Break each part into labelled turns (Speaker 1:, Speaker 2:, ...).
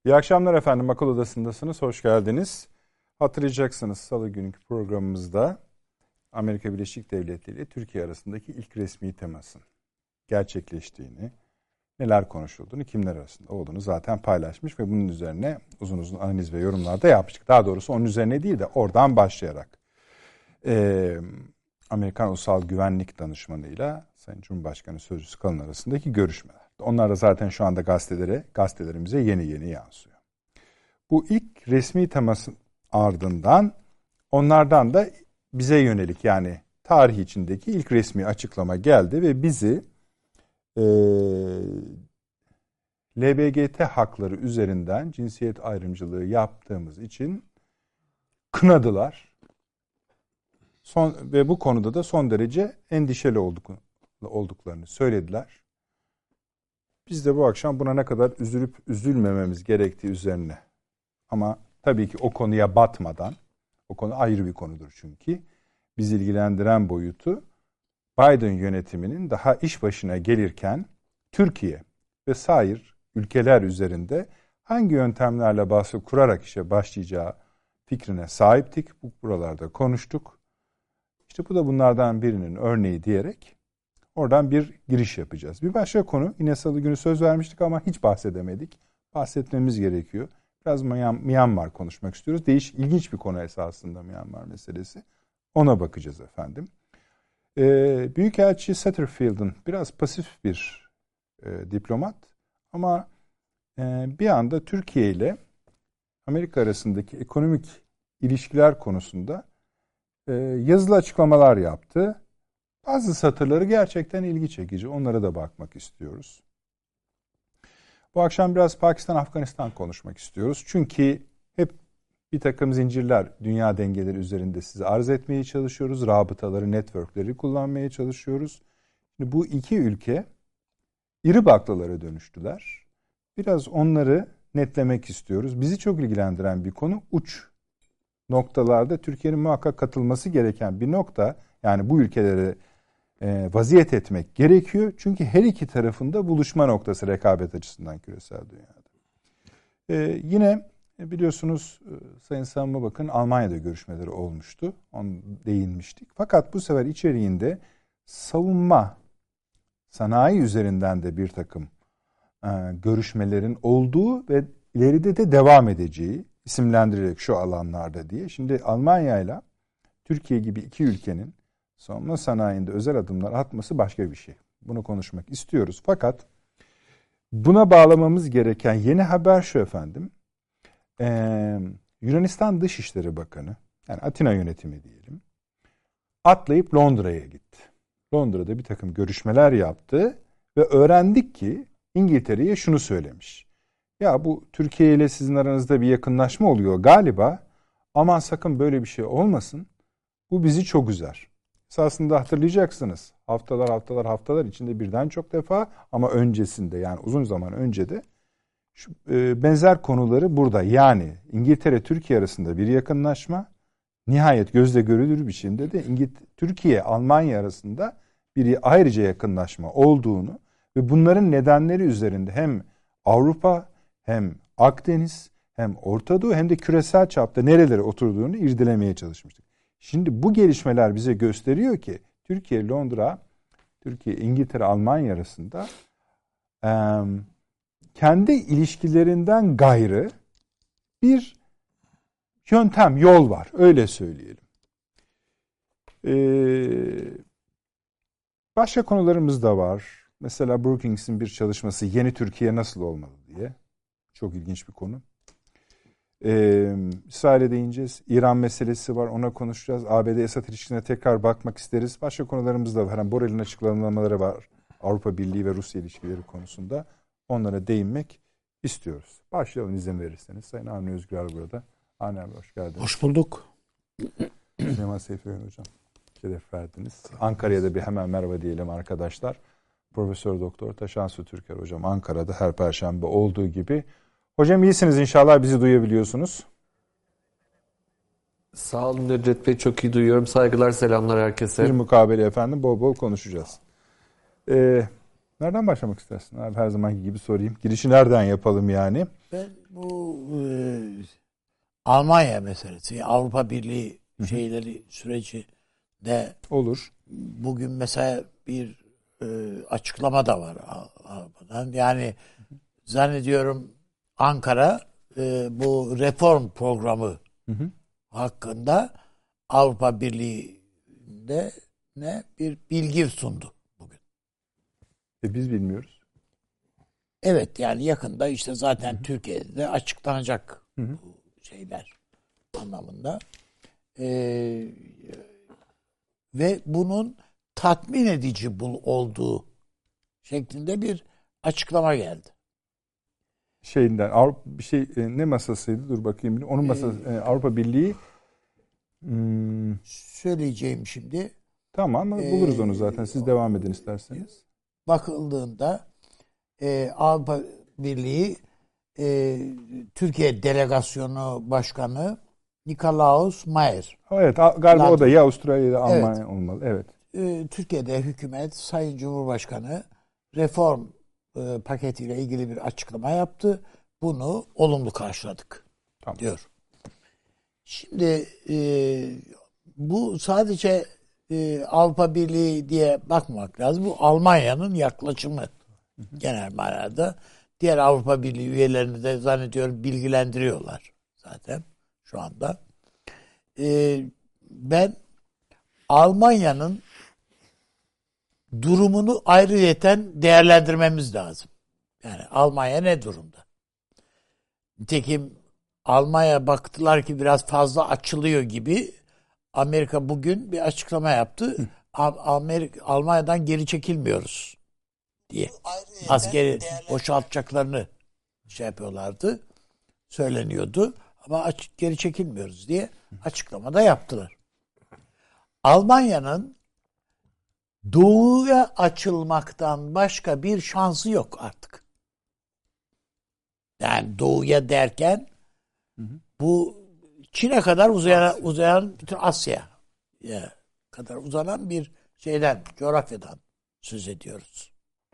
Speaker 1: İyi akşamlar efendim. Akıl Odası'ndasınız. Hoş geldiniz. Hatırlayacaksınız Salı günkü programımızda Amerika Birleşik Devletleri ile Türkiye arasındaki ilk resmi temasın gerçekleştiğini, neler konuşulduğunu, kimler arasında olduğunu zaten paylaşmış ve bunun üzerine uzun uzun analiz ve yorumlar da yapmıştık. Daha doğrusu onun üzerine değil de oradan başlayarak Amerikan Ulusal Güvenlik Danışmanı'yla Sayın Cumhurbaşkanı Sözcüsü Kalın arasındaki görüşmeler. Onlar da zaten şu anda gazetelerimize yeni yeni yansıyor. Bu ilk resmi temasın ardından onlardan da bize yönelik, yani tarih içindeki ilk resmi açıklama geldi ve bizi LGBTİ hakları üzerinden cinsiyet ayrımcılığı yaptığımız için kınadılar. Ve bu konuda da son derece endişeli olduklarını söylediler. Biz de bu akşam buna ne kadar üzülüp üzülmememiz gerektiği üzerine, ama tabii ki o konuya batmadan, o konu ayrı bir konudur çünkü, bizi ilgilendiren boyutu Biden yönetiminin daha iş başına gelirken Türkiye ve sair ülkeler üzerinde hangi yöntemlerle baskı kurarak işe başlayacağı fikrine sahiptik. Buralarda konuştuk. İşte bu da bunlardan birinin örneği diyerek oradan bir giriş yapacağız. Bir başka konu, yine Salı günü söz vermiştik ama hiç bahsedemedik. Bahsetmemiz gerekiyor. Biraz Myanmar konuşmak istiyoruz. İlginç bir konu esasında Myanmar meselesi. Ona bakacağız efendim. Büyükelçi Satterfield'ın biraz pasif bir diplomat ama bir anda Türkiye ile Amerika arasındaki ekonomik ilişkiler konusunda yazılı açıklamalar yaptı. Bazı satırları gerçekten ilgi çekici. Onlara da bakmak istiyoruz. Bu akşam biraz Pakistan-Afganistan konuşmak istiyoruz. Çünkü hep bir takım zincirler, dünya dengeleri üzerinde size arz etmeye çalışıyoruz. Rabıtaları, networkleri kullanmaya çalışıyoruz. Şimdi bu iki ülke iri baklalara dönüştüler. Biraz onları netlemek istiyoruz. Bizi çok ilgilendiren bir konu, uç noktalarda Türkiye'nin muhakkak katılması gereken bir nokta. Yani bu ülkelere vaziyet etmek gerekiyor. Çünkü her iki tarafında buluşma noktası rekabet açısından küresel dünyada. Yine biliyorsunuz Sayın Savunma Bakanı Almanya'da görüşmeleri olmuştu. Onu değinmiştik. Fakat bu sefer içeriğinde savunma sanayi üzerinden de bir takım görüşmelerin olduğu ve ileride de devam edeceği isimlendirerek şu alanlarda diye. Şimdi Almanya ile Türkiye gibi iki ülkenin savunma sanayinde özel adımlar atması başka bir şey. Bunu konuşmak istiyoruz. Fakat buna bağlamamız gereken yeni haber şu efendim. Yunanistan Dışişleri Bakanı, yani Atina yönetimi diyelim, atlayıp Londra'ya gitti. Londra'da bir takım görüşmeler yaptı ve öğrendik ki İngiltere'ye şunu söylemiş. Ya bu Türkiye ile sizin aranızda bir yakınlaşma oluyor galiba. Aman sakın böyle bir şey olmasın. Bu bizi çok üzer. Esasında hatırlayacaksınız. Haftalar içinde birden çok defa, ama öncesinde, yani uzun zaman önce de benzer konuları burada, yani İngiltere Türkiye arasında bir yakınlaşma, nihayet gözle görülür biçimde de Türkiye Almanya arasında bir ayrıca yakınlaşma olduğunu ve bunların nedenleri üzerinde hem Avrupa hem Akdeniz hem Orta Doğu hem de küresel çapta nerelere oturduğunu irdelemeye çalışmıştık. Şimdi bu gelişmeler bize gösteriyor ki Türkiye, Londra, Türkiye, İngiltere, Almanya arasında kendi ilişkilerinden gayrı bir yöntem, yol var. Öyle söyleyelim. Başka konularımız da var. Mesela Brookings'in bir çalışması, Yeni Türkiye nasıl olmalı diye. Çok ilginç bir konu. İsrail'e değineceğiz. İran meselesi var, ona konuşacağız. ABD-Esad ilişkisine tekrar bakmak isteriz. Başka konularımız da var. Yani Borrell'in açıklamaları var. Avrupa Birliği ve Rusya ilişkileri konusunda. Onlara değinmek istiyoruz. Başlayalım izin verirseniz. Sayın Avni Özgür burada. Avni abi hoş geldiniz.
Speaker 2: Hoş bulduk.
Speaker 1: Süleyman Seyfi hocam. Şeref verdiniz. Ankara'ya da bir hemen merhaba diyelim arkadaşlar. Profesör Doktor Taşansu Türker hocam Ankara'da her perşembe olduğu gibi. Hocam iyisiniz inşallah, bizi duyabiliyorsunuz.
Speaker 3: Sağ olun Nedret Bey, çok iyi duyuyorum. Saygılar, selamlar herkese.
Speaker 1: Bir mukabele efendim, bol bol konuşacağız. Nereden başlamak istersin abi? Her zamanki gibi sorayım. Girişi nereden yapalım yani?
Speaker 2: Ben bu Almanya meselesi, Avrupa Birliği süreci de
Speaker 1: Olur.
Speaker 2: bugün mesela bir açıklama da var Avrupa'dan. Yani zannediyorum Ankara bu reform programı hakkında Avrupa Birliği'nde bir bilgi sundu bugün.
Speaker 1: Biz bilmiyoruz.
Speaker 2: Evet, yani yakında işte zaten Türkiye'de de açıklanacak bu şeyler anlamında. Ve bunun tatmin edici olduğu şeklinde bir açıklama geldi.
Speaker 1: Şeyinden bir şey ne masasıydı? Dur bakayım. Onun masası Avrupa Birliği.
Speaker 2: Söyleyeceğim şimdi.
Speaker 1: Tamam, buluruz onu zaten. Siz devam edin isterseniz.
Speaker 2: Bakıldığında Avrupa Birliği Türkiye Delegasyonu Başkanı Nikolaus Mayer.
Speaker 1: Evet, galiba o da ya Avustralya ya Almanya
Speaker 2: evet.
Speaker 1: olmalı. Evet.
Speaker 2: Türkiye'de hükümet Sayın Cumhurbaşkanı reform paketiyle ilgili bir açıklama yaptı. Bunu olumlu karşıladık diyor. Şimdi bu sadece Avrupa Birliği diye bakmamak lazım. Bu Almanya'nın yaklaşımı genel manada. Diğer Avrupa Birliği üyelerini de zannediyorum bilgilendiriyorlar zaten şu anda. Ben Almanya'nın durumunu ayrıyeten değerlendirmemiz lazım. Yani Almanya ne durumda? Nitekim Almanya baktılar ki biraz fazla açılıyor gibi. Amerika bugün bir açıklama yaptı. Almanya'dan geri çekilmiyoruz diye. Askeri boşaltacaklarını şey yapıyorlardı. Söyleniyordu. Ama geri çekilmiyoruz diye açıklamada yaptılar. Almanya'nın doğuya açılmaktan başka bir şansı yok artık. Yani doğuya derken bu Çin'e kadar uzayan bütün Asya'ya kadar uzanan bir coğrafyadan söz ediyoruz.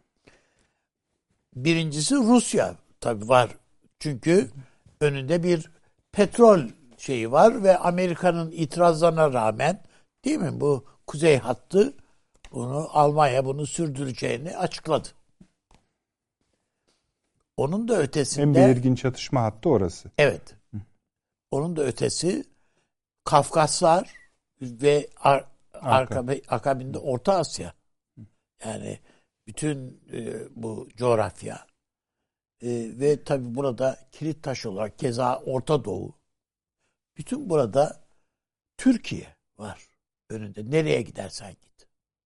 Speaker 2: Birincisi Rusya tabii var. Çünkü önünde bir petrol şeyi var ve Amerika'nın itirazlarına rağmen değil mi bu kuzey hattı Almanya bunu sürdüreceğini açıkladı. Onun da ötesinde
Speaker 1: en belirgin çatışma hattı orası.
Speaker 2: Evet. Onun da ötesi Kafkaslar ve akabinde Orta Asya. Yani bütün bu coğrafya ve tabii burada kilit taş olarak keza Orta Doğu. Bütün burada Türkiye var önünde. Nereye gidersen git.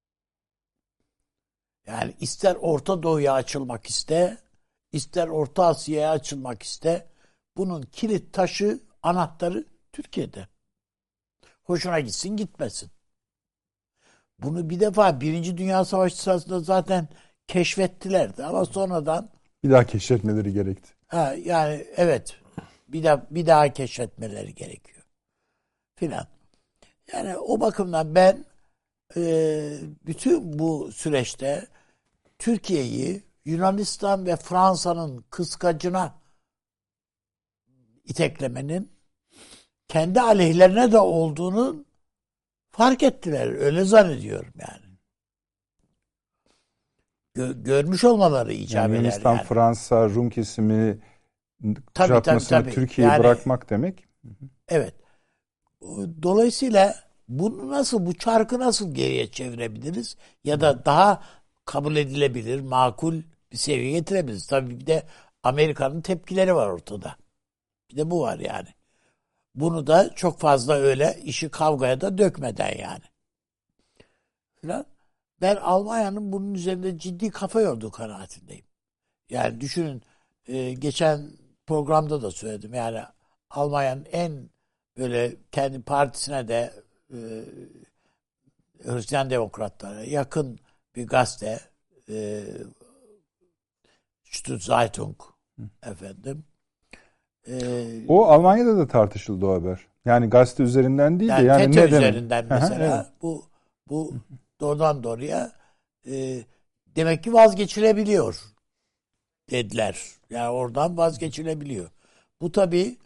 Speaker 2: Yani ister Orta Doğu'ya açılmak iste, ister Orta Asya'ya açılmak iste. Bunun kilit taşı, anahtarı Türkiye'de. Hoşuna gitsin gitmesin. Bunu bir defa Birinci Dünya Savaşı sırasında zaten keşfettilerdi ama sonradan
Speaker 1: bir daha keşfetmeleri gerekti.
Speaker 2: Yani evet bir daha keşfetmeleri gerekiyor filan. Yani o bakımdan ben bütün bu süreçte Türkiye'yi Yunanistan ve Fransa'nın kıskacına iteklemenin kendi aleyhlerine de olduğunu fark ettiler. Öyle zannediyorum yani. Görmüş olmaları icap eder.
Speaker 1: Yunanistan,
Speaker 2: yani.
Speaker 1: Fransa, Rum kesimi kuşatmasını Türkiye'yi yani, bırakmak demek.
Speaker 2: Evet. Dolayısıyla bu çarkı nasıl geriye çevirebiliriz? Ya da daha kabul edilebilir, makul bir seviyeye getirebiliriz. Tabii bir de Amerika'nın tepkileri var ortada. Bir de bu var yani. Bunu da çok fazla öyle işi kavgaya da dökmeden yani. Falan. Ben Almanya'nın bunun üzerinde ciddi kafa yorduğu kanaatindeyim. Yani düşünün geçen programda da söyledim. Yani Almanya'nın en böyle kendi partisine de Hristiyan Demokratlara yakın bir gazete Zeitung efendim.
Speaker 1: O Almanya'da da tartışıldı o haber. Yani gazete üzerinden değil de yani
Speaker 2: FETÖ
Speaker 1: neden?
Speaker 2: üzerinden mesela evet. bu doğrudan doğruya demek ki vazgeçilebiliyor dediler. Yani oradan vazgeçilebiliyor. Bu tabii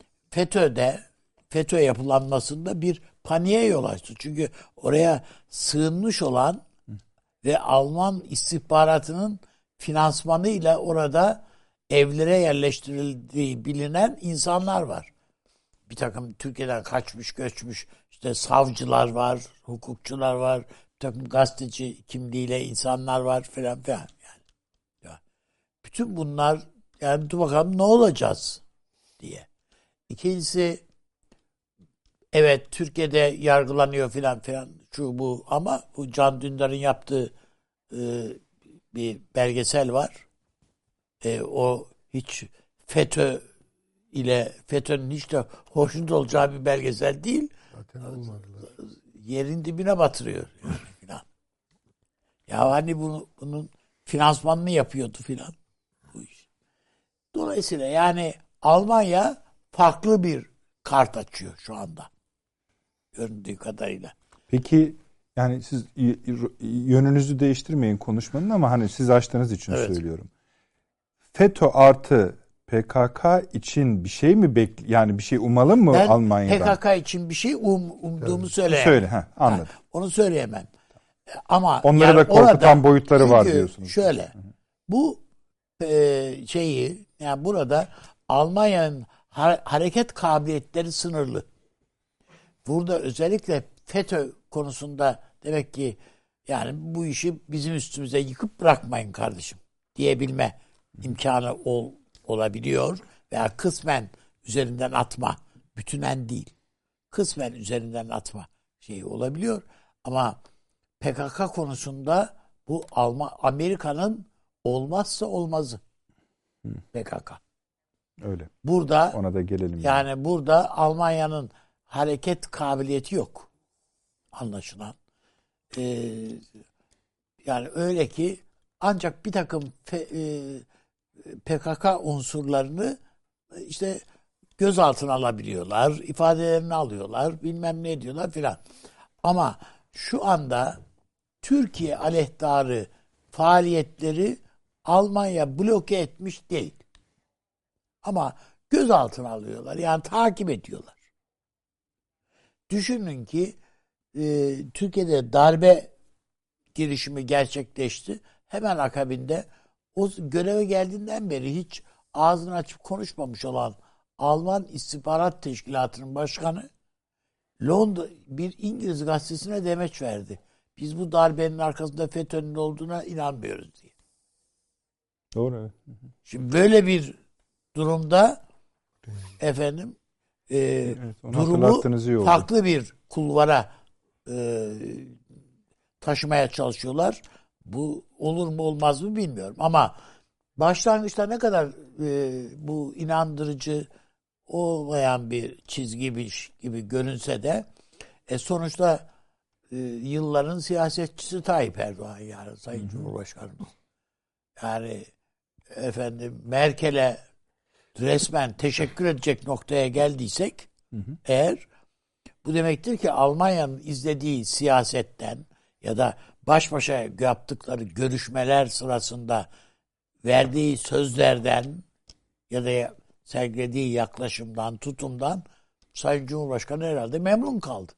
Speaker 2: FETÖ yapılanmasında bir paniğe yol açtı. Çünkü oraya sığınmış olan ve Alman istihbaratının finansmanıyla orada evlere yerleştirildiği bilinen insanlar var. Bir takım Türkiye'den kaçmış, göçmüş işte savcılar var, hukukçular var, bir takım gazeteci kimliğiyle insanlar var falan filan. Yani, ya, bütün bunlar yani dur bakalım ne olacağız diye. İkincisi evet Türkiye'de yargılanıyor filan filan şu bu ama bu Can Dündar'ın yaptığı bir belgesel var. O hiç FETÖ'nün hiç de hoşnut olacağı bir belgesel değil.
Speaker 3: Zaten olmadılar.
Speaker 2: Yerin dibine batırıyor yani filan. Ya hani bunun finansmanını yapıyordu filan bu iş. Dolayısıyla yani Almanya farklı bir kart açıyor şu anda. Göründüğü kadarıyla.
Speaker 1: Peki yani siz yönünüzü değiştirmeyin konuşmanın ama hani siz açtığınız için söylüyorum. FETÖ artı PKK için bir şey mi yani bir şey umalım mı
Speaker 2: ben
Speaker 1: Almanya'dan?
Speaker 2: Ben PKK için bir şey umduğumu söyleyemem.
Speaker 1: Söyle, anladım.
Speaker 2: Onu söyleyemem. Ama
Speaker 1: onları
Speaker 2: yani
Speaker 1: da korkutan
Speaker 2: orada,
Speaker 1: boyutları var diyorsunuz.
Speaker 2: Şöyle, bu şeyi yani burada Almanya'nın hareket kabiliyetleri sınırlı. Burada özellikle FETÖ konusunda demek ki yani bu işi bizim üstümüze yıkıp bırakmayın kardeşim diyebilme imkanı olabiliyor veya kısmen üzerinden atma, bütünen değil. Kısmen üzerinden atma şeyi olabiliyor ama PKK konusunda bu Amerika'nın olmazsa olmazı. PKK.
Speaker 1: Öyle.
Speaker 2: Burada
Speaker 1: ona da gelelim.
Speaker 2: Yani burada Almanya'nın hareket kabiliyeti yok. Anlaşılan. Yani öyle ki ancak bir takım PKK unsurlarını işte gözaltına alabiliyorlar, ifadelerini alıyorlar, bilmem ne diyorlar filan. Ama şu anda Türkiye aleyhtarı faaliyetleri Almanya bloke etmiş değil. Ama gözaltına alıyorlar. Yani takip ediyorlar. Düşünün ki Türkiye'de darbe girişimi gerçekleşti. Hemen akabinde o göreve geldiğinden beri hiç ağzını açıp konuşmamış olan Alman İstihbarat Teşkilatı'nın başkanı Londra bir İngiliz gazetesine demeç verdi. Biz bu darbenin arkasında FETÖ'nün olduğuna inanmıyoruz diye.
Speaker 1: Doğru. Evet.
Speaker 2: Şimdi böyle bir durumda efendim durumu farklı bir kulvara taşımaya çalışıyorlar. Bu olur mu olmaz mı bilmiyorum. Ama başlangıçta ne kadar bu inandırıcı olmayan bir çizgi gibi görünse de sonuçta yılların siyasetçisi Tayyip Erdoğan yani Sayın Cumhurbaşkanımız. Yani efendim Merkel'e resmen teşekkür edecek noktaya geldiysek eğer bu demektir ki Almanya'nın izlediği siyasetten ya da baş başa yaptıkları görüşmeler sırasında verdiği sözlerden ya da sergilediği yaklaşımdan, tutumdan Sayın Cumhurbaşkanı herhalde memnun kaldı.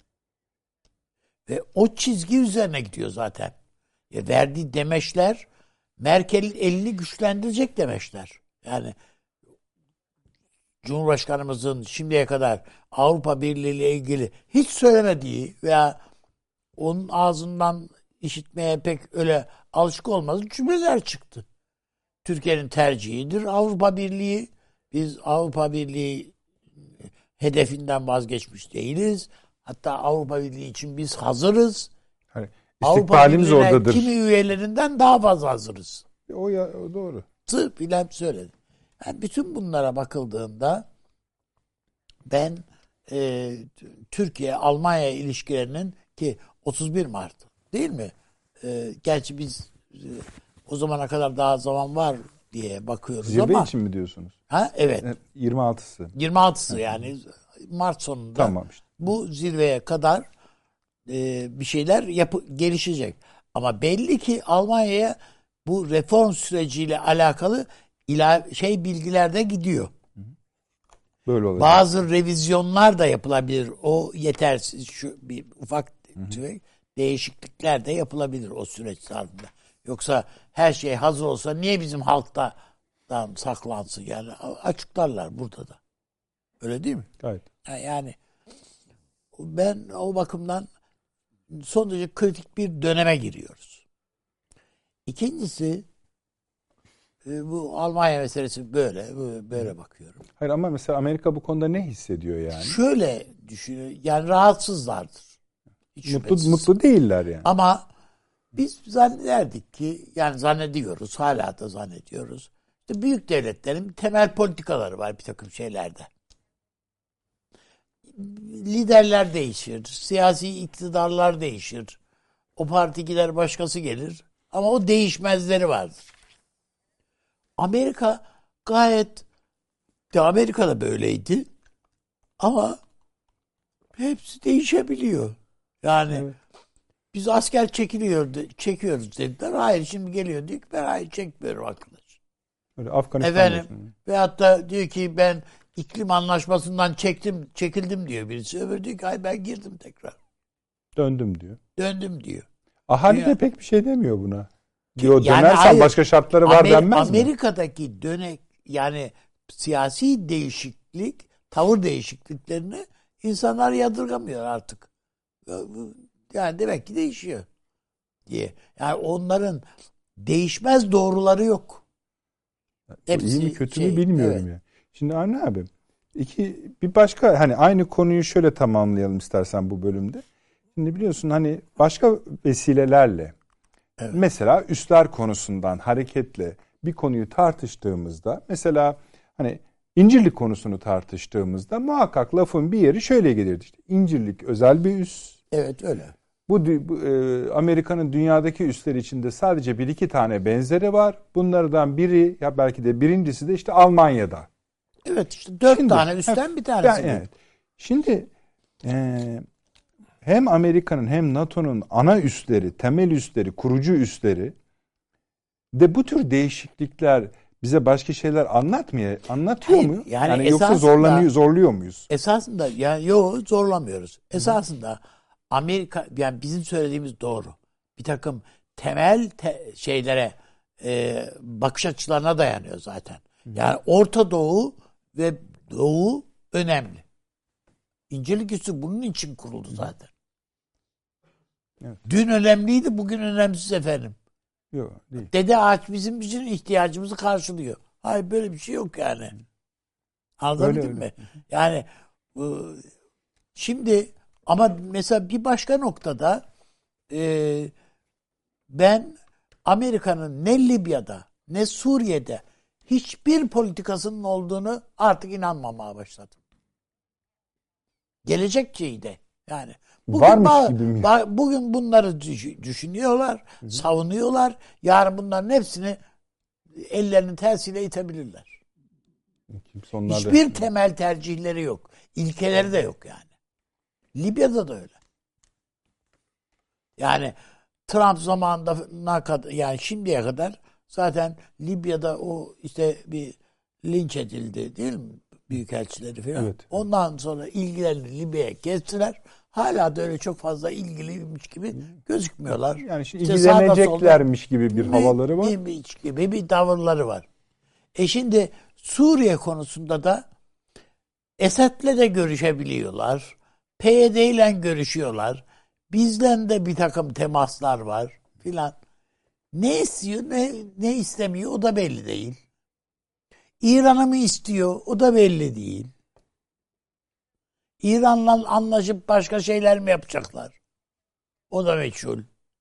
Speaker 2: Ve o çizgi üzerine gidiyor zaten. Verdiği demeçler Merkel'in elini güçlendirecek demeçler. Yani Cumhurbaşkanımızın şimdiye kadar Avrupa Birliği ile ilgili hiç söylemediği veya onun ağzından işitmeye pek öyle alışık olmadığı cümleler çıktı. Türkiye'nin tercihidir Avrupa Birliği. Biz Avrupa Birliği hedefinden vazgeçmiş değiliz. Hatta Avrupa Birliği için biz hazırız.
Speaker 1: Hani
Speaker 2: Avrupa Birliği'ne kimi üyelerinden daha fazla hazırız.
Speaker 1: O doğru.
Speaker 2: Filan söyledi. Yani bütün bunlara bakıldığında ben Türkiye-Almanya ilişkilerinin ki 31 Mart değil mi? Gerçi biz o zamana kadar daha zaman var diye bakıyoruz
Speaker 1: Zirve
Speaker 2: ama.
Speaker 1: Zirve için mi diyorsunuz?
Speaker 2: Ha, evet.
Speaker 1: 26'sı.
Speaker 2: 26'sı yani Mart sonunda.
Speaker 1: Tamam işte.
Speaker 2: Bu zirveye kadar bir şeyler gelişecek. Ama belli ki Almanya'ya bu reform süreciyle alakalı bilgiler de gidiyor.
Speaker 1: Böyle olacak.
Speaker 2: Bazı revizyonlar da yapılabilir. O yetersiz bir ufak değişiklikler de yapılabilir o süreç zarfında. Yoksa her şey hazır olsa niye bizim halktan saklansın? Yani açıklarlar burada da. Öyle değil mi?
Speaker 1: Gayet.
Speaker 2: Yani ben o bakımdan son derece kritik bir döneme giriyoruz. İkincisi bu Almanya meselesi böyle bakıyorum.
Speaker 1: Hayır ama mesela Amerika bu konuda ne hissediyor yani?
Speaker 2: Şöyle düşünüyor. Yani rahatsızlardır. Hiç
Speaker 1: Mutlu değiller yani.
Speaker 2: Ama biz zannederdik ki yani zannediyoruz. Hala da zannediyoruz. İşte büyük devletlerin temel politikaları var bir takım şeylerde. Liderler değişir. Siyasi iktidarlar değişir. O parti gider başkası gelir. Ama o değişmezleri vardır. Amerika gayet de Amerika'da böyleydi. Ama hepsi değişebiliyor. Yani
Speaker 1: Evet.
Speaker 2: biz asker çekiyoruz dediler. Hayır şimdi geliyor diyor ki ben hayır çekmiyorum arkadaş.
Speaker 1: Öyle Afganistan
Speaker 2: Efendim veyahut da diyor ki ben iklim anlaşmasından çekildim diyor birisi. Öbürü diyor ki hayır ben girdim tekrar.
Speaker 1: Döndüm diyor.
Speaker 2: Döndüm diyor.
Speaker 1: Ahali de
Speaker 2: Yani,
Speaker 1: pek bir şey demiyor buna. Diyor
Speaker 2: yani
Speaker 1: dönersen
Speaker 2: hayır,
Speaker 1: başka şartları var denmez mi?
Speaker 2: Amerika'daki yani siyasi değişiklik, tavır değişikliklerini insanlar yadırgamıyor artık. Yani demek ki değişiyor diye. Yani onların değişmez doğruları yok.
Speaker 1: Hepsi iyi mi kötü mü bilmiyorum evet. Ya. Şimdi Avni abi bir başka hani aynı konuyu şöyle tamamlayalım istersen bu bölümde. Şimdi biliyorsun hani başka vesilelerle evet. Mesela üsler konusundan hareketle bir konuyu tartıştığımızda mesela hani İncirlik konusunu tartıştığımızda muhakkak lafın bir yeri şöyle gelirdi işte. İncirlik özel bir üs.
Speaker 2: Evet öyle.
Speaker 1: Bu Amerika'nın dünyadaki üsler içinde sadece bir iki tane benzeri var. Bunlardan biri ya belki de birincisi de işte Almanya'da.
Speaker 2: Evet işte 4 tane üstten bir tanesi.
Speaker 1: Evet. Şimdi hem Amerika'nın hem NATO'nun ana üsleri, temel üsleri, kurucu üsleri de bu tür değişiklikler bize başka şeyler anlatıyor mu? Yani yoksa zorluyor muyuz?
Speaker 2: Esasında yani zorlamıyoruz. Esasında Amerika yani bizim söylediğimiz doğru. Bir takım temel şeylere bakış açılarına dayanıyor zaten. Yani Orta Doğu ve Doğu önemli. İncirlik üssü bunun için kuruldu zaten. Evet. Dün önemliydi, bugün önemsiz efendim.
Speaker 1: Yok, değil.
Speaker 2: Dede ağaç bizim bütün ihtiyacımızı karşılıyor. Hayır böyle bir şey yok yani. Anladın mı? Yani şimdi ama mesela bir başka noktada ben Amerika'nın ne Libya'da ne Suriye'de hiçbir politikasının olduğunu artık inanmamaya başladım. Gelecek şeyde yani.
Speaker 1: Varmış gibi mi?
Speaker 2: Bugün bunları düşünüyorlar, savunuyorlar. Yarın bunların hepsini ellerinin tersiyle itebilirler. Hiçbir temel tercihleri yok. İlkeleri de yok yani. Libya'da da öyle. Yani Trump zamanına kadar yani şimdiye kadar zaten Libya'da o işte bir linç edildi değil mi? Büyükelçileri falan. Evet. Ondan sonra ilgilerini Libya'ya kestiler. Hala da öyle çok fazla ilgiliymiş gibi gözükmüyorlar.
Speaker 1: Yani işte ilgileneceklermiş gibi bir havaları var.
Speaker 2: Gibi bir tavırları var. Şimdi Suriye konusunda da Esad'le de görüşebiliyorlar. PYD ile görüşüyorlar. Bizden de bir takım temaslar var filan. Ne istiyor ne istemiyor o da belli değil. İran'ı mı istiyor o da belli değil. İran'la anlaşıp başka şeyler mi yapacaklar? O da meçhul.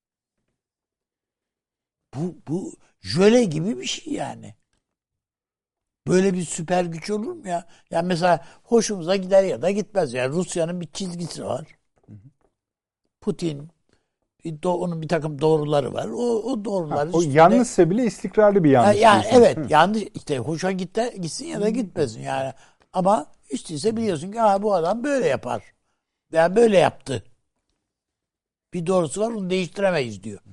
Speaker 2: Bu jöle gibi bir şey yani. Böyle bir süper güç olur mu ya? Yani mesela hoşumuza gider ya da gitmez. Yani Rusya'nın bir çizgisi var. Putin onun bir takım doğruları var. O doğruları
Speaker 1: o yanlışsa bile istikrarlı bir yanlış.
Speaker 2: Yani evet yanlış işte hoşa gitsin ya da gitmesin yani. Ama hiç değilse biliyorsun ki bu adam böyle yapar. Veya böyle yaptı. Bir doğrusu var onu değiştiremeyiz diyor.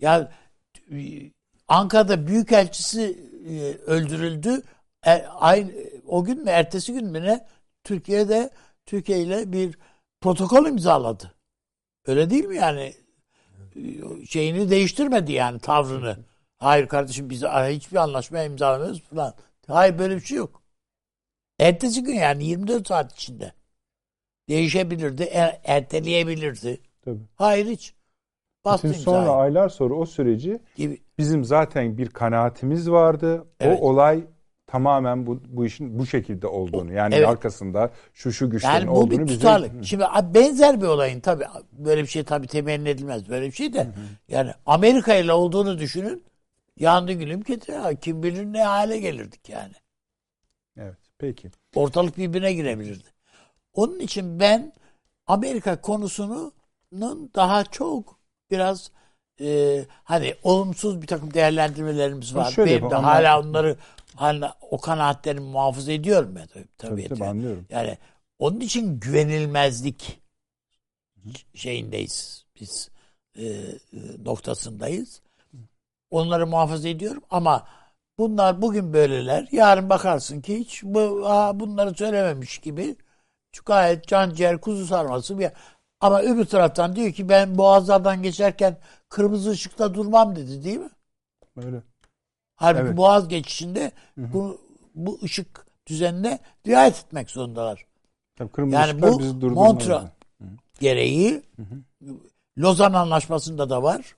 Speaker 2: Ya Ankara'da büyükelçisi öldürüldü. Aynı o gün mü ertesi gün mü ne? Türkiye ile bir protokol imzaladı. Öyle değil mi yani? Şeyini değiştirmedi yani, tavrını. Hayır kardeşim, biz hiçbir anlaşma imzalamıyoruz falan. Hayır, böyle bir şey yok. Ertesi gün, yani 24 saat içinde değişebilirdi, erteleyebilirdi.
Speaker 1: Tabii.
Speaker 2: Hayır, hiç. Bastı
Speaker 1: Şimdi sonra
Speaker 2: imzayı
Speaker 1: aylar sonra o süreci
Speaker 2: gibi.
Speaker 1: bizim zaten bir kanaatimiz vardı.
Speaker 2: Evet.
Speaker 1: O olay tamamen bu işin bu şekilde olduğunu, yani
Speaker 2: Evet.
Speaker 1: arkasında şu güçlerin
Speaker 2: Yani bu
Speaker 1: olduğunu
Speaker 2: bir
Speaker 1: bize...
Speaker 2: tutarlık. Şimdi benzer bir olayın, tabii böyle bir şey tabii temenni edilmez, böyle bir şey de. Yani Amerika ile olduğunu düşünün. Yandı gülüm kete. Kim bilir ne hale gelirdik yani.
Speaker 1: Evet, peki.
Speaker 2: Ortalık birbirine girebilirdi. Onun için ben Amerika konusunun daha çok biraz hani olumsuz bir takım değerlendirmelerimiz var.
Speaker 1: Şöyle
Speaker 2: Benim de
Speaker 1: yapalım,
Speaker 2: hala onları, hala o kanaatlerimi muhafaza ediyorum ben
Speaker 1: tabii anlıyorum.
Speaker 2: Yani onun için güvenilmezlik şeyindeyiz biz, noktasındayız. Onları muhafaza ediyorum ama bunlar bugün böyleler. Yarın bakarsın ki hiç bunları söylememiş gibi. Çünkü gayet can ciğer kuzu sarması bir. Ama öbür taraftan diyor ki ben Boğazlardan geçerken kırmızı ışıkta durmam dedi, değil mi?
Speaker 1: Öyle.
Speaker 2: Halbuki
Speaker 1: Evet.
Speaker 2: Boğaz geçişinde bu ışık düzenine riayet etmek zorundalar.
Speaker 1: Tabii kırmızı
Speaker 2: Yani
Speaker 1: ışıklar
Speaker 2: bu
Speaker 1: bizi durdurmaz.
Speaker 2: Montreux gereği Lozan Anlaşması'nda da var.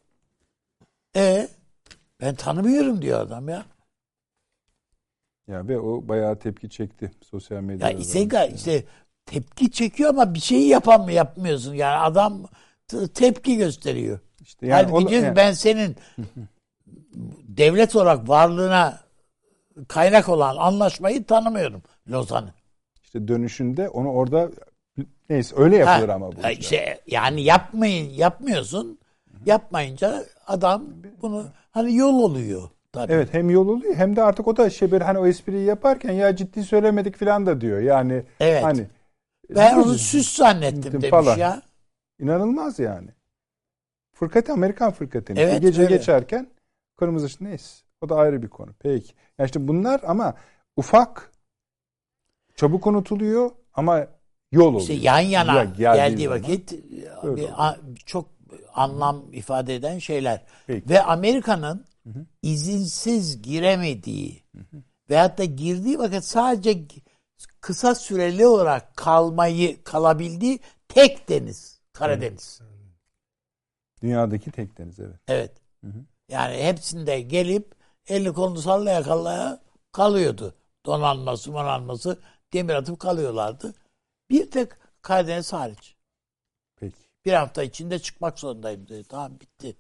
Speaker 2: Ben tanımıyorum diyor adam ya.
Speaker 1: Ya ve o bayağı tepki çekti sosyal medyada.
Speaker 2: Ya işte tepki çekiyor ama bir şeyi yapmıyorsun. Yani adam tepki gösteriyor.
Speaker 1: İşte yani
Speaker 2: Halbuki diyor ki ben senin devlet olarak varlığına kaynak olan anlaşmayı tanımıyorum, Lozan'ı.
Speaker 1: İşte dönüşünde onu orada neyse öyle yapılır ama bu.
Speaker 2: İşte yani yapmıyorsun. Yapmayınca adam bunu hani yol oluyor. Tabii.
Speaker 1: Evet, hem yol oluyor hem de artık o da böyle hani o espriyi yaparken ya ciddi söylemedik falan da diyor. Yani
Speaker 2: evet.
Speaker 1: hani
Speaker 2: ben onu süs zannettim demiş falan. Ya.
Speaker 1: İnanılmaz yani. Amerikan fırkateni.
Speaker 2: Evet,
Speaker 1: gece
Speaker 2: öyle.
Speaker 1: Geçerken kırmızı ışık, neyse. O da ayrı bir konu. Peki. Yani işte bunlar ama ufak, çabuk unutuluyor ama yol oluyor.
Speaker 2: İşte yan yana geldiği
Speaker 1: zaman,
Speaker 2: vakit çok anlam ifade eden şeyler.
Speaker 1: Peki.
Speaker 2: Ve Amerika'nın izinsiz giremediği veyahut da girdiği vakit sadece kısa süreli olarak kalabildiği tek deniz, Karadeniz.
Speaker 1: Evet. Dünyadaki tek deniz, evet.
Speaker 2: Evet. Yani hepsinde gelip elini kolunu sallaya kalıyordu. Donanması demir atıp kalıyorlardı. Bir tek Karadeniz hariç.
Speaker 1: Peki.
Speaker 2: Bir hafta içinde çıkmak zorundayım dedi. Tamam, bitti.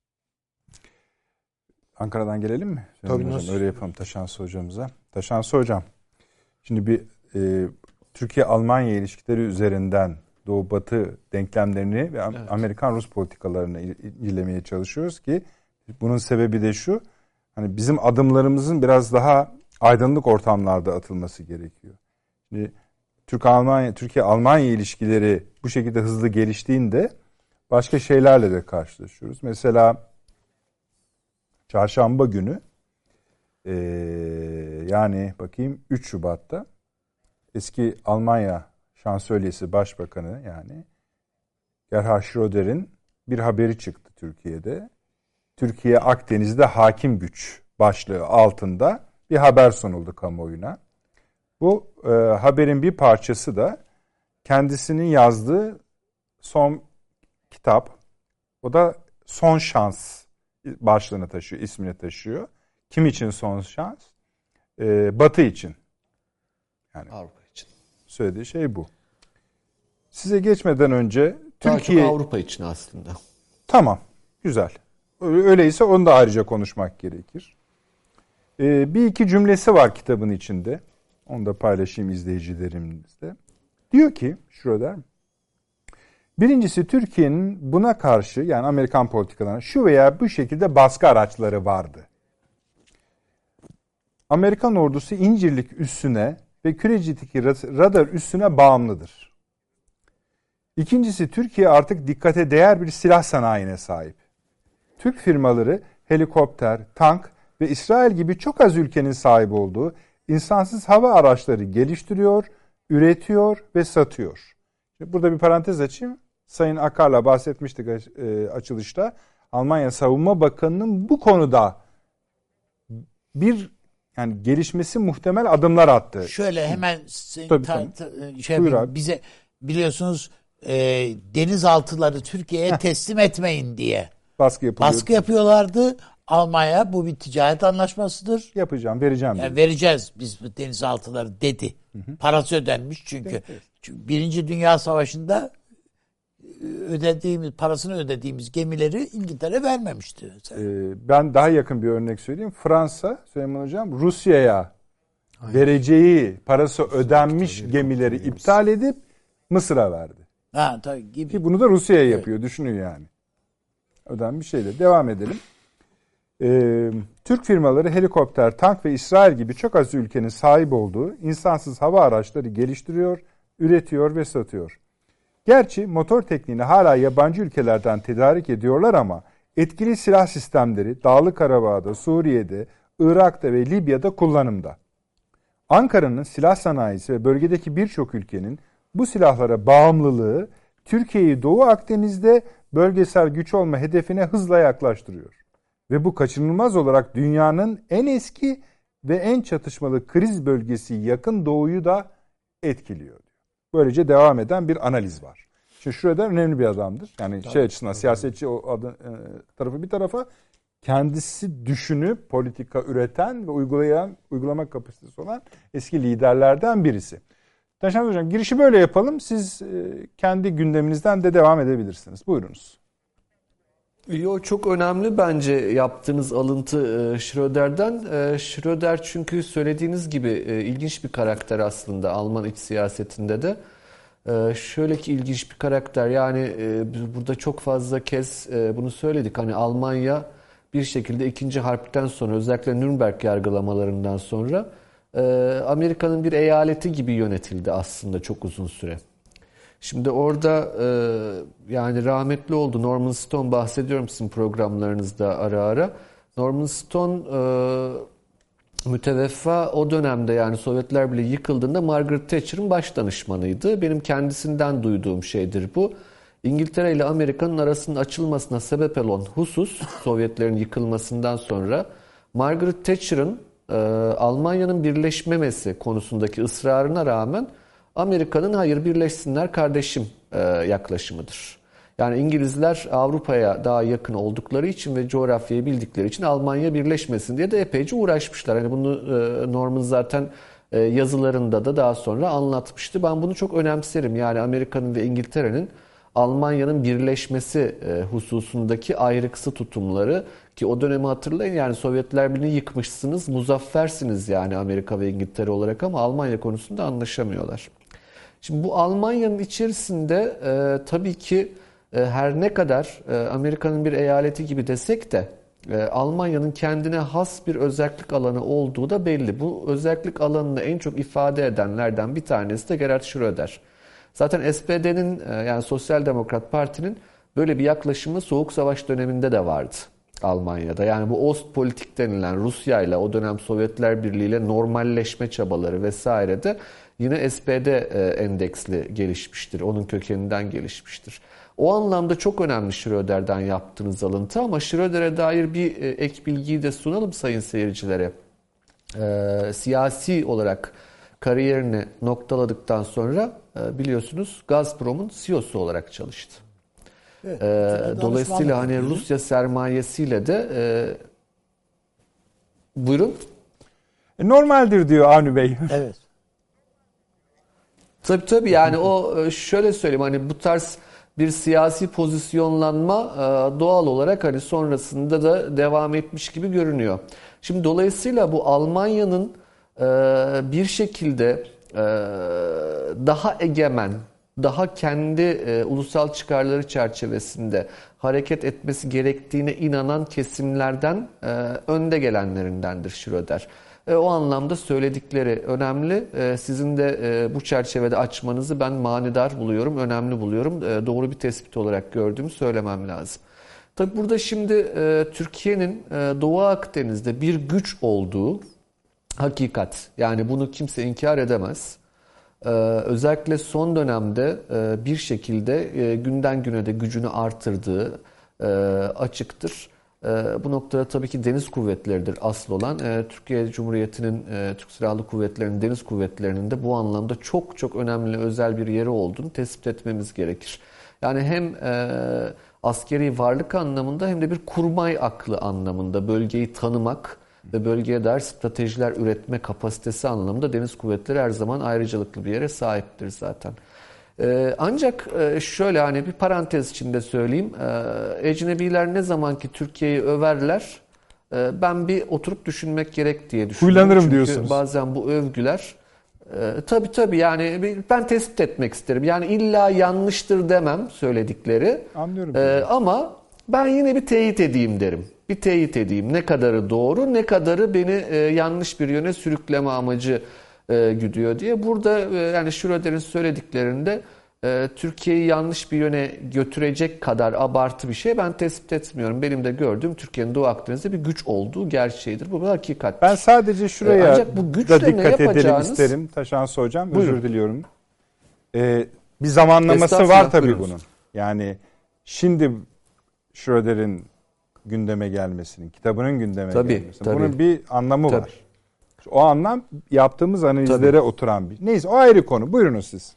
Speaker 1: Ankara'dan gelelim mi?
Speaker 3: Tabii,
Speaker 1: hocam,
Speaker 3: nasıl?
Speaker 1: öyle yapalım Taşansı hocamıza. Taşansı hocam, şimdi bir Türkiye-Almanya ilişkileri üzerinden Doğu-Batı denklemlerini ve evet, Amerikan-Rus politikalarını incelemeye çalışıyoruz ki bunun sebebi de şu, hani bizim adımlarımızın biraz daha aydınlık ortamlarda atılması gerekiyor. Şimdi Türkiye-Almanya ilişkileri bu şekilde hızlı geliştiğinde başka şeylerle de karşılaşıyoruz. Mesela Çarşamba günü yani bakayım 3 Şubat'ta eski Almanya Şansölyesi Başbakanı yani Gerhard Schröder'in bir haberi çıktı Türkiye'de. Türkiye Akdeniz'de hakim güç başlığı altında bir haber sunuldu kamuoyuna. Bu haberin bir parçası da kendisinin yazdığı son kitap. O da Son Şans başlığını taşıyor, ismini taşıyor. Kim için son şans? Batı için. Yani
Speaker 3: Avrupa için.
Speaker 1: Söylediği şey bu. Size geçmeden önce
Speaker 3: Türkiye... Avrupa için aslında.
Speaker 1: Tamam, güzel. Öyleyse onu da ayrıca konuşmak gerekir. Bir iki cümlesi var kitabın içinde. Onu da paylaşayım izleyicilerimizle. Diyor ki Schröder, birincisi Türkiye'nin buna karşı yani Amerikan politikalarına şu veya bu şekilde baskı araçları vardı. Amerikan ordusu İncirlik üssüne ve Kürecik'teki radar üssüne bağımlıdır. İkincisi Türkiye artık dikkate değer bir silah sanayine sahip. Türk firmaları helikopter, tank ve İsrail gibi çok az ülkenin sahip olduğu insansız hava araçları geliştiriyor, üretiyor ve satıyor. Şimdi burada bir parantez açayım. Sayın Akar'la bahsetmiştik açılışta. Almanya Savunma Bakanı'nın bu konuda yani gelişmesi muhtemel adımlar attı.
Speaker 2: Şöyle hemen bize biliyorsunuz denizaltıları Türkiye'ye teslim etmeyin diye baskı yapıyorlardı. Almanya bu bir ticaret anlaşmasıdır.
Speaker 1: Vereceğim.
Speaker 2: Yani vereceğiz biz bu denizaltıları dedi. Parası ödenmiş çünkü. Evet. Çünkü Birinci Dünya Savaşı'nda parasını ödediğimiz gemileri İngiltere vermemişti.
Speaker 1: Ben daha yakın bir örnek söyleyeyim. Fransa, Süleyman Hocam, Rusya'ya vereceği parası ödenmiş gemileri iptal edip Mısır'a verdi.
Speaker 2: Tabii gibi.
Speaker 1: Ki bunu da Rusya'ya yapıyor. Düşünün yani. Ödenmiş şeyle. Devam edelim. Türk firmaları helikopter, tank ve İsrail gibi çok az ülkenin sahip olduğu insansız hava araçları geliştiriyor, üretiyor ve satıyor. Gerçi motor tekniğini hala yabancı ülkelerden tedarik ediyorlar ama etkili silah sistemleri Dağlık Karabağ'da, Suriye'de, Irak'ta ve Libya'da kullanımda. Ankara'nın silah sanayisi ve bölgedeki birçok ülkenin bu silahlara bağımlılığı Türkiye'yi Doğu Akdeniz'de bölgesel güç olma hedefine hızla yaklaştırıyor. Ve bu kaçınılmaz olarak dünyanın en eski ve en çatışmalı kriz bölgesi Yakın Doğu'yu da etkiliyor. Böylece devam eden bir analiz var. Şimdi Schröder önemli bir adamdır. Yani açısından siyasetçi tarafı bir tarafa, kendisi düşünüp politika üreten ve uygulama kapasitesi olan eski liderlerden birisi. Taşan Hocam, girişi böyle yapalım. Siz kendi gündeminizden de devam edebilirsiniz. Buyurunuz.
Speaker 3: O çok önemli bence yaptığınız alıntı Schröder'den. Schröder çünkü söylediğiniz gibi ilginç bir karakter aslında Alman iç siyasetinde de. Şöyle ki ilginç bir karakter, yani burada çok fazla kez bunu söyledik. Hani Almanya bir şekilde 2. Harp'ten sonra, özellikle Nürnberg yargılamalarından sonra Amerika'nın bir eyaleti gibi yönetildi aslında çok uzun süre. Şimdi orada yani rahmetli oldu Norman Stone, bahsediyorum sizin programlarınızda ara ara. Norman Stone müteveffa, o dönemde yani Sovyetler Birliği yıkıldığında Margaret Thatcher'ın baş danışmanıydı. Benim kendisinden duyduğum şeydir bu. İngiltere ile Amerika'nın arasının açılmasına sebep olan husus, Sovyetlerin yıkılmasından sonra Margaret Thatcher'ın Almanya'nın birleşmemesi konusundaki ısrarına rağmen Amerika'nın hayır birleşsinler kardeşim yaklaşımıdır. Yani İngilizler Avrupa'ya daha yakın oldukları için ve coğrafyayı bildikleri için Almanya birleşmesin diye de epeyce uğraşmışlar. Yani bunu Norman zaten yazılarında da daha sonra anlatmıştı. Ben bunu çok önemserim. Yani Amerika'nın ve İngiltere'nin Almanya'nın birleşmesi hususundaki ayrıksı tutumları, ki o dönemi hatırlayın, yani Sovyetler Birliği'ni yıkmışsınız, muzaffersiniz yani Amerika ve İngiltere olarak, ama Almanya konusunda anlaşamıyorlar. Şimdi bu Almanya'nın içerisinde tabii ki her ne kadar Amerika'nın bir eyaleti gibi desek de Almanya'nın kendine has bir özellik alanı olduğu da belli. Bu özellik alanını en çok ifade edenlerden bir tanesi de Gerhard Schröder. Zaten SPD'nin yani Sosyal Demokrat Parti'nin böyle bir yaklaşımı Soğuk Savaş döneminde de vardı Almanya'da. Yani bu Ostpolitik denilen Rusya ile, o dönem Sovyetler Birliği ile normalleşme çabaları vesaire de yine SPD endeksli gelişmiştir. Onun kökeninden gelişmiştir. O anlamda çok önemli Schröder'den yaptığınız alıntı, ama Schröder'e dair bir ek bilgiyi de sunalım sayın seyircilere. Siyasi olarak kariyerini noktaladıktan sonra biliyorsunuz Gazprom'un CEO'su olarak çalıştı. Evet, dolayısıyla hani Rusya sermayesiyle de buyurun.
Speaker 1: Normaldir diyor Avni Bey.
Speaker 2: Evet.
Speaker 3: Tabii yani o şöyle söyleyeyim, hani bu tarz bir siyasi pozisyonlanma doğal olarak hani sonrasında da devam etmiş gibi görünüyor. Şimdi dolayısıyla bu Almanya'nın bir şekilde daha egemen, daha kendi ulusal çıkarları çerçevesinde hareket etmesi gerektiğine inanan kesimlerden önde gelenlerindendir Schröder. O anlamda söyledikleri önemli. Sizin de bu çerçevede açmanızı ben manidar buluyorum, önemli buluyorum. Doğru bir tespit olarak gördüğümü söylemem lazım. Tabii burada şimdi Türkiye'nin Doğu Akdeniz'de bir güç olduğu hakikat. Yani bunu kimse inkar edemez. Özellikle son dönemde bir şekilde günden güne de gücünü artırdığı açıktır. Bu noktada tabii ki deniz kuvvetleridir asıl olan. Türkiye Cumhuriyeti'nin, Türk Silahlı Kuvvetleri'nin, deniz kuvvetlerinin de bu anlamda çok çok önemli, özel bir yeri olduğunu tespit etmemiz gerekir. Yani hem askeri varlık anlamında hem de bir kurmay aklı anlamında bölgeyi tanımak ve bölgeye dair stratejiler üretme kapasitesi anlamında deniz kuvvetleri her zaman ayrıcalıklı bir yere sahiptir zaten. Ancak şöyle hani bir parantez içinde söyleyeyim. Ecnebiler ne zaman ki Türkiye'yi överler ben bir oturup düşünmek gerek diye düşünüyorum.
Speaker 1: Huylanırım
Speaker 3: Çünkü
Speaker 1: diyorsunuz.
Speaker 3: bazen bu övgüler tabii yani ben tespit etmek isterim. Yani illa yanlıştır demem söyledikleri.
Speaker 1: Anlıyorum.
Speaker 3: Ama ben yine bir teyit edeyim derim. Bir teyit edeyim. Ne kadarı doğru, ne kadarı beni yanlış bir yöne sürükleme amacı güdüyor diye. Burada yani Schröder'in söylediklerinde Türkiye'yi yanlış bir yöne götürecek kadar abartı bir şey ben tespit etmiyorum. Benim de gördüğüm Türkiye'nin Doğu Akdeniz'de bir güç olduğu gerçeğidir. Bu bir hakikattir.
Speaker 1: Ben sadece şuraya
Speaker 3: Ancak bu güçle
Speaker 1: da
Speaker 3: ne
Speaker 1: dikkat edelim
Speaker 3: yapacağınız...
Speaker 1: isterim. Taşansı Hocam,
Speaker 3: Buyurun.
Speaker 1: özür diliyorum. Bir zamanlaması var tabii
Speaker 3: buyurunuz.
Speaker 1: bunun. Yani şimdi Schröder'in gündeme gelmesinin, kitabının gündeme gelmesinin.
Speaker 3: Tabii.
Speaker 1: Bunun bir anlamı
Speaker 3: Tabii.
Speaker 1: var. O anlam yaptığımız analizlere oturan bir. Neyse o ayrı konu. Buyurunuz siz.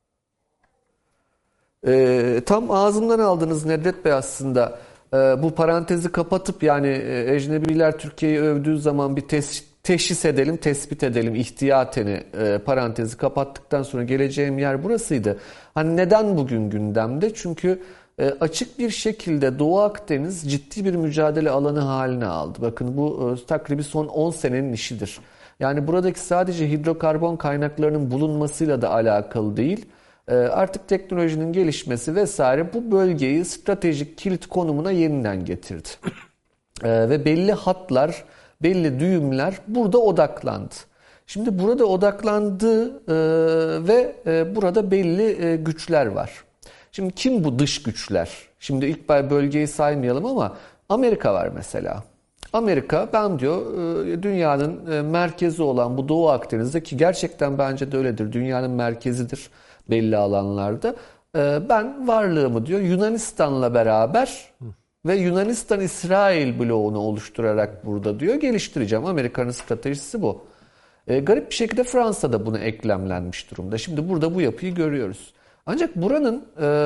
Speaker 3: Tam ağzımdan aldınız Nedret Bey aslında. Bu parantezi kapatıp yani ecnebiler Türkiye'yi övdüğü zaman bir teşhis edelim, tespit edelim ihtiyatını parantezi kapattıktan sonra geleceğim yer burasıydı. Hani neden bugün gündemde? Çünkü açık bir şekilde Doğu Akdeniz ciddi bir mücadele alanı haline aldı. Bakın bu takribi son 10 senenin işidir. Yani buradaki sadece hidrokarbon kaynaklarının bulunmasıyla da alakalı değil. Artık teknolojinin gelişmesi vesaire bu bölgeyi stratejik kilit konumuna yeniden getirdi. Ve belli hatlar, belli düğümler burada odaklandı. Şimdi burada odaklandı ve burada belli güçler var. Şimdi kim bu dış güçler? Şimdi ilk bölgeyi saymayalım ama Amerika var mesela. Amerika ben diyor dünyanın merkezi olan bu Doğu Akdeniz'de ki gerçekten bence de öyledir. Dünyanın merkezidir belli alanlarda. Ben varlığımı diyor Yunanistan'la beraber ve Yunanistan-İsrail bloğunu oluşturarak burada diyor geliştireceğim. Amerika'nın stratejisi bu. Garip bir şekilde Fransa da buna eklemlenmiş durumda. Şimdi burada bu yapıyı görüyoruz. Ancak buranın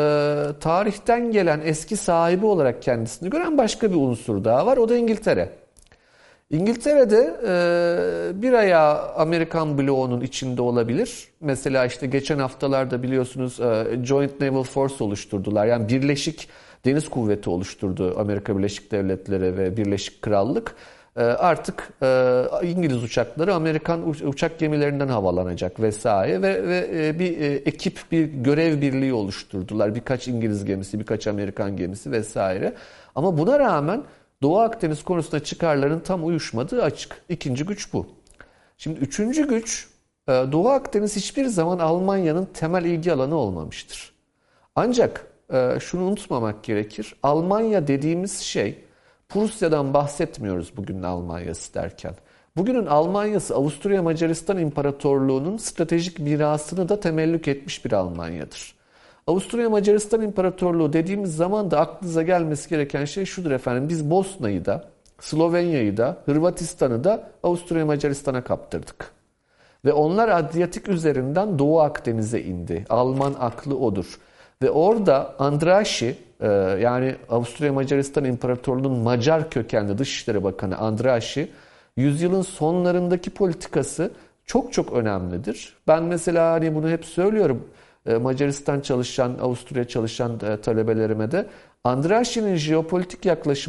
Speaker 3: tarihten gelen eski sahibi olarak kendisini gören başka bir unsur daha var. O da İngiltere. İngiltere'de bir ayağı Amerikan bloğunun içinde olabilir. Mesela işte geçen haftalarda biliyorsunuz Joint Naval Force oluşturdular. Yani Birleşik Deniz Kuvveti oluşturdu Amerika Birleşik Devletleri ve Birleşik Krallık. Artık İngiliz uçakları Amerikan uçak gemilerinden havalanacak vesaire ve bir ekip, bir görev birliği oluşturdular. Birkaç İngiliz gemisi, birkaç Amerikan gemisi vesaire. Ama buna rağmen Doğu Akdeniz konusunda çıkarların tam uyuşmadığı açık. İkinci güç bu. Şimdi üçüncü güç, Doğu Akdeniz hiçbir zaman Almanya'nın temel ilgi alanı olmamıştır. Ancak şunu unutmamak gerekir. Almanya dediğimiz şey, Prusya'dan bahsetmiyoruz bugünün Almanya'sı derken. Bugünün Almanya'sı Avusturya Macaristan İmparatorluğu'nun stratejik mirasını da temellük etmiş bir Almanya'dır. Avusturya Macaristan İmparatorluğu dediğimiz zaman da aklınıza gelmesi gereken şey şudur efendim. Biz Bosna'yı da, Slovenya'yı da, Hırvatistan'ı da Avusturya Macaristan'a kaptırdık. Ve onlar Adriyatik üzerinden Doğu Akdeniz'e indi. Alman aklı odur. Ve orada Andrassy yani Avusturya Macaristan İmparatorluğu'nun Macar kökenli Dışişleri Bakanı Andrassy yüzyılın sonlarındaki politikası çok çok önemlidir. Ben mesela hani bunu hep söylüyorum. Macaristan çalışan, Avusturya çalışan talebelerime de Andrassy'nin jeopolitik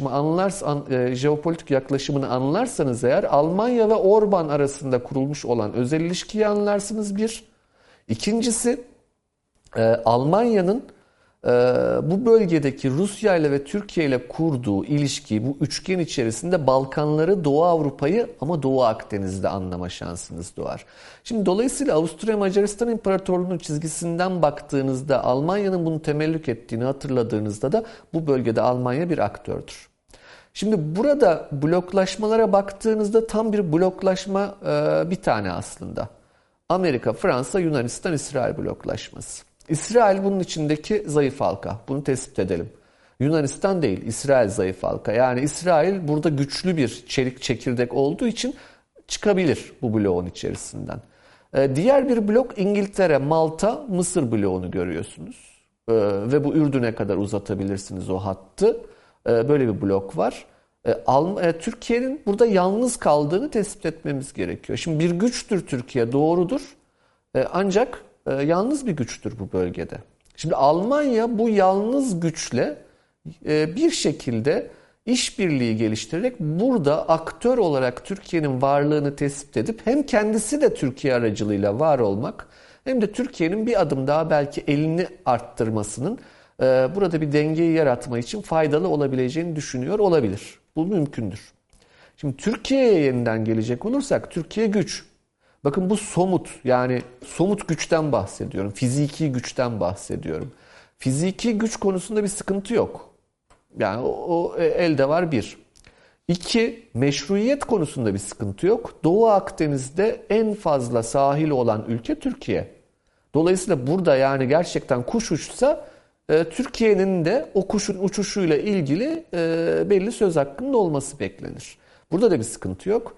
Speaker 3: yaklaşımını anlarsanız eğer Almanya ve Orban arasında kurulmuş olan özel ilişkiyi anlarsınız bir. İkincisi Almanya'nın bu bölgedeki Rusya ile ve Türkiye ile kurduğu ilişkiyi, bu üçgen içerisinde Balkanları, Doğu Avrupa'yı ama Doğu Akdeniz'de anlama şansınız doğar. Şimdi dolayısıyla Avusturya Macaristan İmparatorluğu'nun çizgisinden baktığınızda, Almanya'nın bunu temellük ettiğini hatırladığınızda da bu bölgede Almanya bir aktördür. Şimdi burada bloklaşmalara baktığınızda tam bir bloklaşma bir tane aslında. Amerika, Fransa, Yunanistan, İsrail bloklaşması. İsrail bunun içindeki zayıf halka. Bunu tespit edelim. Yunanistan değil, İsrail zayıf halka. Yani İsrail burada güçlü bir çelik çekirdek olduğu için çıkabilir bu bloğun içerisinden. Diğer bir blok İngiltere, Malta, Mısır bloğunu görüyorsunuz. Ve bu Ürdün'e kadar uzatabilirsiniz o hattı. Böyle bir blok var. Türkiye'nin burada yalnız kaldığını tespit etmemiz gerekiyor. Şimdi bir güçtür Türkiye, doğrudur. Ancak yalnız bir güçtür bu bölgede. Şimdi Almanya bu yalnız güçle bir şekilde işbirliği geliştirerek burada aktör olarak Türkiye'nin varlığını tespit edip hem kendisi de Türkiye aracılığıyla var olmak hem de Türkiye'nin bir adım daha belki elini arttırmasının burada bir dengeyi yaratma için faydalı olabileceğini düşünüyor olabilir. Bu mümkündür. Şimdi Türkiye'ye yeniden gelecek olursak Türkiye güç. Bakın bu somut, yani somut güçten bahsediyorum. Fiziki güçten bahsediyorum. Fiziki güç konusunda bir sıkıntı yok. Yani o elde var bir. İki, meşruiyet konusunda bir sıkıntı yok. Doğu Akdeniz'de en fazla sahili olan ülke Türkiye. Dolayısıyla burada yani gerçekten kuş uçsa Türkiye'nin de o kuşun uçuşuyla ilgili belli söz hakkının olması beklenir. Burada da bir sıkıntı yok.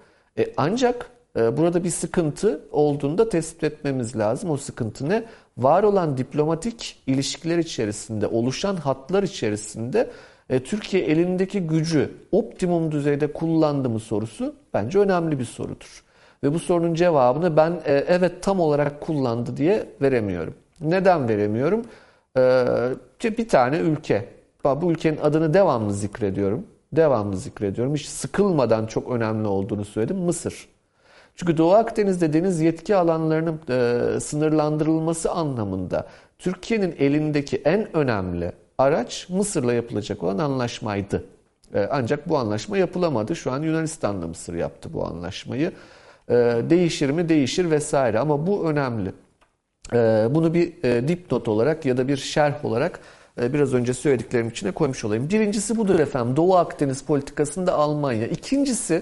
Speaker 3: Ancak burada bir sıkıntı olduğunda tespit etmemiz lazım. O sıkıntı ne? Var olan diplomatik ilişkiler içerisinde, oluşan hatlar içerisinde Türkiye elindeki gücü optimum düzeyde kullandı mı sorusu bence önemli bir sorudur. Ve bu sorunun cevabını ben evet tam olarak kullandı diye veremiyorum. Neden veremiyorum? Bir tane ülke. Bu ülkenin adını devamlı zikrediyorum. Devamlı zikrediyorum. Hiç sıkılmadan çok önemli olduğunu söyledim. Mısır. Çünkü Doğu Akdeniz'de deniz yetki alanlarının sınırlandırılması anlamında Türkiye'nin elindeki en önemli araç Mısır'la yapılacak olan anlaşmaydı. Ancak bu anlaşma yapılamadı. Şu an Yunanistan'la Mısır yaptı bu anlaşmayı. Değişir mi? Değişir vesaire. Ama bu önemli. Bunu bir dipnot olarak ya da bir şerh olarak biraz önce söylediklerim içine koymuş olayım. Birincisi budur efendim. Doğu Akdeniz politikasında Almanya. İkincisi,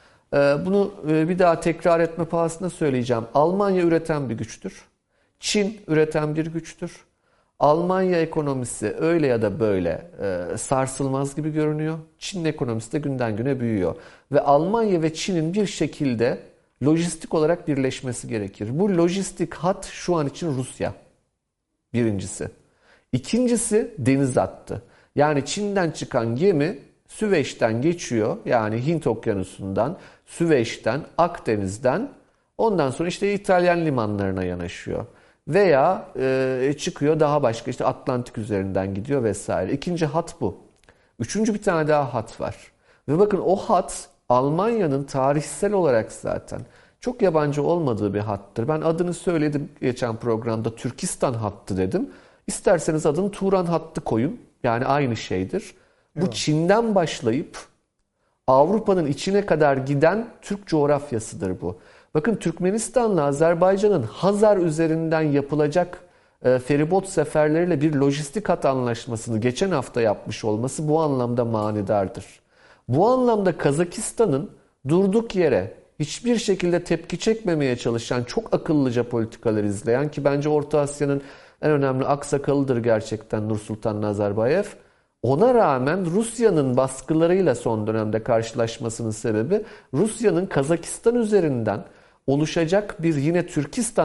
Speaker 3: bunu bir daha tekrar etme pahasına söyleyeceğim. Almanya üreten bir güçtür. Çin üreten bir güçtür. Almanya ekonomisi öyle ya da böyle sarsılmaz gibi görünüyor. Çin'in ekonomisi de günden güne büyüyor. Ve Almanya ve Çin'in bir şekilde lojistik olarak birleşmesi gerekir. Bu lojistik hat şu an için Rusya. Birincisi. İkincisi deniz hattı. Yani Çin'den çıkan gemi Süveyş'ten geçiyor. Yani Hint Okyanusu'ndan, Süveyş'ten, Akdeniz'den ondan sonra işte İtalyan limanlarına yanaşıyor. Veya çıkıyor daha başka işte Atlantik üzerinden gidiyor vesaire. İkinci hat bu. Üçüncü bir tane daha hat var. Ve bakın o hat Almanya'nın tarihsel olarak zaten çok yabancı olmadığı bir hattır. Ben adını söyledim geçen programda, Türkistan hattı dedim. İsterseniz adını Turan hattı koyun. Yani aynı şeydir. Bu Çin'den başlayıp Avrupa'nın içine kadar giden Türk coğrafyasıdır bu. Bakın Türkmenistan'la Azerbaycan'ın Hazar üzerinden yapılacak feribot seferleriyle bir lojistik hat anlaşmasını geçen hafta yapmış olması bu anlamda manidardır. Bu anlamda Kazakistan'ın durduk yere hiçbir şekilde tepki çekmemeye çalışan, çok akıllıca politikalar izleyen ki bence Orta Asya'nın en önemli aksakalıdır gerçekten Nursultan Nazarbayev. Ona rağmen Rusya'nın baskılarıyla son dönemde karşılaşmasının sebebi Rusya'nın Kazakistan üzerinden oluşacak bir yine Türkistan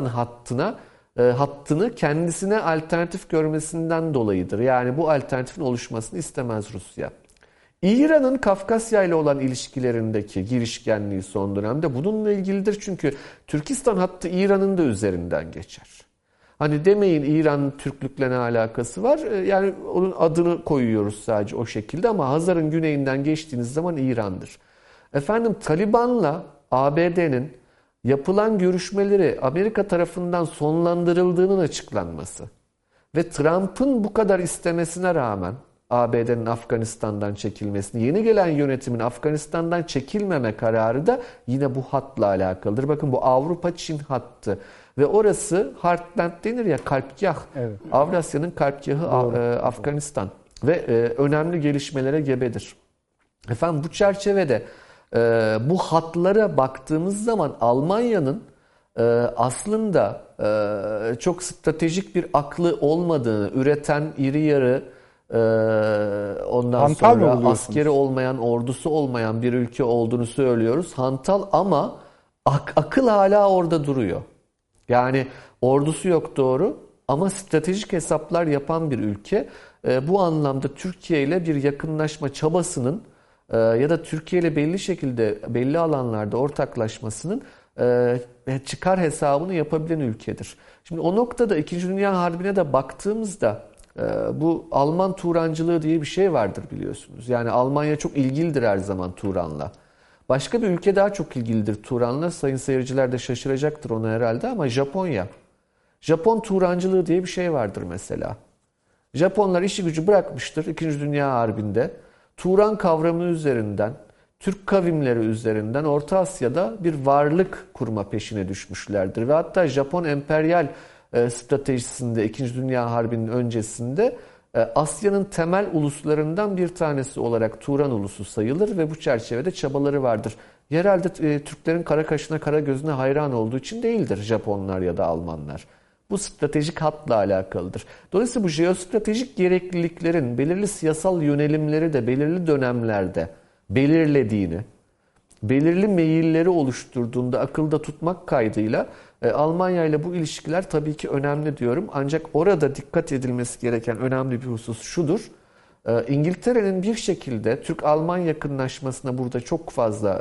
Speaker 3: hattını kendisine alternatif görmesinden dolayıdır. Yani bu alternatifin oluşmasını istemez Rusya. İran'ın Kafkasya ile olan ilişkilerindeki girişkenliği son dönemde bununla ilgilidir. Çünkü Türkistan hattı İran'ın da üzerinden geçer. Hani demeyin İran Türklükle ne alakası var? Yani onun adını koyuyoruz sadece o şekilde ama Hazar'ın güneyinden geçtiğiniz zaman İran'dır. Efendim Taliban'la ABD'nin yapılan görüşmeleri Amerika tarafından sonlandırıldığının açıklanması Ve Trump'ın bu kadar istemesine rağmen ABD'nin Afganistan'dan çekilmesini, yeni gelen yönetimin Afganistan'dan çekilmeme kararı da yine bu hatla alakalıdır. Bakın bu Avrupa-Çin hattı ve orası Heartland denir ya, kalpgah.
Speaker 1: Evet.
Speaker 3: Avrasya'nın kalpgahı Afganistan ve önemli gelişmelere gebedir. Efendim bu çerçevede bu hatlara baktığımız zaman Almanya'nın aslında çok stratejik bir aklı olmadığını, üreten iri yarı ondan
Speaker 1: Hantal mı
Speaker 3: sonra
Speaker 1: buluyorsunuz?
Speaker 3: askeri olmayan, ordusu olmayan bir ülke olduğunu söylüyoruz. Hantal ama akıl hala orada duruyor. Yani ordusu yok doğru ama stratejik hesaplar yapan bir ülke. Bu anlamda Türkiye ile bir yakınlaşma çabasının ya da Türkiye ile belli şekilde belli alanlarda ortaklaşmasının çıkar hesabını yapabilen ülkedir. Şimdi o noktada 2. Dünya Harbi'ne de baktığımızda bu Alman Turancılığı diye bir şey vardır biliyorsunuz. Yani Almanya çok ilgilidir her zaman Turan'la. Başka bir ülke daha çok ilgilidir Turan'la. Sayın seyirciler de şaşıracaktır ona herhalde ama Japonya. Japon Turancılığı diye bir şey vardır mesela. Japonlar işi gücü bırakmıştır 2. Dünya Harbi'nde. Turan kavramı üzerinden, Türk kavimleri üzerinden Orta Asya'da bir varlık kurma peşine düşmüşlerdir. Ve hatta Japon emperyal stratejisinde 2. Dünya Harbi'nin öncesinde Asya'nın temel uluslarından bir tanesi olarak Turan ulusu sayılır ve bu çerçevede çabaları vardır. Herhalde Türklerin kara kaşına kara gözüne hayran olduğu için değildir Japonlar ya da Almanlar. Bu stratejik hatla alakalıdır. Dolayısıyla bu jeostratejik gerekliliklerin belirli siyasal yönelimleri de belirli dönemlerde belirlediğini, belirli meyilleri oluşturduğunda akılda tutmak kaydıyla Almanya ile bu ilişkiler tabii ki önemli diyorum. Ancak orada dikkat edilmesi gereken önemli bir husus şudur. İngiltere'nin bir şekilde Türk-Alman yakınlaşmasına burada çok fazla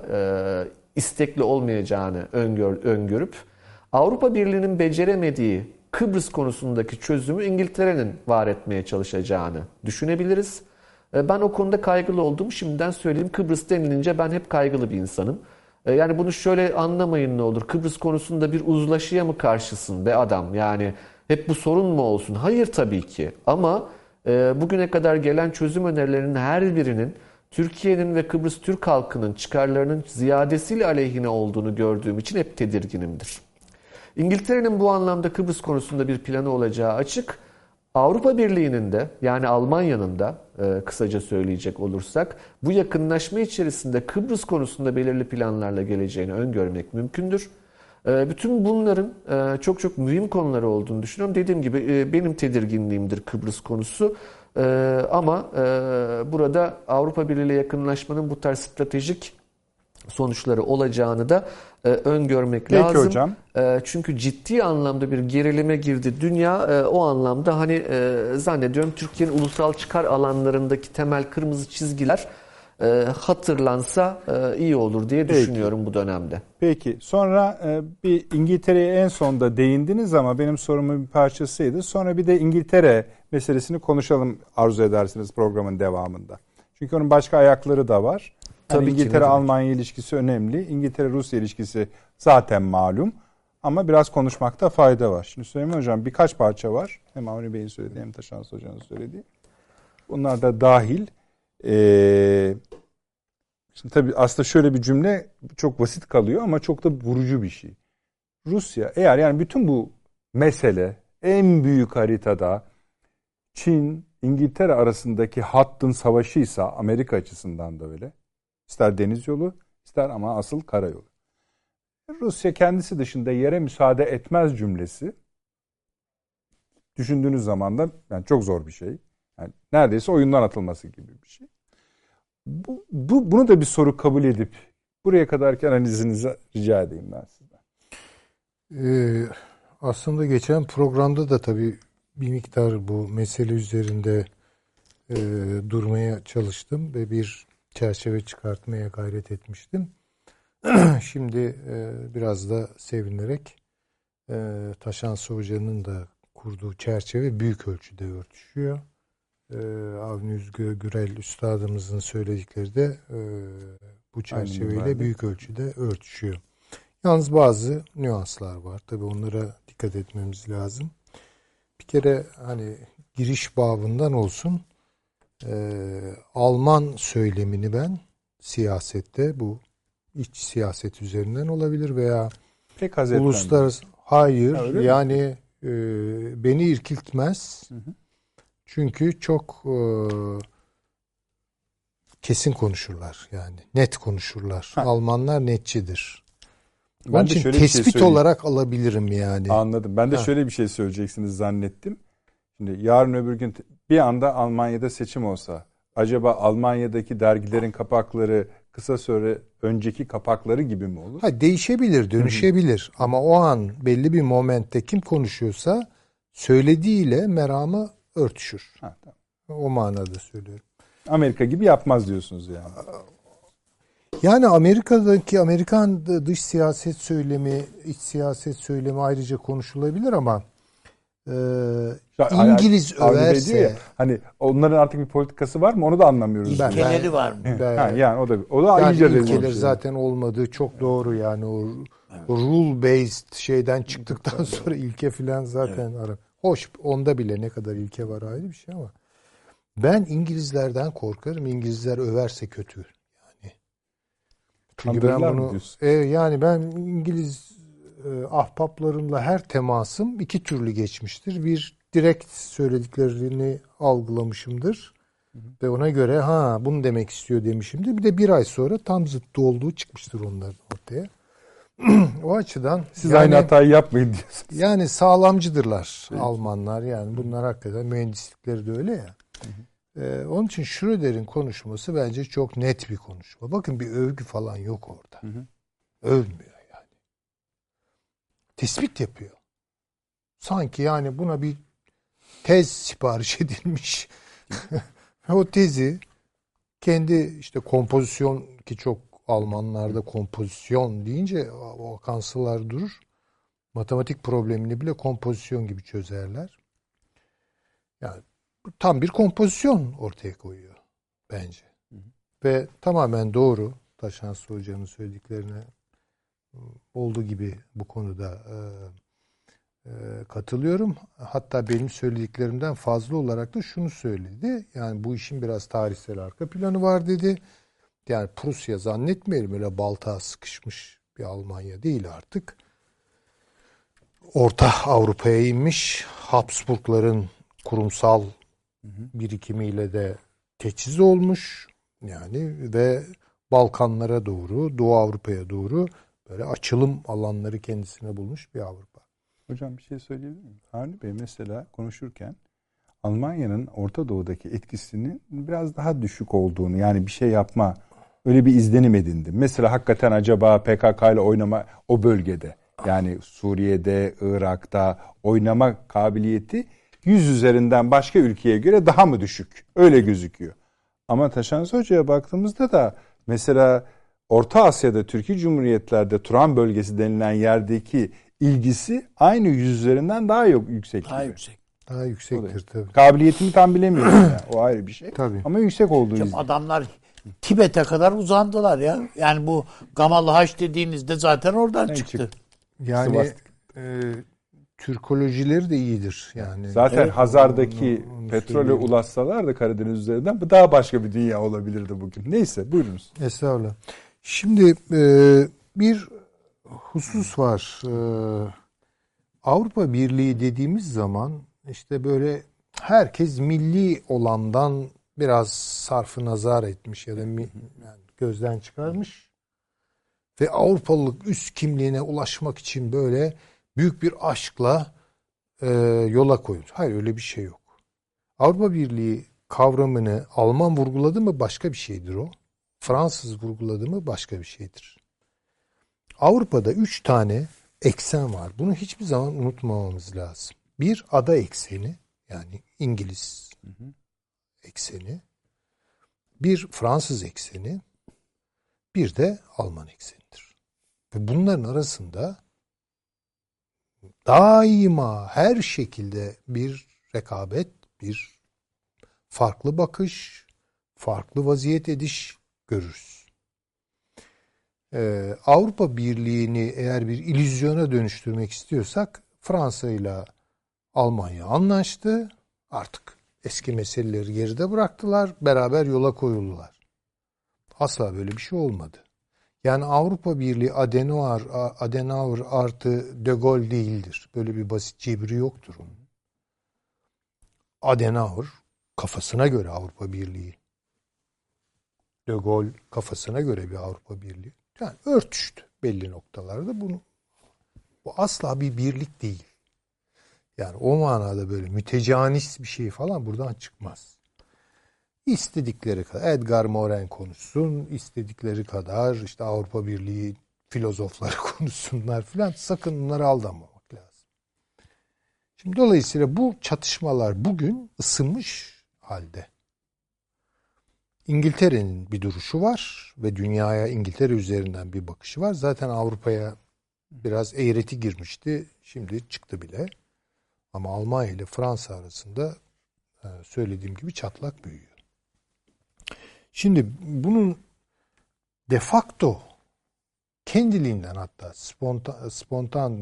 Speaker 3: istekli olmayacağını öngörüp Avrupa Birliği'nin beceremediği Kıbrıs konusundaki çözümü İngiltere'nin var etmeye çalışacağını düşünebiliriz. Ben o konuda kaygılı olduğumu şimdiden söyleyeyim. Kıbrıs denilince ben hep kaygılı bir insanım. Yani bunu şöyle anlamayın ne olur. Kıbrıs konusunda bir uzlaşıya mı karşısın be adam? Yani hep bu sorun mu olsun? Hayır tabii ki. Ama bugüne kadar gelen çözüm önerilerinin her birinin Türkiye'nin ve Kıbrıs Türk halkının çıkarlarının ziyadesiyle aleyhine olduğunu gördüğüm için hep tedirginimdir. İngiltere'nin bu anlamda Kıbrıs konusunda bir planı olacağı açık. Avrupa Birliği'nin de yani Almanya'nın da kısaca söyleyecek olursak bu yakınlaşma içerisinde Kıbrıs konusunda belirli planlarla geleceğini öngörmek mümkündür. Bütün bunların çok çok mühim konuları olduğunu düşünüyorum. Dediğim gibi benim tedirginliğimdir Kıbrıs konusu. Ama burada Avrupa Birliği ile yakınlaşmanın bu tarz stratejik sonuçları olacağını da öngörmek
Speaker 1: Peki
Speaker 3: lazım.
Speaker 1: hocam.
Speaker 3: Çünkü ciddi anlamda bir gerilime girdi dünya. O anlamda hani zannediyorum Türkiye'nin ulusal çıkar alanlarındaki temel kırmızı çizgiler hatırlansa iyi olur diye düşünüyorum bu dönemde.
Speaker 1: Peki. Sonra bir İngiltere'ye en sonda değindiniz ama benim sorumun bir parçasıydı. Sonra bir de İngiltere meselesini konuşalım arzu edersiniz programın devamında. Çünkü onun başka ayakları da var. Yani İngiltere-Almanya ilişkisi önemli. İngiltere-Rusya ilişkisi zaten malum. Ama biraz konuşmakta fayda var. Şimdi Süleyman Hocam birkaç parça var. Hem Avni Bey'in söylediği hem Taşans Hoca'nın söylediği. Bunlar da dahil. Şimdi tabii aslında şöyle bir cümle çok basit kalıyor ama çok da vurucu bir şey. Rusya eğer yani bütün bu mesele en büyük haritada Çin, İngiltere arasındaki hattın savaşıysa Amerika açısından da öyle. İster deniz yolu, ister ama asıl karayolu. Rusya kendisi dışında yere müsaade etmez cümlesi düşündüğünüz zaman da yani çok zor bir şey. Yani neredeyse oyundan atılması gibi bir şey. Bunu da bir soru kabul edip buraya kadarki analizinizi rica edeyim ben sizden.
Speaker 4: Aslında geçen programda da tabii bir miktar bu mesele üzerinde durmaya çalıştım ve bir çerçeve çıkartmaya gayret etmiştim. Şimdi biraz da sevinerek Taşans Hoca'nın da kurduğu çerçeve büyük ölçüde örtüşüyor. Avni Üzgü Gürel Üstadımızın söyledikleri de bu çerçeveyle büyük ölçüde örtüşüyor. Yalnız bazı nüanslar var. Tabii onlara dikkat etmemiz lazım. Bir bir kere hani giriş babından olsun Alman söylemini ben siyasette, bu iç siyaset üzerinden olabilir veya
Speaker 1: Pek haz etmem.
Speaker 4: uluslararası, hayır
Speaker 1: Ha,
Speaker 4: yani beni irkiltmez. Çünkü çok kesin konuşurlar, yani net konuşurlar. Almanlar netçidir. Onun için tespit olarak alabilirim yani.
Speaker 1: Anladım. Ben de şöyle bir şey söyleyeceksiniz zannettim. Şimdi yarın öbür gün bir anda Almanya'da seçim olsa, acaba Almanya'daki dergilerin kapakları kısa süre önceki kapakları gibi mi olur?
Speaker 4: Değişebilir, dönüşebilir. Ama o an belli bir momentte kim konuşuyorsa söylediğiyle meramı örtüşür.
Speaker 1: Ha, tamam.
Speaker 4: O manada söylüyorum.
Speaker 1: Amerika gibi yapmaz diyorsunuz yani.
Speaker 4: Yani Amerikan dış siyaset söylemi, iç siyaset söylemi ayrıca konuşulabilir ama İngiliz överse
Speaker 1: ya, hani onların artık bir politikası var mı? Onu da anlamıyoruz.
Speaker 2: İlkeleri var mı?
Speaker 1: Yani o da
Speaker 4: yani
Speaker 1: iyice
Speaker 4: ilkeler zaten olmadığı çok doğru yani o rule based şeyden çıktıktan sonra ilke filan zaten hoş, onda bile ne kadar ilke var ayrı bir şey ama ben İngilizlerden korkarım. İngilizler överse kötü. Yani çünkü ben bunu yani ben İngiliz ahbaplarımla her temasım iki türlü geçmiştir. Bir, direkt söylediklerini algılamışımdır. Ve ona göre bunu demek istiyor demişimdir. Bir de bir ay sonra tam zıttı olduğu çıkmıştır onların ortaya. O açıdan
Speaker 1: siz aynı hatayı yapmayın diyorsunuz.
Speaker 4: Yani sağlamcıdırlar Almanlar. Yani bunlar hakikaten mühendislikleri de öyle ya. Onun için Schröder'in konuşması bence çok net bir konuşma. Bakın bir övgü falan yok orada. Övmüyor yani. Tespit yapıyor. Sanki yani buna bir tez sipariş edilmiş. O tezi kendi işte kompozisyon, ki çok Almanlarda kompozisyon deyince o kansılar durur. Matematik problemini bile kompozisyon gibi çözerler. Yani tam bir kompozisyon ortaya koyuyor bence. Ve tamamen doğru. Taşansı Hoca'nın söylediklerine olduğu gibi bu konuda katılıyorum. Hatta benim söylediklerimden fazla olarak da şunu söyledi. Yani bu işin biraz tarihsel arka planı var dedi. Yani Prusya zannetmeyelim öyle baltağa sıkışmış bir Almanya değil artık. Orta Avrupa'ya inmiş. Habsburgların kurumsal birikimiyle de teçhiz olmuş. Yani ve Balkanlara doğru, Doğu Avrupa'ya doğru böyle açılım alanları kendisine bulmuş bir Avrupa.
Speaker 1: Hocam bir şey söyleyebilir miyim? Avni Bey mesela konuşurken Almanya'nın Orta Doğu'daki etkisinin biraz daha düşük olduğunu, yani bir şey yapma, öyle bir izlenim edindim. Mesela hakikaten acaba PKK ile oynama o bölgede, yani Suriye'de, Irak'ta oynama kabiliyeti 100 üzerinden başka ülkeye göre daha mı düşük? Öyle gözüküyor. Ama Taşansı Hoca'ya baktığımızda da mesela Orta Asya'da, Türkiye Cumhuriyetler'de Turan bölgesi denilen yerdeki ilgisi aynı 100 üzerinden daha yüksek gibi.
Speaker 2: Daha yüksek.
Speaker 4: Daha yüksektir tabii.
Speaker 1: Kabiliyetini tam bilemiyorum yani. O ayrı bir şey.
Speaker 4: Tabii.
Speaker 1: Ama yüksek olduğu izin.
Speaker 2: Adamlar Tibet'e kadar uzandılar ya. Yani bu Gamal Haç dediğinizde zaten oradan çıktı.
Speaker 4: Yani Türkolojileri de iyidir. Yani
Speaker 1: zaten Hazar'daki petrole ulaşsalar da Karadeniz üzerinden bu daha başka bir dünya olabilirdi bugün. Neyse, buyurunuz.
Speaker 4: Estağfurullah. Şimdi bir husus var. Avrupa Birliği dediğimiz zaman işte böyle herkes milli olandan biraz sarfı nazar etmiş ya da yani gözden çıkarmış ve Avrupalılık üst kimliğine ulaşmak için böyle büyük bir aşkla yola koymuş. Hayır, öyle bir şey yok. Avrupa Birliği kavramını Alman vurguladı mı başka bir şeydir o. Fransız vurguladı mı başka bir şeydir. Avrupa'da 3 tane eksen var. Bunu hiçbir zaman unutmamamız lazım. Bir, ada ekseni, yani İngiliz ekseni. Bir, Fransız ekseni. Bir de Alman eksenidir. Ve bunların arasında daima her şekilde bir rekabet, bir farklı bakış, farklı vaziyet ediş görürüz. Avrupa Birliği'ni eğer bir illüzyona dönüştürmek istiyorsak Fransa ile Almanya anlaştı. Artık eski meseleleri geride bıraktılar. Beraber yola koyuldular. Asla böyle bir şey olmadı. Yani Avrupa Birliği Adenauer artı De Gaulle değildir. Böyle bir basit cebri yoktur onun. Adenauer kafasına göre Avrupa Birliği. De Gaulle kafasına göre bir Avrupa Birliği. Yani örtüştü belli noktalarda. Bu asla bir birlik değil. Yani o manada böyle mütecanis bir şey falan buradan çıkmaz. İstedikleri kadar Edgar Morin konuşsun, istedikleri kadar işte Avrupa Birliği filozofları konuşsunlar filan. Sakın bunları aldanmamak lazım. Şimdi dolayısıyla bu çatışmalar bugün ısınmış halde. İngiltere'nin bir duruşu var ve dünyaya İngiltere üzerinden bir bakışı var. Zaten Avrupa'ya biraz eğreti girmişti. Şimdi çıktı bile. Ama Almanya ile Fransa arasında söylediğim gibi çatlak büyüyor. Şimdi bunun de facto kendiliğinden hatta spontan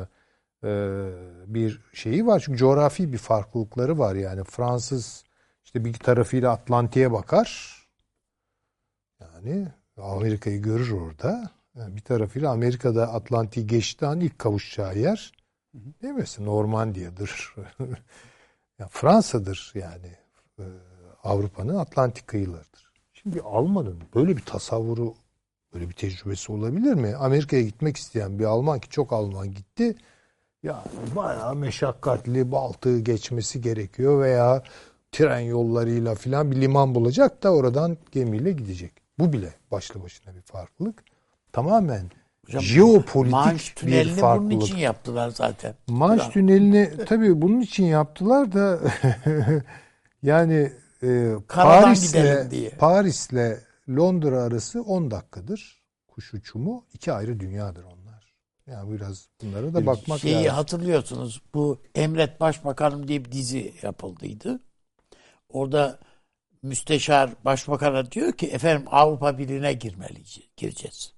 Speaker 4: bir şeyi var. Çünkü coğrafi bir farklılıkları var. Yani Fransız işte bir tarafıyla Atlantik'e bakar. Yani Amerika'yı görür orada. Yani bir tarafıyla Amerika'da Atlantik'i geçtiği an ilk kavuşacağı yer değil mi? Normandiya'dır. Yani Fransa'dır yani. Avrupa'nın Atlantik kıyılarıdır. Şimdi Alman'ın böyle bir tasavvuru, böyle bir tecrübesi olabilir mi? Amerika'ya gitmek isteyen bir Alman ki çok Alman gitti. Ya bayağı meşakkatli Baltık'ı geçmesi gerekiyor veya tren yollarıyla filan bir liman bulacak da oradan gemiyle gidecek. Bu bile başlı başına bir farklılık. Tamamen jeopolitik
Speaker 2: Manş
Speaker 4: bir farklılık.
Speaker 2: bunun için yaptılar zaten.
Speaker 4: Manş tünelini tabii bunun için yaptılar da yani Paris'le Londra arası 10 dakikadır kuş uçumu. 2 ayrı dünyadır onlar. Yani biraz bunlara da bakmak lazım.
Speaker 2: Hatırlıyorsunuz, bu Emret Başbakanım diye bir dizi yapıldıydı. Orada müsteşar başbakana diyor ki efendim Avrupa Birliği'ne gireceğiz.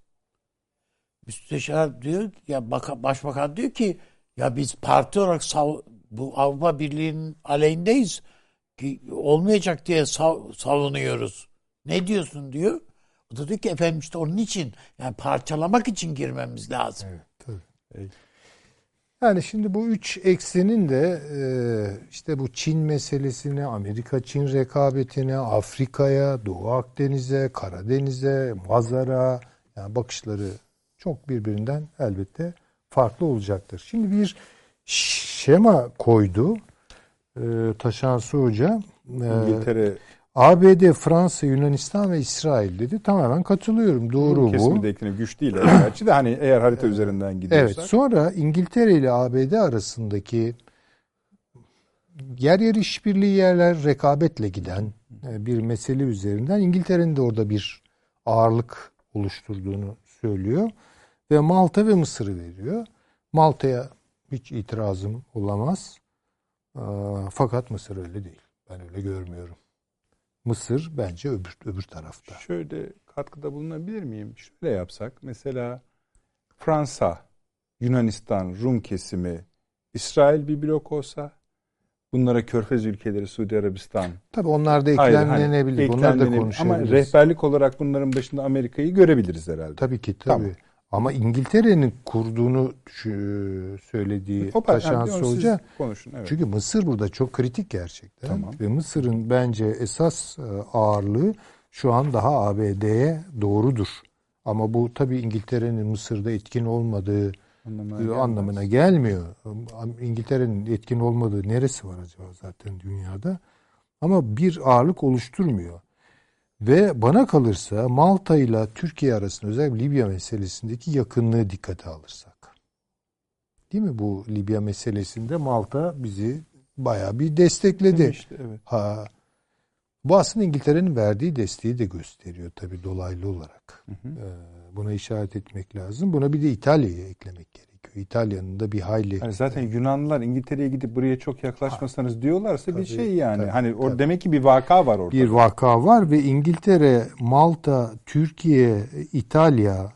Speaker 2: Müsteşar diyor ya, başbakan diyor ki ya biz parti olarak bu Avrupa Birliği'nin aleyhindeyiz. Ki olmayacak diye savunuyoruz. Ne diyorsun diyor. O da diyor ki efendim işte onun için, yani parçalamak için girmemiz lazım.
Speaker 4: Evet, tabii. Yani şimdi bu 3 eksenin de işte bu Çin meselesini, Amerika-Çin rekabetine, Afrika'ya, Doğu Akdeniz'e, Karadeniz'e, Mazar'a yani bakışları çok birbirinden elbette farklı olacaktır. Şimdi bir şema koydu Taşansı Hoca.
Speaker 1: İngiltere,
Speaker 4: ABD, Fransa, Yunanistan ve İsrail dedi. Tamamen katılıyorum. Doğru bu.
Speaker 1: Kesiminde eklenip güç değil. Gerçi de hani eğer harita üzerinden gidiyorsak.
Speaker 4: Evet. Sonra İngiltere ile ABD arasındaki yer işbirliği yerler rekabetle giden bir mesele üzerinden İngiltere'nin de orada bir ağırlık oluşturduğunu söylüyor. Ve Malta ve Mısır'ı veriyor. Malta'ya hiç itirazım olamaz. Fakat Mısır öyle değil. Ben öyle görmüyorum. Mısır bence öbür tarafta.
Speaker 1: Şöyle katkıda bulunabilir miyim? Şöyle yapsak. Mesela Fransa, Yunanistan, Rum kesimi, İsrail bir blok olsa, bunlara Körfez ülkeleri, Suudi Arabistan.
Speaker 4: Tabii onlar da eklemlenebilir. Onlar da konuşabiliriz.
Speaker 1: Ama rehberlik olarak bunların başında Amerika'yı görebiliriz herhalde.
Speaker 4: Tabii ki tabii. Tamam. Ama İngiltere'nin kurduğunu söylediği Taşansı Hoca.
Speaker 1: Konuşun, evet.
Speaker 4: Çünkü Mısır burada çok kritik gerçekten.
Speaker 1: Tamam.
Speaker 4: Ve Mısır'ın bence esas ağırlığı şu an daha ABD'ye doğrudur. Ama bu tabii İngiltere'nin Mısır'da etkin olmadığı anlamına gelmiyor. İngiltere'nin etkin olmadığı neresi var acaba zaten dünyada? Ama bir ağırlık oluşturmuyor. Ve bana kalırsa Malta ile Türkiye arasında özellikle Libya meselesindeki yakınlığı dikkate alırsak. Değil mi? Bu Libya meselesinde Malta bizi bayağı bir destekledi.
Speaker 1: İşte, evet.
Speaker 4: Bu aslında İngiltere'nin verdiği desteği de gösteriyor tabii dolaylı olarak. Buna işaret etmek lazım. Buna bir de İtalya'yı eklemek gerekiyor. İtalya'nın da bir hayli...
Speaker 1: Yani zaten Yunanlılar İngiltere'ye gidip buraya çok yaklaşmasanız diyorlarsa tabii, bir şey yani. Tabii, hani orada demek ki bir vaka var orada.
Speaker 4: Bir vaka var ve İngiltere, Malta, Türkiye, İtalya,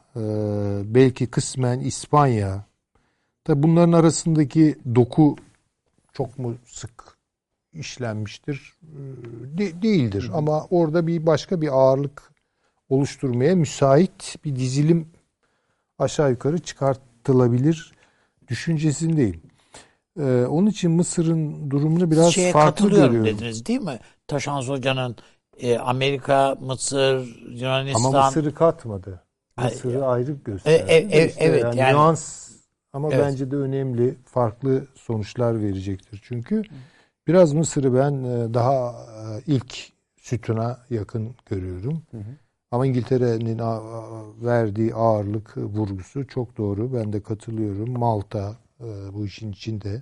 Speaker 4: belki kısmen İspanya. Tabii bunların arasındaki doku çok mu sık işlenmiştir? Değildir. Ama orada bir başka bir ağırlık oluşturmaya müsait bir dizilim aşağı yukarı çıkartılabilir düşüncesindeyim. Onun için Mısır'ın durumunu biraz farklı görüyorum.
Speaker 2: Dediniz değil mi? Taşans Hoca'nın Amerika, Mısır, Yunanistan...
Speaker 4: Ama Mısır'ı katmadı. Mısır'ı ayrı gösterdi.
Speaker 2: Evet. Yani,
Speaker 4: nüans ama bence de önemli. Farklı sonuçlar verecektir. Çünkü biraz Mısır'ı ben daha ilk sütuna yakın görüyorum. Ama İngiltere'nin verdiği ağırlık vurgusu çok doğru. Ben de katılıyorum. Malta bu işin içinde.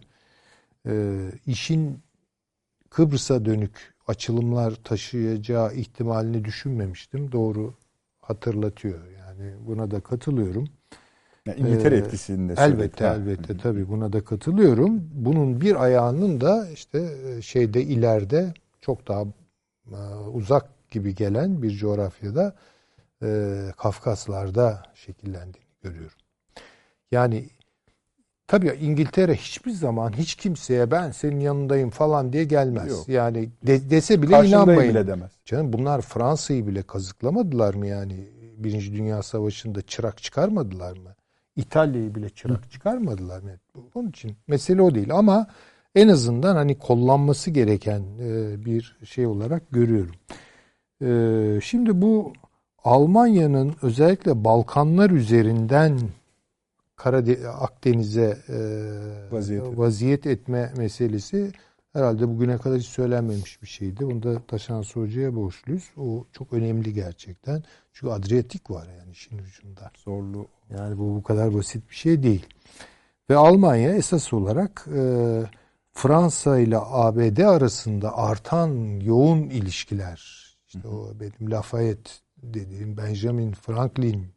Speaker 4: İşin Kıbrıs'a dönük açılımlar taşıyacağı ihtimalini düşünmemiştim. Doğru hatırlatıyor. Yani buna da katılıyorum.
Speaker 1: Yani İngiltere etkisini de
Speaker 4: elbette tabii buna da katılıyorum. Bunun bir ayağının da işte ileride çok daha uzak gibi gelen bir coğrafyada Kafkaslar'da şekillendiğini görüyorum. Yani tabii İngiltere hiçbir zaman hiç kimseye ben senin yanındayım falan diye gelmez.
Speaker 1: Yok.
Speaker 4: Yani dese bile
Speaker 1: karşındayım
Speaker 4: inanmayın.
Speaker 1: Bile demez.
Speaker 4: Canım bunlar Fransa'yı bile kazıklamadılar mı yani? Birinci Dünya Savaşı'nda çırak çıkarmadılar mı? İtalya'yı bile çırak çıkarmadılar mı? Onun için mesele o değil ama en azından hani kollanması gereken bir şey olarak görüyorum. Şimdi bu Almanya'nın özellikle Balkanlar üzerinden Akdeniz'e vaziyet etme meselesi herhalde bugüne kadar hiç söylenmemiş bir şeydi. Bunu da Taşans Hoca'ya borçluyuz. O çok önemli gerçekten. Çünkü Adriyatik var yani işin ucunda.
Speaker 1: Zorlu.
Speaker 4: Yani bu kadar basit bir şey değil. Ve Almanya esas olarak Fransa ile ABD arasında artan yoğun ilişkiler, işte o benim Lafayette dediğim Benjamin Franklin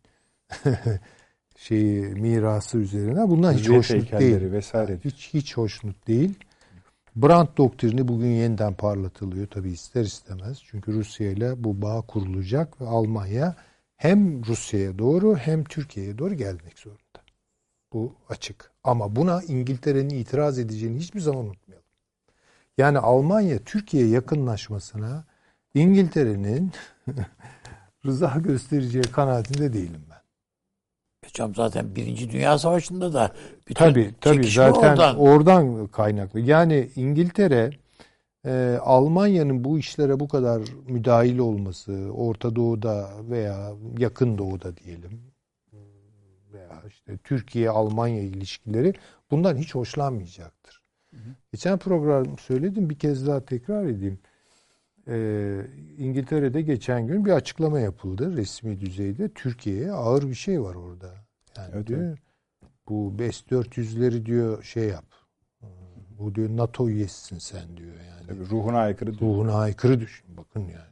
Speaker 4: mirası üzerine bunlar hiç hoşnut değil.
Speaker 1: Vesaire.
Speaker 4: Hiç hoşnut değil. Brandt doktrini bugün yeniden parlatılıyor tabii ister istemez. Çünkü Rusya ile bu bağ kurulacak ve Almanya hem Rusya'ya doğru hem Türkiye'ye doğru gelmek zorunda. Bu açık. Ama buna İngiltere'nin itiraz edeceğini hiçbir zaman unutmayalım. Yani Almanya Türkiye'ye yakınlaşmasına İngiltere'nin rıza göstereceği kanaatinde değilim ben.
Speaker 2: Hocam zaten Birinci Dünya Savaşı'nda da
Speaker 4: tabii zaten oradan kaynaklı. Yani İngiltere Almanya'nın bu işlere bu kadar müdahil olması, Orta Doğu'da veya Yakın Doğu'da diyelim veya işte Türkiye-Almanya ilişkileri bundan hiç hoşlanmayacaktır. Geçen program söyledim, bir kez daha tekrar edeyim. İngiltere'de geçen gün bir açıklama yapıldı resmi düzeyde. Türkiye'ye ağır bir şey var orada. Yani diyor, bu S-400'leri diyor yap. Bu diyor NATO üyesisin sen diyor yani.
Speaker 1: Tabii, ruhuna aykırı.
Speaker 4: Ruhuna aykırı düşün. Bakın yani.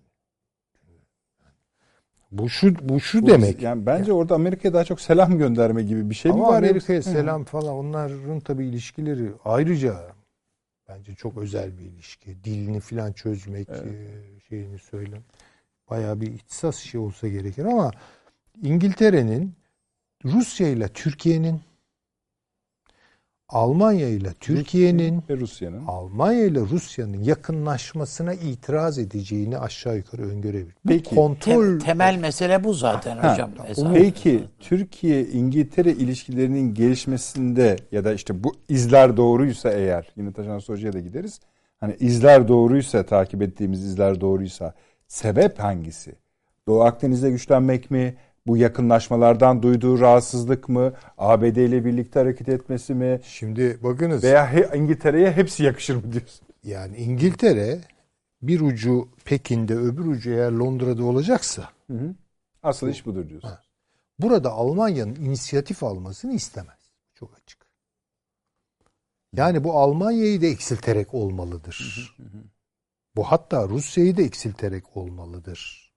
Speaker 4: Bu şu demek.
Speaker 1: Yani bence orada Amerika'ya daha çok selam gönderme gibi bir şey mi var?
Speaker 4: Ama Amerika'ya selam falan, onların tabii ilişkileri ayrıca bence çok özel bir ilişki. Dilini falan çözmek, şeyini söylem. Bayağı bir ihtisas işi olsa gerekir ama İngiltere'nin Rusya ile Türkiye'nin, Almanya ile Türkiye'nin
Speaker 1: ve Rusya'nın,
Speaker 4: Almanya ile Rusya'nın yakınlaşmasına itiraz edeceğini aşağı yukarı öngörebilir.
Speaker 2: Peki, temel mesele bu zaten hocam.
Speaker 1: Peki Türkiye-İngiltere ilişkilerinin gelişmesinde ya da işte bu izler doğruysa eğer, yine Taşans Hoca'ya da gideriz. Hani izler doğruysa, takip ettiğimiz izler doğruysa sebep hangisi? Doğu Akdeniz'de güçlenmek mi? Bu yakınlaşmalardan duyduğu rahatsızlık mı? ABD ile birlikte hareket etmesi mi?
Speaker 4: Şimdi bakınız.
Speaker 1: Veya İngiltere'ye hepsi yakışır mı diyorsun?
Speaker 4: Yani İngiltere bir ucu Pekin'de, öbür ucu eğer Londra'da olacaksa.
Speaker 1: Asıl iş budur diyorsun.
Speaker 4: Burada Almanya'nın inisiyatif almasını istemez. Çok açık. Yani bu Almanya'yı da eksilterek olmalıdır. Bu hatta Rusya'yı da eksilterek olmalıdır.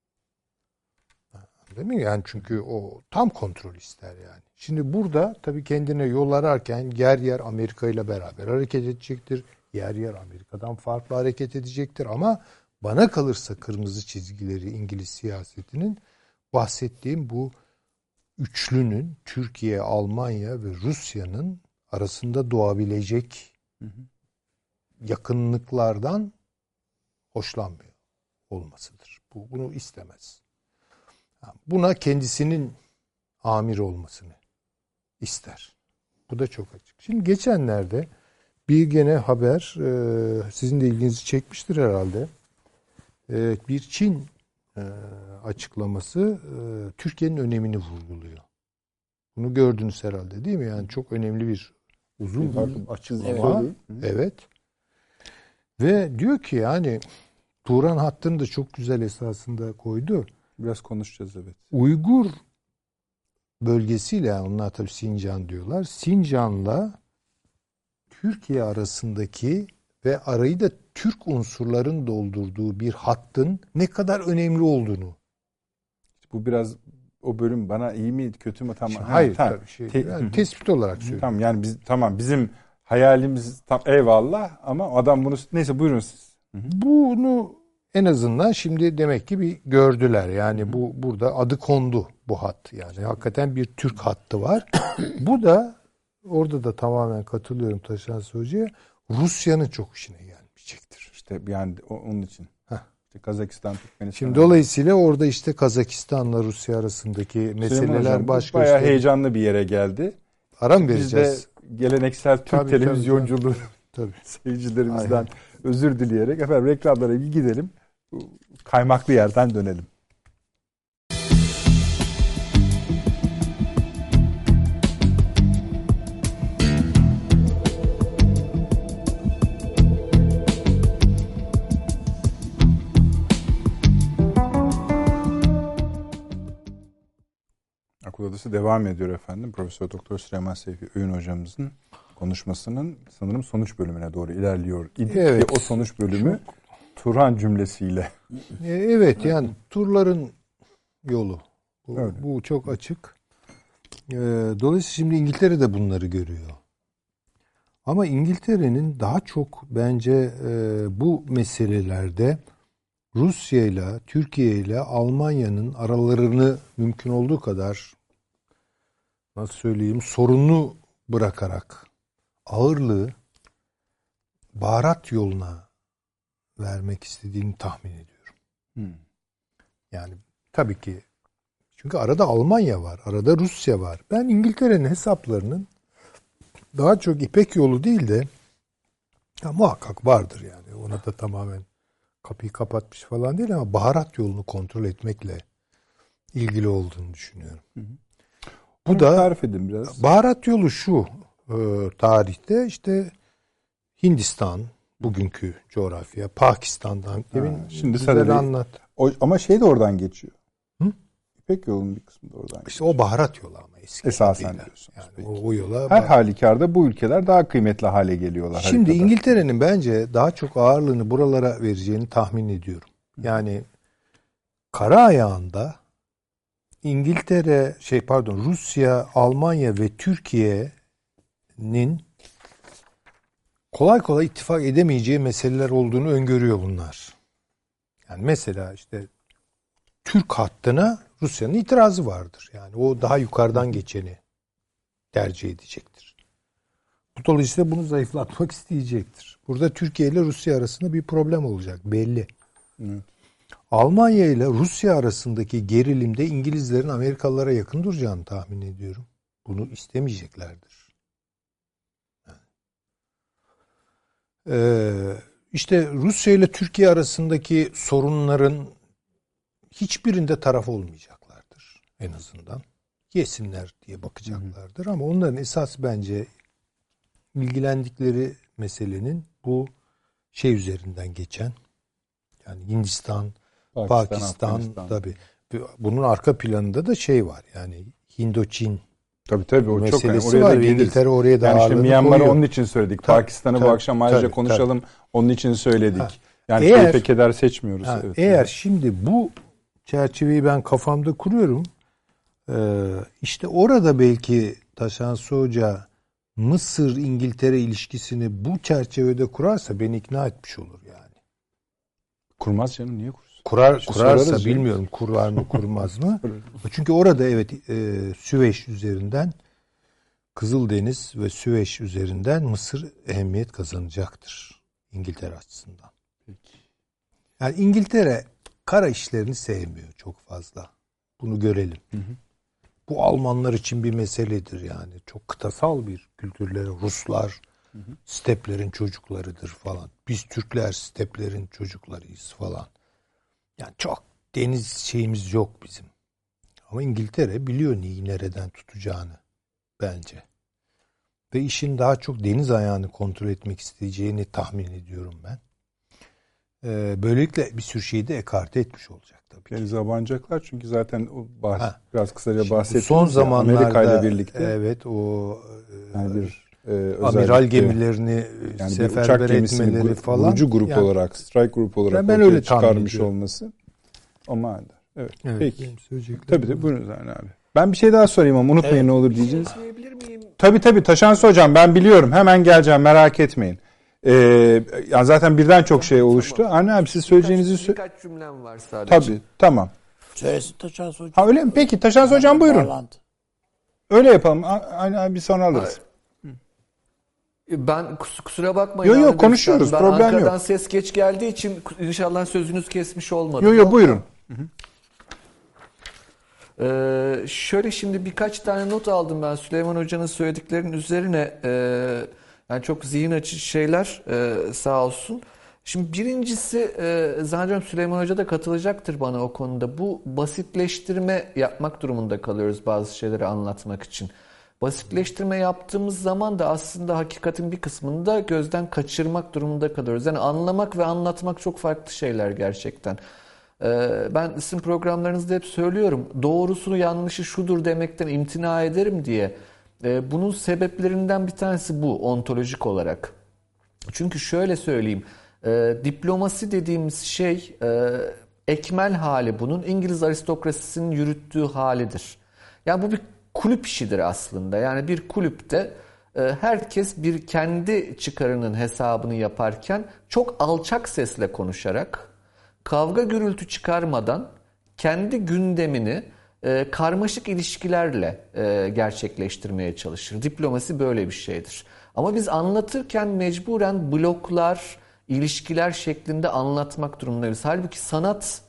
Speaker 4: Değil mi? Yani çünkü o tam kontrol ister yani. Şimdi burada tabii kendine yol ararken yer yer Amerika ile beraber hareket edecektir. Yer yer Amerika'dan farklı hareket edecektir. Ama bana kalırsa kırmızı çizgileri İngiliz siyasetinin bahsettiğim bu üçlünün, Türkiye, Almanya ve Rusya'nın arasında doğabilecek yakınlıklardan hoşlanmıyor olmasıdır. Bunu istemez. Buna kendisinin amir olmasını ister. Bu da çok açık. Şimdi geçenlerde bir gene haber sizin de ilginizi çekmiştir herhalde. Bir Çin açıklaması Türkiye'nin önemini vurguluyor. Bunu gördünüz herhalde değil mi? Yani çok önemli bir uzun bir açıklama. Evet. Ve diyor ki yani Turan hattını da çok güzel esasında koydu.
Speaker 1: Biraz konuşacağız evet.
Speaker 4: Uygur bölgesiyle, onlar tabii Sincan diyorlar. Sincan'la Türkiye arasındaki ve arayı da Türk unsurların doldurduğu bir hattın ne kadar önemli olduğunu.
Speaker 1: Bu biraz o bölüm bana iyi mi kötü mü tam?
Speaker 4: Hayır tabii tespit olarak söylüyorum.
Speaker 1: Tamam yani bizim hayalimiz tam eyvallah ama adam bunu neyse buyurun siz.
Speaker 4: Bunu en azından şimdi demek ki bir gördüler. Yani burada adı kondu bu hat. Yani hakikaten bir Türk hattı var. Bu da orada da tamamen katılıyorum Taşansı Hoca'ya. Rusya'nın çok işine gelmeyecektir.
Speaker 1: İşte yani onun için. İşte Kazakistan, Türkmenistan.
Speaker 4: Şimdi dolayısıyla orada işte Kazakistan'la Rusya arasındaki meseleler hocam, başka.
Speaker 1: Bayağı heyecanlı bir yere geldi.
Speaker 4: Ara mı vereceğiz?
Speaker 1: Biz de geleneksel Türk televizyonculuğu seyircilerimizden aynen. Özür dileyerek efendim reklamlara bir gidelim. Kaymaklı yerden dönelim. Akıl Odası devam ediyor efendim. Profesör Doktor Süleyman Seyfi Öğün hocamızın konuşmasının sanırım sonuç bölümüne doğru ilerliyor.
Speaker 4: Evet.
Speaker 1: O sonuç bölümü Turan cümlesiyle.
Speaker 4: Evet yani turların yolu. Bu çok açık. Dolayısıyla şimdi İngiltere de bunları görüyor. Ama İngiltere'nin daha çok bence bu meselelerde Rusya ile, Türkiye ile Almanya'nın aralarını mümkün olduğu kadar nasıl söyleyeyim sorunlu bırakarak ağırlığı baharat yoluna vermek istediğini tahmin ediyorum. Yani tabii ki çünkü arada Almanya var, arada Rusya var. Ben İngiltere'nin hesaplarının daha çok İpek yolu değil de muhakkak vardır yani. Ona da tamamen kapıyı kapatmış falan değil ama baharat yolunu kontrol etmekle ilgili olduğunu düşünüyorum. Bu da
Speaker 1: tarif edin biraz.
Speaker 4: Baharat yolu şu tarihte işte Hindistan, bugünkü coğrafya, Pakistan'dan
Speaker 1: şimdi sen
Speaker 4: anlat.
Speaker 1: Ama şey de oradan geçiyor. İpek yolunun bir kısmı da oradan geçiyor.
Speaker 4: İşte o baharat yolu ama eski.
Speaker 1: Esasen diyorsunuz.
Speaker 4: Yani o yola
Speaker 1: her halükarda bu ülkeler daha kıymetli hale geliyorlar.
Speaker 4: Şimdi İngiltere'nin bence daha çok ağırlığını buralara vereceğini tahmin ediyorum. Yani kara ayağında Rusya, Almanya ve Türkiye'nin kolay kolay ittifak edemeyeceği meseleler olduğunu öngörüyor bunlar. Yani mesela işte Türk hattına Rusya'nın itirazı vardır. Yani o daha yukarıdan geçeni tercih edecektir. Dolayısıyla bunu zayıflatmak isteyecektir. Burada Türkiye ile Rusya arasında bir problem olacak belli. Evet. Almanya ile Rusya arasındaki gerilimde İngilizlerin Amerikalılara yakın duracağını tahmin ediyorum. Bunu istemeyeceklerdir. İşte Rusya ile Türkiye arasındaki sorunların hiçbirinde taraf olmayacaklardır en azından. Yesinler diye bakacaklardır ama onların esas bence ilgilendikleri meselenin bu şey üzerinden geçen yani Hindistan, Pakistan tabii. Bunun arka planında da şey var yani Hindoçin
Speaker 1: tabii o çok önemli.
Speaker 4: Oraya var. İngiltere oraya da
Speaker 1: yani işte Myanmar'ı
Speaker 4: koyuyor.
Speaker 1: Onun için söyledik. Pakistan'ı bu akşam ayrıca konuşalım. Onun için söyledik. Yani keyfe keder seçmiyoruz. Evet,
Speaker 4: eğer şimdi bu çerçeveyi ben kafamda kuruyorum. İşte orada belki Taşansı Hoca Mısır-İngiltere ilişkisini bu çerçevede kurarsa beni ikna etmiş olur yani.
Speaker 1: Kurmaz canım niye kursun?
Speaker 4: Kurarsa bilmiyorum kurar mı kurmaz mı? Çünkü orada evet Süveyş üzerinden Kızıldeniz ve Süveyş üzerinden Mısır ehemmiyet kazanacaktır. İngiltere açısından. Yani İngiltere kara işlerini sevmiyor çok fazla. Bunu görelim. Bu Almanlar için bir meseledir yani. Çok kıtasal bir kültürleri. Ruslar steplerin çocuklarıdır falan. Biz Türkler steplerin çocuklarıyız falan. Yani çok deniz şeyimiz yok bizim. Ama İngiltere biliyor neyi nereden tutacağını bence. Ve işin daha çok deniz ayağını kontrol etmek isteyeceğini tahmin ediyorum ben. Böylelikle bir sürü şeyi de ekarte etmiş olacak tabii.
Speaker 1: Denize abanacaklar çünkü zaten biraz kısaca
Speaker 4: Şimdi
Speaker 1: bahsettiğimiz
Speaker 4: son zamanlarda
Speaker 1: Amerika ile birlikte
Speaker 4: evet o
Speaker 1: yani bir
Speaker 4: amiral gemilerini
Speaker 1: yani
Speaker 4: seferber etmeleri falan.
Speaker 1: Vurucu grup
Speaker 4: yani,
Speaker 1: olarak, strike grup olarak
Speaker 4: ben
Speaker 1: ortaya
Speaker 4: öyle
Speaker 1: çıkarmış
Speaker 4: ediyorum.
Speaker 1: olması o manada. Evet.
Speaker 4: Evet,
Speaker 1: peki. Tabii buyurun Zahra abi. Ben bir şey daha sorayım ama unutmayın ne olur diyeceğiz. Tabii Taşansı hocam ben biliyorum. Hemen geleceğim merak etmeyin. Yani zaten birden çok şey oluştu. Tamam. Arne abi siz söyleyeceğinizi
Speaker 3: birkaç cümlem var sadece.
Speaker 1: Tabii tamam.
Speaker 2: Söylesin Taşansı hocam.
Speaker 1: Ha öyle mi? Peki Taşansı hocam buyurun.
Speaker 2: Bağlantı.
Speaker 1: Öyle yapalım. Arne abi sonra alırız.
Speaker 3: Ben kusura bakmayın.
Speaker 1: Yok konuşuyoruz. Problem yok.
Speaker 3: Ankara'dan ses geç geldiği için inşallah sözünüz kesmiş olmadı.
Speaker 1: Yok buyurun.
Speaker 3: Şöyle şimdi birkaç tane not aldım ben Süleyman Hoca'nın söylediklerinin üzerine. Yani çok zihin açıcı şeyler sağ olsun. Şimdi birincisi zannediyorum Süleyman Hoca da katılacaktır bana o konuda. Bu basitleştirme yapmak durumunda kalıyoruz bazı şeyleri anlatmak için. Basitleştirme yaptığımız zaman da aslında hakikatin bir kısmını da gözden kaçırmak durumunda kalıyoruz. Yani anlamak ve anlatmak çok farklı şeyler gerçekten. Ben sizin programlarınızda hep söylüyorum. Doğrusunu yanlışı şudur demekten imtina ederim diye. Bunun sebeplerinden bir tanesi bu ontolojik olarak. Çünkü şöyle söyleyeyim. Diplomasi dediğimiz şey ekmel hali bunun İngiliz aristokrasisinin yürüttüğü halidir. Yani bu bir kulüp işidir aslında. Yani bir kulüpte herkes bir kendi çıkarının hesabını yaparken çok alçak sesle konuşarak kavga gürültü çıkarmadan kendi gündemini karmaşık ilişkilerle gerçekleştirmeye çalışır. Diplomasi böyle bir şeydir. Ama biz anlatırken mecburen bloklar, ilişkiler şeklinde anlatmak durumundayız. Halbuki sanat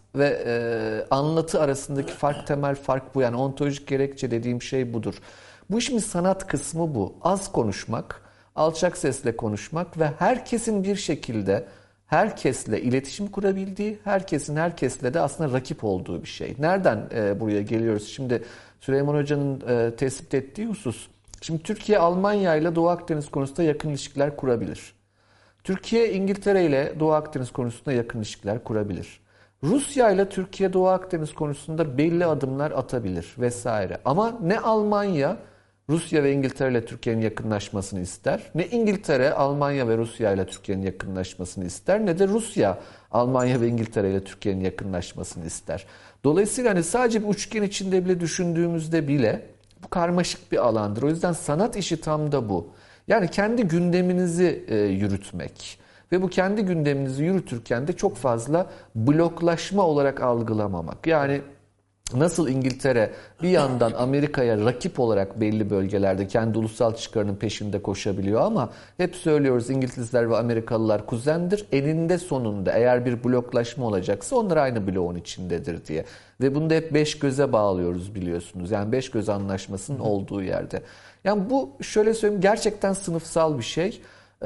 Speaker 3: ve anlatı arasındaki temel fark bu. Yani ontolojik gerekçe dediğim şey budur. Bu işin sanat kısmı bu. Az konuşmak, alçak sesle konuşmak ve herkesin bir şekilde herkesle iletişim kurabildiği, herkesin herkesle de aslında rakip olduğu bir şey. Nereden buraya geliyoruz? Şimdi Süleyman Hoca'nın tespit ettiği husus. Şimdi Türkiye Almanya ile Doğu Akdeniz konusunda yakın ilişkiler kurabilir. Türkiye İngiltere ile Doğu Akdeniz konusunda yakın ilişkiler kurabilir. Rusya ile Türkiye Doğu Akdeniz konusunda belli adımlar atabilir vesaire. Ama ne Almanya Rusya ve İngiltere ile Türkiye'nin yakınlaşmasını ister. Ne İngiltere, Almanya ve Rusya ile Türkiye'nin yakınlaşmasını ister. Ne de Rusya, Almanya ve İngiltere ile Türkiye'nin yakınlaşmasını ister. Dolayısıyla hani sadece bir üçgen içinde bile düşündüğümüzde bile bu karmaşık bir alandır. O yüzden sanat işi tam da bu. Yani kendi gündeminizi yürütmek ve bu kendi gündeminizi yürütürken de çok fazla bloklaşma olarak algılamamak. Yani nasıl İngiltere bir yandan Amerika'ya rakip olarak belli bölgelerde kendi ulusal çıkarının peşinde koşabiliyor ama hep söylüyoruz İngilizler ve Amerikalılar kuzendir. Eninde sonunda eğer bir bloklaşma olacaksa onlar aynı bloğun içindedir diye. Ve bunu da hep beş göze bağlıyoruz biliyorsunuz. Yani beş göz anlaşmasının olduğu yerde. Yani bu şöyle söyleyeyim gerçekten sınıfsal bir şey.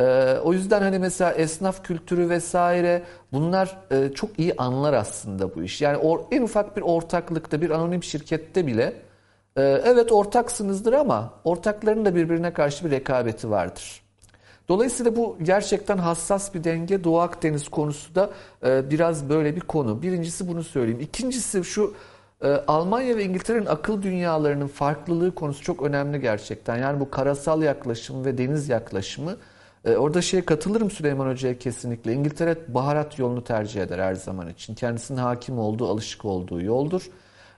Speaker 3: O yüzden hani mesela esnaf kültürü vesaire bunlar çok iyi anlar aslında bu iş. Yani en ufak bir ortaklıkta bir anonim şirkette bile evet ortaksınızdır ama ortakların da birbirine karşı bir rekabeti vardır. Dolayısıyla bu gerçekten hassas bir denge. Doğu Akdeniz konusu da biraz böyle bir konu. Birincisi bunu söyleyeyim. İkincisi şu Almanya ve İngiltere'nin akıl dünyalarının farklılığı konusu çok önemli gerçekten. Yani bu karasal yaklaşım ve deniz yaklaşımı. Orada katılırım Süleyman Hoca'ya kesinlikle. İngiltere baharat yolunu tercih eder her zaman için. Kendisinin hakim olduğu, alışık olduğu yoldur.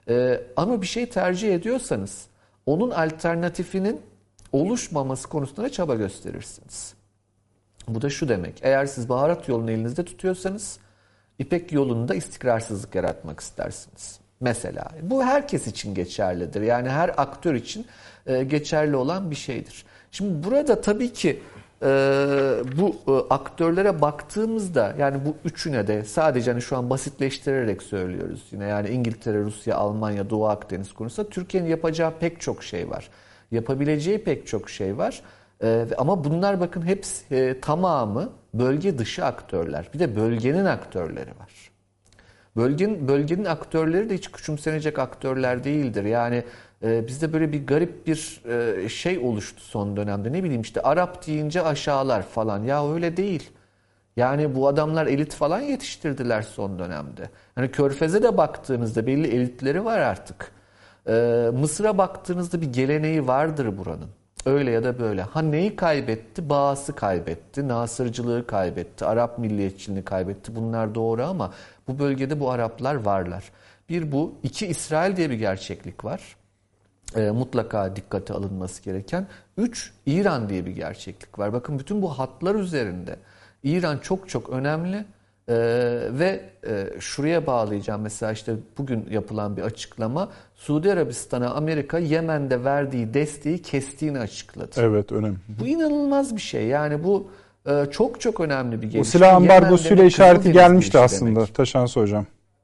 Speaker 3: Ama bir şey tercih ediyorsanız onun alternatifinin oluşmaması konusunda da çaba gösterirsiniz. Bu da şu demek. Eğer siz baharat yolunu elinizde tutuyorsanız İpek yolunda istikrarsızlık yaratmak istersiniz. Mesela bu herkes için geçerlidir. Yani her aktör için geçerli olan bir şeydir. Şimdi burada tabii ki bu aktörlere baktığımızda yani bu üçüne de sadece hani şu an basitleştirerek söylüyoruz yine yani İngiltere, Rusya, Almanya, Doğu Akdeniz konusunda Türkiye'nin yapacağı pek çok şey var. Yapabileceği pek çok şey var. Ama bunlar bakın hepsi tamamı bölge dışı aktörler. Bir de bölgenin aktörleri var. Bölgenin aktörleri de hiç küçümsenecek aktörler değildir. Yani bizde böyle bir garip bir şey oluştu son dönemde. Ne bileyim işte Arap deyince aşağılar falan. Ya öyle değil. Yani bu adamlar elit falan yetiştirdiler son dönemde. Hani Körfez'e de baktığınızda belli elitleri var artık. Mısır'a baktığınızda bir geleneği vardır buranın. Öyle ya da böyle. Ha neyi kaybetti? Bağısı kaybetti. Nasırcılığı kaybetti. Arap milliyetçiliğini kaybetti. Bunlar doğru ama bu bölgede bu Araplar varlar. Bir bu. İki İsrail diye bir gerçeklik var. Mutlaka dikkate alınması gereken. 3 İran diye bir gerçeklik var. Bakın bütün bu hatlar üzerinde İran çok çok önemli ve şuraya bağlayacağım mesela işte bugün yapılan bir açıklama Suudi Arabistan'a Amerika Yemen'de verdiği desteği kestiğini açıkladı.
Speaker 1: Evet önemli.
Speaker 3: Bu inanılmaz bir şey yani bu çok çok önemli bir gelişme.
Speaker 1: O silah ambargosuyla işareti gelmişti aslında
Speaker 3: demek.
Speaker 1: Taşansı Hocam.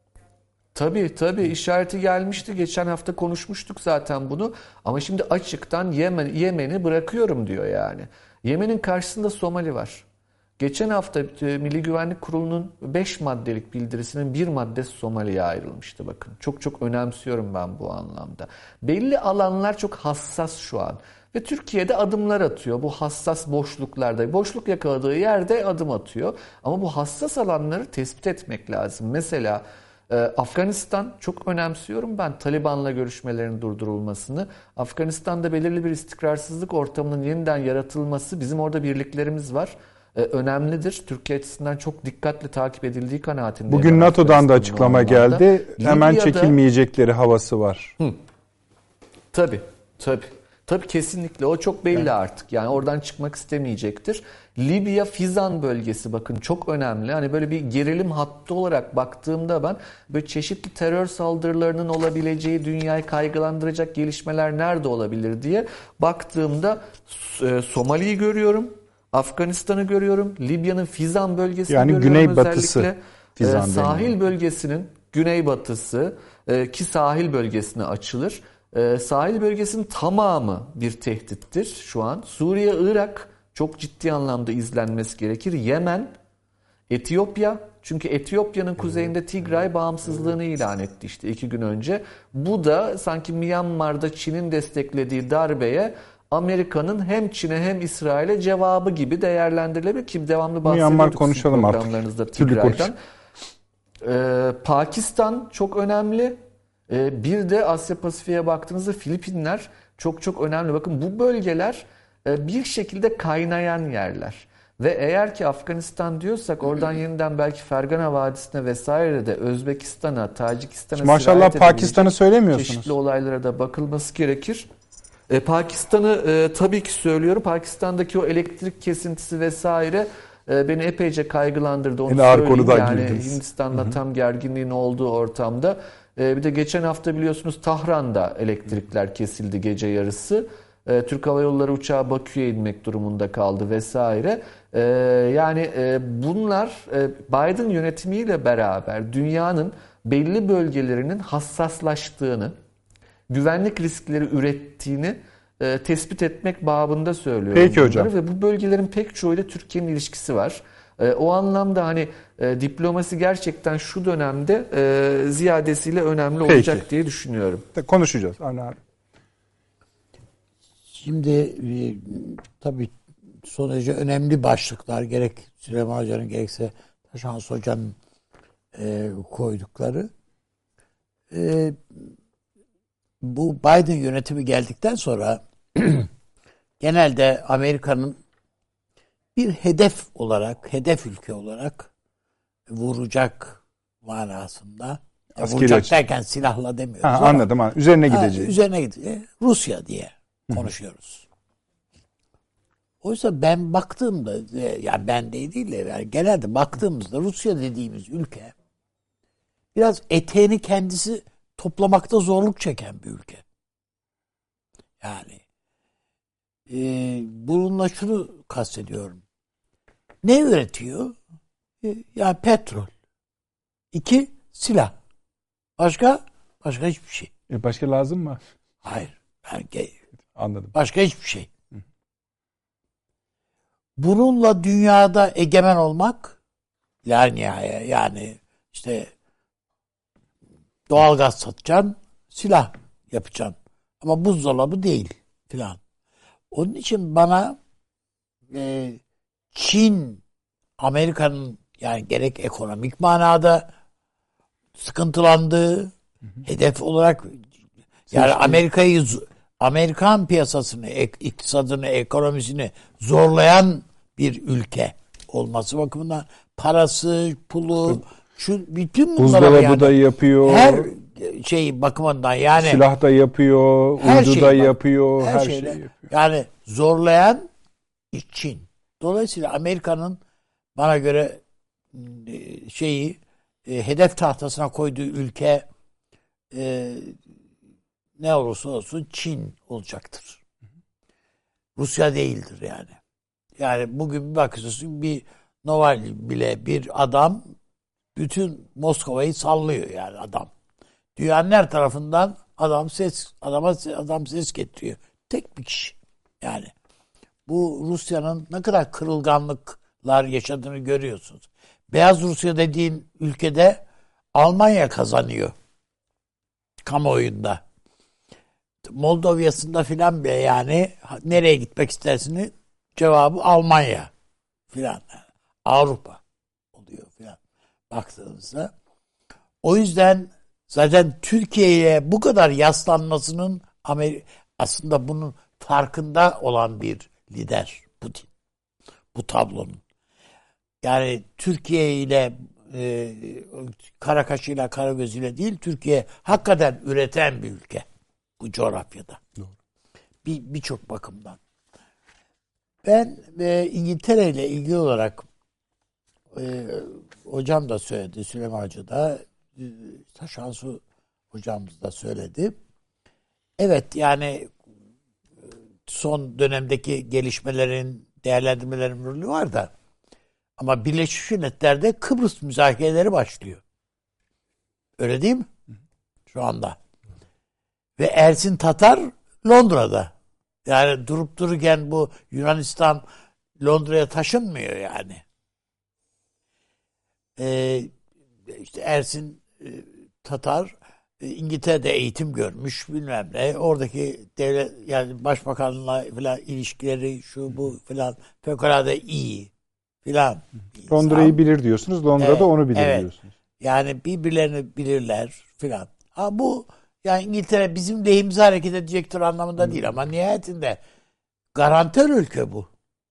Speaker 3: Tabii işareti gelmişti. Geçen hafta konuşmuştuk zaten bunu. Ama şimdi açıktan Yemen'i bırakıyorum diyor yani. Yemen'in karşısında Somali var. Geçen hafta Milli Güvenlik Kurulu'nun 5 maddelik bildirisinin bir maddesi Somali'ye ayrılmıştı bakın. Çok çok önemsiyorum ben bu anlamda. Belli alanlar çok hassas şu an. Ve Türkiye'de adımlar atıyor. Bu hassas boşluklarda, boşluk yakaladığı yerde adım atıyor. Ama bu hassas alanları tespit etmek lazım. Mesela Afganistan çok önemsiyorum ben Taliban'la görüşmelerin durdurulmasını. Afganistan'da belirli bir istikrarsızlık ortamının yeniden yaratılması, bizim orada birliklerimiz var. Önemlidir. Türkiye açısından çok dikkatli takip edildiği kanaatindeyim.
Speaker 1: Bugün NATO'dan da açıklama geldi. Hemen
Speaker 3: Libya'da,
Speaker 1: çekilmeyecekleri havası var.
Speaker 3: Tabii kesinlikle o çok belli artık. Yani oradan çıkmak istemeyecektir. Libya Fizan bölgesi bakın çok önemli. Hani böyle bir gerilim hattı olarak baktığımda ben böyle çeşitli terör saldırılarının olabileceği, dünyayı kaygılandıracak gelişmeler nerede olabilir diye baktığımda Somali'yi görüyorum. Afganistan'ı görüyorum. Libya'nın Fizan bölgesini
Speaker 1: yani
Speaker 3: görüyorum.
Speaker 1: güneybatısı
Speaker 3: Fizan sahil bölgesinin güneybatısı ki sahil bölgesine açılır. Sahil bölgesinin tamamı bir tehdittir şu an. Suriye, Irak çok ciddi anlamda izlenmesi gerekir. Yemen, Etiyopya. Çünkü Etiyopya'nın kuzeyinde Tigray bağımsızlığını ilan etti işte 2 gün önce. Bu da sanki Myanmar'da Çin'in desteklediği darbeye Amerika'nın hem Çin'e hem İsrail'e cevabı gibi değerlendirilebilir ki devamlı bahsediyorduk
Speaker 1: konuşalım
Speaker 3: programlarınızda Tigray'dan. Pakistan çok önemli. Bir de Asya Pasifik'e baktığınızda Filipinler çok çok önemli. Bakın bu bölgeler bir şekilde kaynayan yerler. Ve eğer ki Afganistan diyorsak oradan yeniden belki Fergana Vadisi'ne vesaire de Özbekistan'a, Tacikistan'a
Speaker 1: maşallah Pakistan'ı söylemiyorsunuz.
Speaker 3: Çeşitli olaylara da bakılması gerekir. Pakistan'ı tabii ki söylüyorum. Pakistan'daki o elektrik kesintisi vesaire beni epeyce kaygılandırdı. Onu söyleyeyim. Yani Hindistan'la tam gerginliğin olduğu ortamda. Bir de geçen hafta biliyorsunuz Tahran'da elektrikler kesildi gece yarısı. Türk Hava Yolları uçağı Bakü'ye inmek durumunda kaldı vesaire. Yani bunlar Biden yönetimiyle beraber dünyanın belli bölgelerinin hassaslaştığını, güvenlik riskleri ürettiğini tespit etmek babında söylüyorum.
Speaker 1: Peki hocam.
Speaker 3: Ve bu bölgelerin pek çoğuyla Türkiye'nin ilişkisi var. O anlamda hani diplomasi gerçekten şu dönemde ziyadesiyle önemli olacak diye düşünüyorum.
Speaker 1: Konuşacağız Avni abi.
Speaker 2: Şimdi tabii son derece önemli başlıklar gerek Süleyman Hoca'nın gerekse Taşansı Hoca'nın koydukları. Bu Biden yönetimi geldikten sonra genelde Amerika'nın bir hedef olarak, hedef ülke olarak vuracak manasında. Vuracak derken silahla demiyoruz.
Speaker 1: Anladım. Üzerine gideceğiz.
Speaker 2: Üzerine gideceğiz. Rusya diye konuşuyoruz. Oysa ben baktığımda, ya ben değil de yani genelde baktığımızda Rusya dediğimiz ülke biraz eteğini kendisi toplamakta zorluk çeken bir ülke. Yani bununla şunu kastediyorum. Ne üretiyor? Yani petrol. 2, silah. Başka hiçbir şey.
Speaker 1: Başka lazım mı?
Speaker 2: Hayır. Yani
Speaker 1: Anladım.
Speaker 2: başka hiçbir şey. Bununla dünyada egemen olmak, yani işte doğalgaz satacaksın, silah yapacaksın. Ama buzdolabı değil filan. Onun için bana Çin, Amerika'nın yani gerek ekonomik manada sıkıntılandığı hedef olarak yani Amerikan piyasasını, iktisadını, ekonomisini zorlayan bir ülke olması bakımından parası, pulu, bütün bunlara
Speaker 1: buzdolabı
Speaker 2: yani
Speaker 1: da yapıyor.
Speaker 2: Her şey bakımından yani
Speaker 1: silah da yapıyor, uydu da yapıyor, her şeyi yapıyor.
Speaker 2: Yani zorlayan Çin. Dolayısıyla Amerika'nın bana göre hedef tahtasına koyduğu ülke ne olursa olsun Çin olacaktır. Rusya değildir yani. Yani bugün bir bakıyorsun bir Navalny bile bir adam bütün Moskova'yı sallıyor yani adam. Dünyanın her tarafından adam ses getiriyor. Tek bir kişi. Yani bu Rusya'nın ne kadar kırılganlıklar yaşadığını görüyorsunuz. Beyaz Rusya dediğin ülkede Almanya kazanıyor kamuoyunda. Moldova'sında filan bile yani nereye gitmek istersiniz? Cevabı Almanya filan. Avrupa oluyor filan. Baktığınızda. O yüzden zaten Türkiye'ye bu kadar yaslanmasının aslında bunun farkında olan bir lider Putin. Bu tablonun. Yani Türkiye ile kara kaşıyla kara gözüyle değil, Türkiye hakikaten üreten bir ülke bu coğrafyada.
Speaker 1: Doğru.
Speaker 2: Birçok bakımdan. Ben İngiltere ile ilgili olarak hocam da söyledi, Süleyman Hoca da Şansu hocamız da söyledi. Evet yani son dönemdeki gelişmelerin, değerlendirmelerin rolü var da ama Birleşmiş Milletler'de Kıbrıs müzakereleri başlıyor. Öyle değil mi? Şu anda. Ve Ersin Tatar Londra'da. Yani durup dururken bu Yunanistan Londra'ya taşınmıyor yani. İşte Ersin Tatar İngiltere'de eğitim görmüş bilmem ne. Oradaki devlet yani başbakanla falan ilişkileri şu bu falan fevkalade iyi filan.
Speaker 1: Londra'yı bilir diyorsunuz. Londra'da onu bilir diyorsunuz.
Speaker 2: Yani birbirlerini bilirler filan. Ha bu yani İngiltere bizim lehimize hareket edecektir anlamında değil ama nihayetinde garantör ülke bu.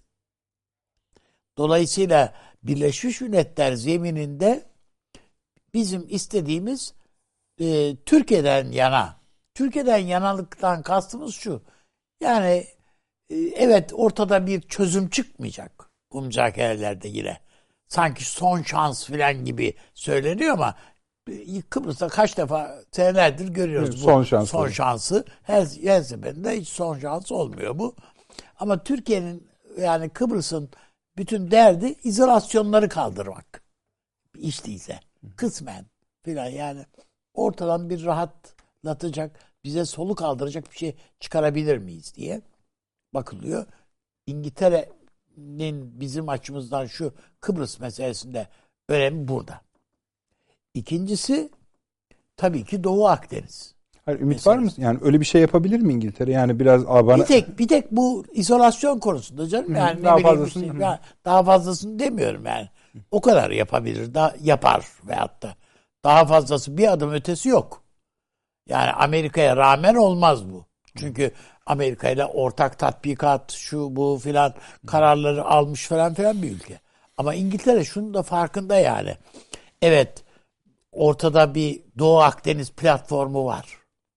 Speaker 2: Dolayısıyla Birleşmiş Milletler zemininde bizim istediğimiz Türkiye'den yana. Türkiye'den yanalıktan kastımız şu. Yani evet ortada bir çözüm çıkmayacak bu müzakerelerde yine. Sanki son şans filan gibi söyleniyor ama Kıbrıs'ta kaç defa senelerdir görüyoruz bu son şansı. Her seferinde hiç son şans olmuyor bu. Ama Türkiye'nin yani Kıbrıs'ın bütün derdi izolasyonları kaldırmak. İş değilse. Kısmen filan yani ortadan bir rahatlatacak, bize soluk aldıracak bir şey çıkarabilir miyiz diye bakılıyor. İngiltere'nin bizim açımızdan şu Kıbrıs meselesinde önemi burada. İkincisi tabii ki Doğu Akdeniz.
Speaker 1: Hayır, ümit var mı? Yani öyle bir şey yapabilir mi İngiltere? Yani biraz bana...
Speaker 2: Bir tek bu izolasyon konusunda canım. Yani
Speaker 1: daha fazlasını
Speaker 2: daha fazlasını demiyorum yani. O kadar yapabilir, yapar veyahut da daha fazlası bir adım ötesi yok. Yani Amerika'ya rağmen olmaz bu. Çünkü Amerika ile ortak tatbikat şu bu filan kararları almış falan filan bir ülke. Ama İngiltere şunun da farkında yani. Evet ortada bir Doğu Akdeniz platformu var.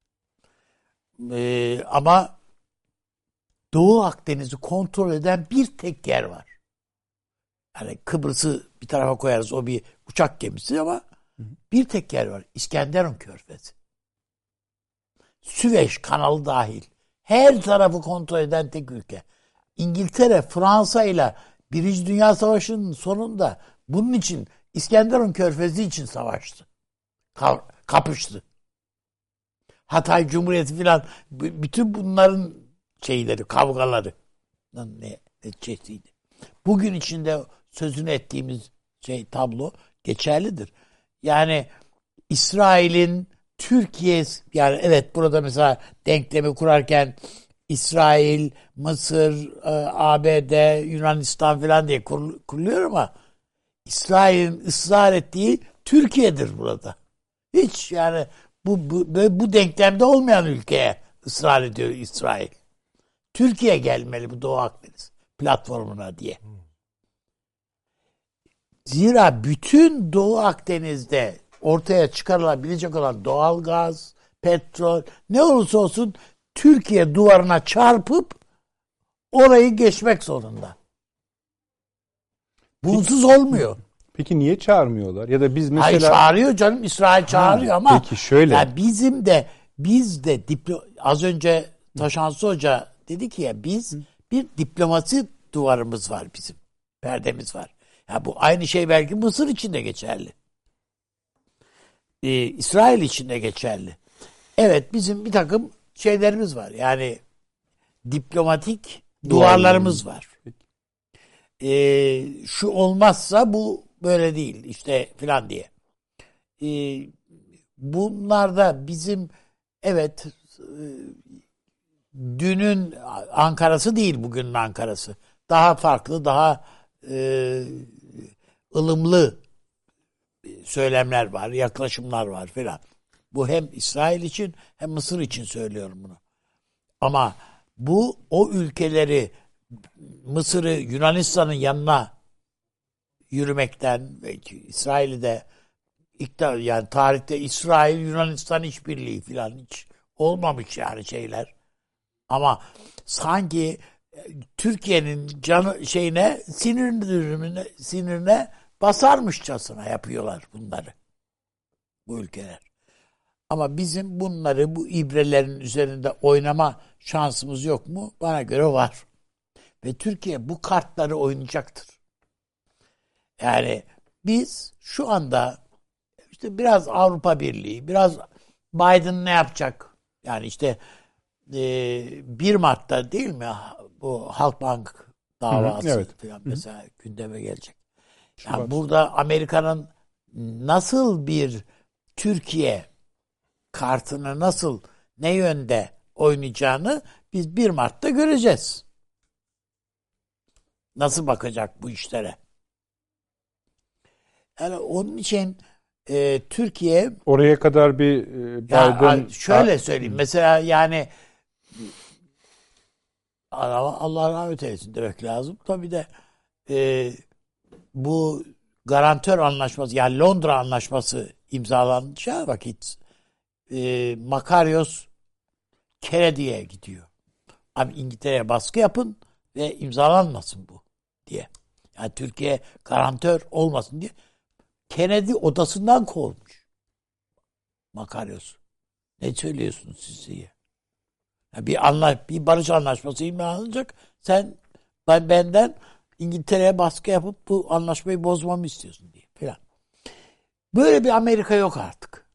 Speaker 2: Ama Doğu Akdeniz'i kontrol eden bir tek yer var. Yani Kıbrıs'ı bir tarafa koyarız o bir uçak gemisi ama bir tek yer var. İskenderun Körfezi. Süveyş kanalı dahil. Her tarafı kontrol eden tek ülke. İngiltere Fransa ile Birinci Dünya Savaşı'nın sonunda bunun için İskenderun Körfezi için savaştı. Kapıştı. Hatay Cumhuriyeti filan bütün bunların şeyleri, kavgaları neticesiydi. Bugün içinde sözünü ettiğimiz tablo geçerlidir. Yani İsrail'in Türkiye, yani evet burada mesela denklemi kurarken İsrail, Mısır, ABD, Yunanistan falan diye kuruluyor ama İsrail'in ısrar ettiği Türkiye'dir burada. Hiç yani bu denklemde olmayan ülkeye ısrar ediyor İsrail. Türkiye gelmeli bu Doğu Akdeniz platformuna diye. Zira bütün Doğu Akdeniz'de ortaya çıkarılabilecek olan doğal gaz, petrol ne olursa olsun Türkiye duvarına çarpıp orayı geçmek zorunda. Bunsuz olmuyor.
Speaker 1: Peki niye çağırmıyorlar? Ya da biz mesela...
Speaker 2: Hayır, çağırıyor canım. İsrail çağırıyor ama
Speaker 1: peki şöyle.
Speaker 2: Yani biz de az önce Taşansı Hoca dedi ki ya biz bir diplomasi duvarımız var bizim. Perdemiz var. Ya bu aynı şey belki Mısır için de geçerli. İsrail için de geçerli. Evet, bizim bir takım şeylerimiz var. Yani diplomatik duvarlarımız var. Şu olmazsa bu böyle değil işte filan diye. Bunlarda bizim evet dünün Ankara'sı değil bugünün Ankara'sı. Daha farklı, daha ılımlı söylemler var, yaklaşımlar var filan. Bu hem İsrail için hem Mısır için söylüyorum bunu. Ama bu o ülkeleri Mısır'ı Yunanistan'ın yanına yürümekten ve İsrail'i de yani tarihte İsrail Yunanistan işbirliği falan hiç olmamış yani şeyler. Ama sanki Türkiye'nin sinirine basarmışçasına yapıyorlar bunları. Bu ülkeler. Ama bizim bunları bu ibrelerin üzerinde oynama şansımız yok mu? Bana göre var. Ve Türkiye bu kartları oynayacaktır. Yani biz şu anda işte biraz Avrupa Birliği, biraz Biden ne yapacak? Yani işte 1 Mart'ta değil mi bu Halkbank davası
Speaker 1: evet.
Speaker 2: falan mesela gündeme gelecek. Yani burada Amerika'nın nasıl bir Türkiye kartını nasıl ne yönde oynayacağını biz 1 Mart'ta göreceğiz. Nasıl bakacak bu işlere? Yani onun için Türkiye
Speaker 1: oraya kadar bir Biden...
Speaker 2: şöyle söyleyeyim. Mesela yani Allah rahmet eylesin demek lazım. Tabii de bu garantör anlaşması yani Londra anlaşması imzalanacağı vakit Makarios Kennedy'ye gidiyor. Abi İngiltere'ye baskı yapın ve imzalanmasın bu diye. Yani Türkiye garantör olmasın diye. Kennedy odasından kovmuş. Makarios. Ne söylüyorsunuz siz diye. Yani bir barış anlaşması imzalanacak. Sen benden İngiltere'ye baskı yapıp bu anlaşmayı bozmamı istiyorsun diye falan. Böyle bir Amerika yok artık.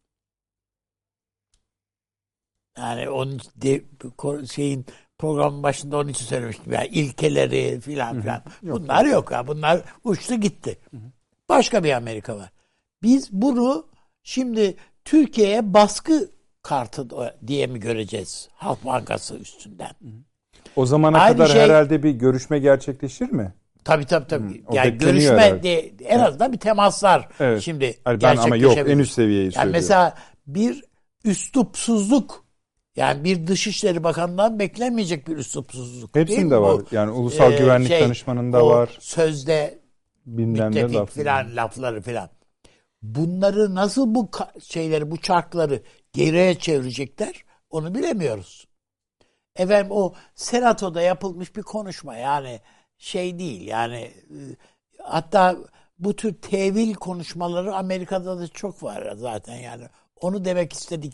Speaker 2: Yani onun programın başında onun için söylemiştim. Yani ilkeleri filan filan. Bunlar yok ya. Bunlar uçtu gitti. Başka bir Amerika var. Biz bunu şimdi Türkiye'ye baskı kartı diye mi göreceğiz? Halk Bankası üstünden.
Speaker 1: O zamana kadar herhalde bir görüşme gerçekleşir mi?
Speaker 2: Tabii. Yani görüşme de, en azından bir temaslar şimdi
Speaker 1: ben ama yok en üst seviyeyi
Speaker 2: yani
Speaker 1: söylüyorum.
Speaker 2: mesela bir üslupsuzluk yani bir Dışişleri Bakanı'ndan beklenmeyecek bir üslupsuzluk.
Speaker 1: Hepsinde var. Yani Ulusal Güvenlik Danışmanı'nda var.
Speaker 2: Sözde müttefik filan lafları filan. Bunları nasıl bu şeyleri, bu çarkları geriye çevirecekler onu bilemiyoruz. Efendim o Senato'da yapılmış bir konuşma yani şey değil yani hatta bu tür tevil konuşmaları Amerika'da da çok var zaten yani. Onu demek istedi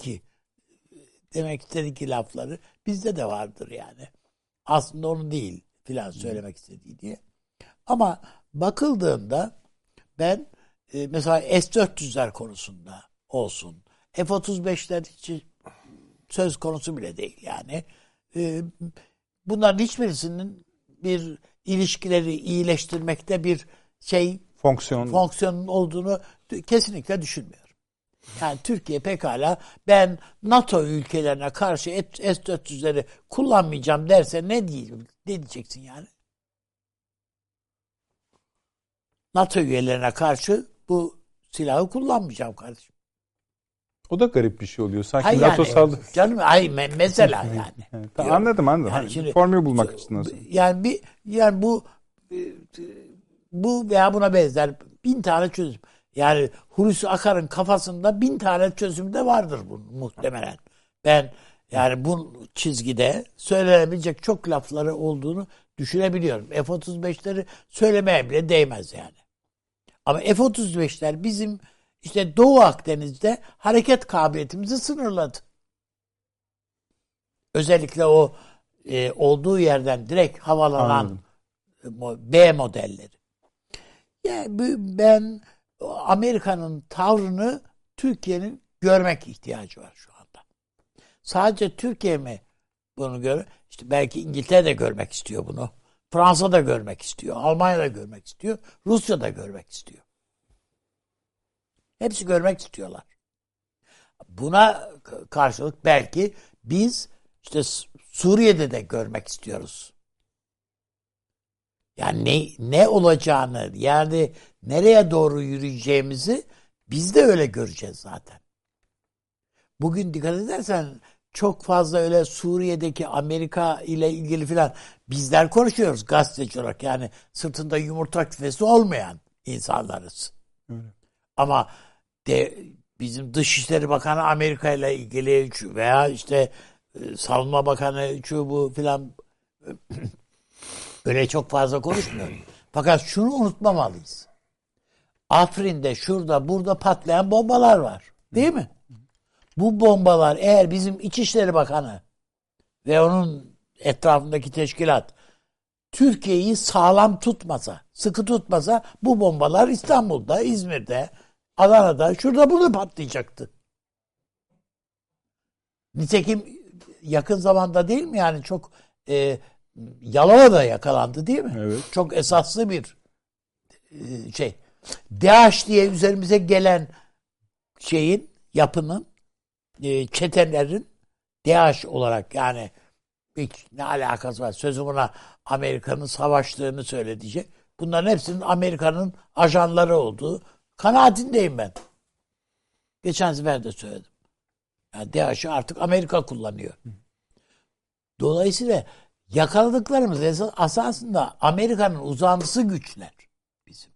Speaker 2: ki lafları bizde de vardır yani. Aslında onu değil filan söylemek istediği diye. Ama bakıldığında ben mesela S-400'ler konusunda olsun, F-35'ler hiç söz konusu bile değil yani. Bunların hiçbirisinin bir ilişkileri iyileştirmekte bir fonksiyonun olduğunu kesinlikle düşünmüyorum. Yani Türkiye pekala ben NATO ülkelerine karşı S-400'leri kullanmayacağım derse ne diyeceksin yani? NATO üyelerine karşı bu silahı kullanmayacağım kardeşim.
Speaker 1: O da garip bir şey oluyor. Sanki
Speaker 2: Hayır
Speaker 1: NATO
Speaker 2: yani,
Speaker 1: saldırısı.
Speaker 2: canım mesela yani.
Speaker 1: Tamam, anladım.
Speaker 2: Yani şimdi,
Speaker 1: formül bulmak için.
Speaker 2: Yani bu veya buna benzer 1000 tane çözüm. Yani Hulusi Akar'ın kafasında 1000 tane çözüm de vardır bunun muhtemelen. Ben yani bu çizgide söylenebilecek çok lafları olduğunu düşünebiliyorum. F-35'leri söylemeye bile değmez yani. Ama F-35'ler bizim işte Doğu Akdeniz'de hareket kabiliyetimizi sınırladı. Özellikle o olduğu yerden direkt havalanan B modelleri. Yani ben Amerika'nın tavrını Türkiye'nin görmek ihtiyacı var şu anda. Sadece Türkiye mi bunu görüyor? İşte belki İngiltere de görmek istiyor bunu. Fransa da görmek istiyor. Almanya da görmek istiyor. Rusya da görmek istiyor. Hepsi görmek istiyorlar. Buna karşılık belki biz işte Suriye'de de görmek istiyoruz. Yani ne olacağını, yani nereye doğru yürüyeceğimizi biz de öyle göreceğiz zaten. Bugün dikkat edersen çok fazla öyle Suriye'deki Amerika ile ilgili filan bizler konuşuyoruz gazeteci olarak. Yani sırtında yumurta küfesi olmayan insanlarız.
Speaker 1: Öyle.
Speaker 2: Ama bizim Dışişleri Bakanı Amerika ile ilgili veya işte Savunma Bakanı şu bu filan öyle çok fazla konuşmuyor. Fakat şunu unutmamalıyız. Afrin'de şurada burada patlayan bombalar var. Değil mi? Bu bombalar eğer bizim İçişleri Bakanı ve onun etrafındaki teşkilat Türkiye'yi sağlam tutmasa, sıkı tutmasa bu bombalar İstanbul'da, İzmir'de, Adana'da, şurada burada patlayacaktı. Nitekim yakın zamanda değil mi yani çok Yalova'da yakalandı değil mi?
Speaker 1: Evet.
Speaker 2: Çok esaslı bir şey. DAEŞ diye üzerimize gelen yapının çetelerin DAEŞ olarak yani hiç ne alakası var? Sözü buna Amerika'nın savaştığını söyleyecek. Bunların hepsinin Amerika'nın ajanları olduğu kanaatindeyim ben. Geçen sefer de söyledim. Yani DAEŞ'i artık Amerika kullanıyor. Dolayısıyla yakaladıklarımız esasında Amerika'nın uzantısı güçler bizim.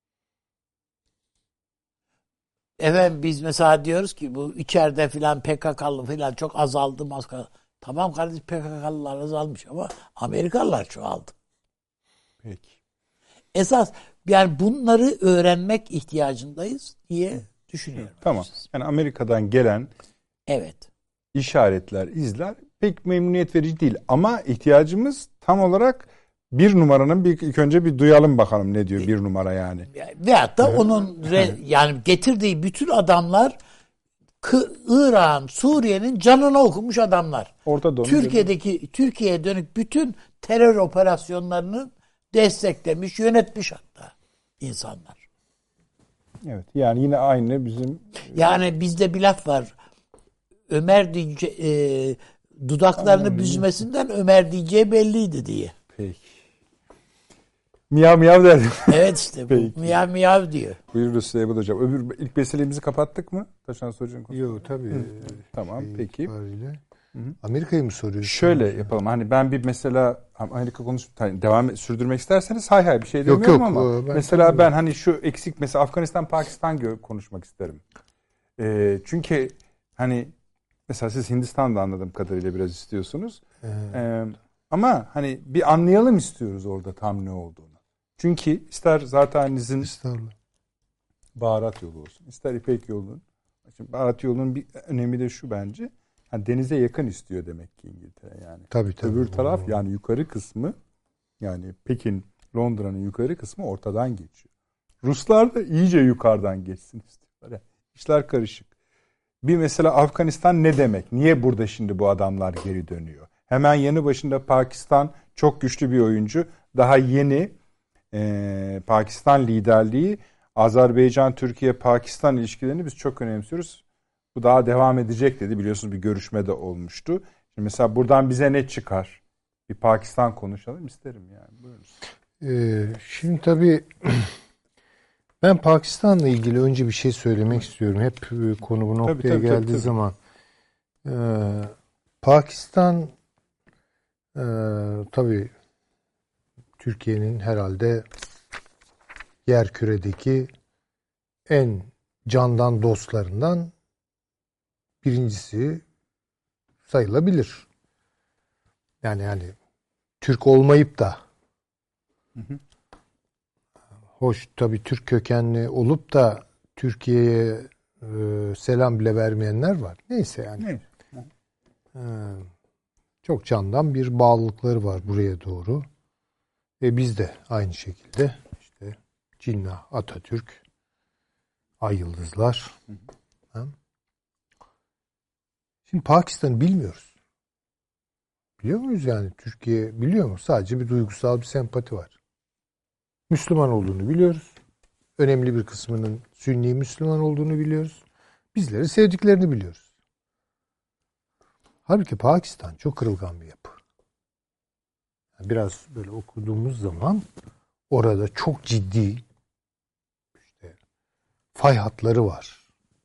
Speaker 2: Efendim biz mesela diyoruz ki bu içeride filan PKK'lı filan çok azaldı. Tamam kardeşim PKK'lılar azalmış ama Amerikalılar çoğaldı.
Speaker 1: Peki.
Speaker 2: Esas yani bunları öğrenmek ihtiyacındayız diye düşünüyorum.
Speaker 1: Tamam. Yani Amerika'dan gelen
Speaker 2: evet.
Speaker 1: işaretler, izler pek memnuniyet verici değil. Ama ihtiyacımız tam olarak bir numaranın ilk önce bir duyalım bakalım ne diyor bir numara yani.
Speaker 2: Veyahut da onun yani getirdiği bütün adamlar İran, Suriye'nin canına okumuş adamlar. Türkiye'ye dönük bütün terör operasyonlarını desteklemiş, yönetmiş hatta insanlar.
Speaker 1: Evet. Yani yine aynı bizim
Speaker 2: yani bizde bir laf var. Ömer diyece dudaklarını büzmesinden Ömer diyeceği belliydi diye.
Speaker 1: Peki. Miyav miyav derdim.
Speaker 2: Evet işte bu miyav miyav diyor.
Speaker 1: Buyurunuz Süleyman Hocam. Öbür ilk meselemizi kapattık mı? Taşan Hoca'nın konusu.
Speaker 4: Yok tabii.
Speaker 1: Tamam peki.
Speaker 4: Amerika'yı mı soruyorsun?
Speaker 1: Şöyle yapalım. Hani ben bir mesela Amerika konusunu sürdürmek isterseniz hay bir şey demiyorum ama mesela ben hani şu eksik mesela Afganistan Pakistan konuşmak isterim. Çünkü hani mesela siz Hindistan'da anladığım kadarıyla biraz istiyorsunuz. Ama hani bir anlayalım istiyoruz orada tam ne olduğunu. Çünkü ister zaten baharat yolu olsun, ister İpek yolunun. Şimdi baharat yolunun bir önemi de şu bence. Yani denize yakın istiyor demek ki İngiltere yani.
Speaker 4: Tabii.
Speaker 1: Öbür taraf yani yukarı kısmı yani Pekin Londra'nın yukarı kısmı ortadan geçiyor. Ruslar da iyice yukarıdan geçsin istiyorlar. Yani işler karışık. Bir mesela Afganistan ne demek? Niye burada şimdi bu adamlar geri dönüyor? Hemen yanı başında Pakistan çok güçlü bir oyuncu. Daha yeni Pakistan liderliği, Azerbaycan, Türkiye, Pakistan ilişkilerini biz çok önemsiyoruz. Bu daha devam edecek dedi. Biliyorsunuz bir görüşme de olmuştu. Şimdi mesela buradan bize ne çıkar? Bir Pakistan konuşalım isterim yani. Buyurun.
Speaker 4: Şimdi tabii ben Pakistan'la ilgili önce bir şey söylemek istiyorum. Hep konu bu noktaya geldiği zaman. Pakistan tabii Türkiye'nin herhalde yerküredeki en candan dostlarından birincisi sayılabilir. Yani Türk olmayıp da hoş tabii Türk kökenli olup da Türkiye'ye selam bile vermeyenler var. Neyse yani. Çok candan bir bağlılıkları var buraya doğru. Ve biz de aynı şekilde işte Cinnah, Atatürk, Ay Yıldızlar. Şimdi Pakistan'ı bilmiyoruz. Biliyor muyuz yani? Türkiye biliyor mu? Sadece bir duygusal bir sempati var. Müslüman olduğunu biliyoruz. Önemli bir kısmının Sünni Müslüman olduğunu biliyoruz. Bizleri sevdiklerini biliyoruz. Halbuki Pakistan çok kırılgan bir yapı. Biraz böyle okuduğumuz zaman orada çok ciddi işte fay hatları var.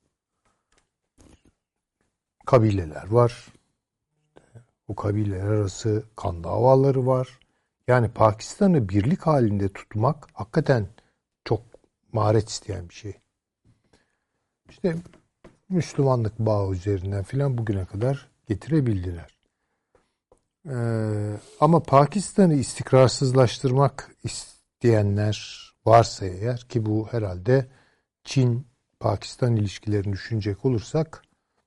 Speaker 4: Kabileler var. O kabileler arası kan davaları var. Yani Pakistan'ı birlik halinde tutmak hakikaten çok maharet isteyen bir şey. İşte Müslümanlık bağı üzerinden filan bugüne kadar getirebildiler. Ama Pakistan'ı istikrarsızlaştırmak isteyenler varsa eğer, ki bu herhalde Çin-Pakistan ilişkilerini düşünecek olursak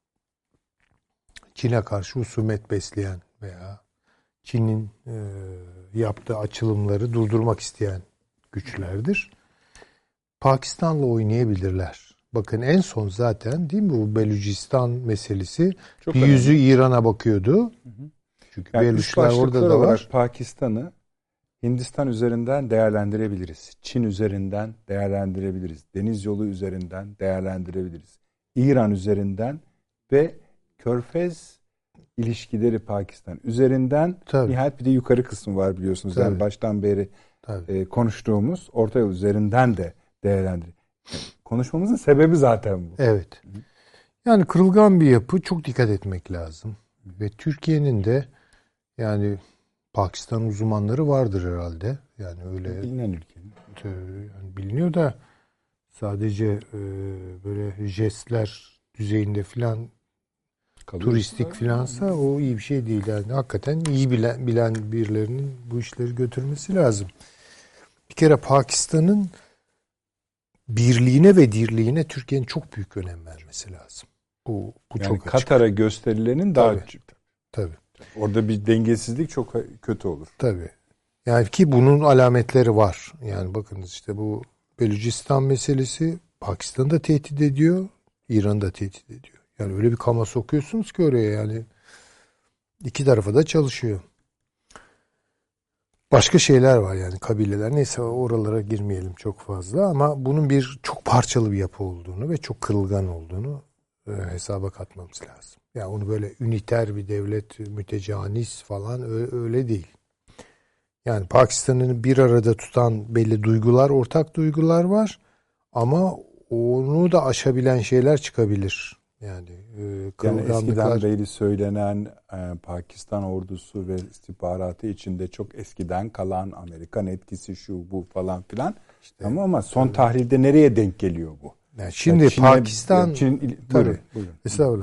Speaker 4: Çin'e karşı husumet besleyen veya Çin'in yaptığı açılımları durdurmak isteyen güçlerdir. Pakistan'la oynayabilirler. Bakın en son zaten değil mi bu Belucistan meselesi çok bir önemli. Yüzü İran'a bakıyordu. Hı. Çünkü yani Beluşlar orada da var.
Speaker 1: Pakistan'ı Hindistan üzerinden değerlendirebiliriz. Çin üzerinden değerlendirebiliriz. Deniz yolu üzerinden değerlendirebiliriz. İran üzerinden ve Körfez ilişkileri Pakistan üzerinden nihayet bir de yukarı kısmı var biliyorsunuz. Tabii. Yani baştan beri konuştuğumuz orta yol üzerinden de değerlendir. Konuşmamızın sebebi zaten bu.
Speaker 4: Evet. Yani kırılgan bir yapı, çok dikkat etmek lazım. Ve Türkiye'nin de yani Pakistan uzmanları vardır herhalde. Yani öyle
Speaker 1: bilinen ülke.
Speaker 4: Yani biliniyor da sadece böyle jestler düzeyinde filan turistik filansa o iyi bir şey değil. Yani hakikaten iyi bilen birilerinin bu işleri götürmesi lazım. Bir kere Pakistan'ın birliğine ve dirliğine Türkiye'nin çok büyük önem vermesi lazım. Bu
Speaker 1: yani
Speaker 4: çok açık.
Speaker 1: Katar'a gösterilenin daha açık.
Speaker 4: Tabii.
Speaker 1: Orada bir dengesizlik çok kötü olur.
Speaker 4: Tabii. Yani ki bunun alametleri var. Yani bakınız işte bu Belucistan meselesi Pakistan'ı da tehdit ediyor, İran'ı da tehdit ediyor. Yani öyle bir kama sokuyorsunuz ki oraya yani iki tarafa da çalışıyor. Başka şeyler var yani kabileler. Neyse oralara girmeyelim çok fazla ama bunun bir çok parçalı bir yapı olduğunu ve çok kırılgan olduğunu hesaba katmamız lazım. Yani onu böyle üniter bir devlet, mütecanis falan öyle değil. Yani Pakistan'ın bir arada tutan belli duygular, ortak duygular var ama onu da aşabilen şeyler çıkabilir. Yani
Speaker 1: eskiden beri söylenen Pakistan ordusu ve istihbaratı içinde çok eskiden kalan Amerikan etkisi şu bu falan filan. İşte, ama son tahlilde nereye denk geliyor bu?
Speaker 4: Yani şimdi yani Pakistan buyurun. Estağfurullah.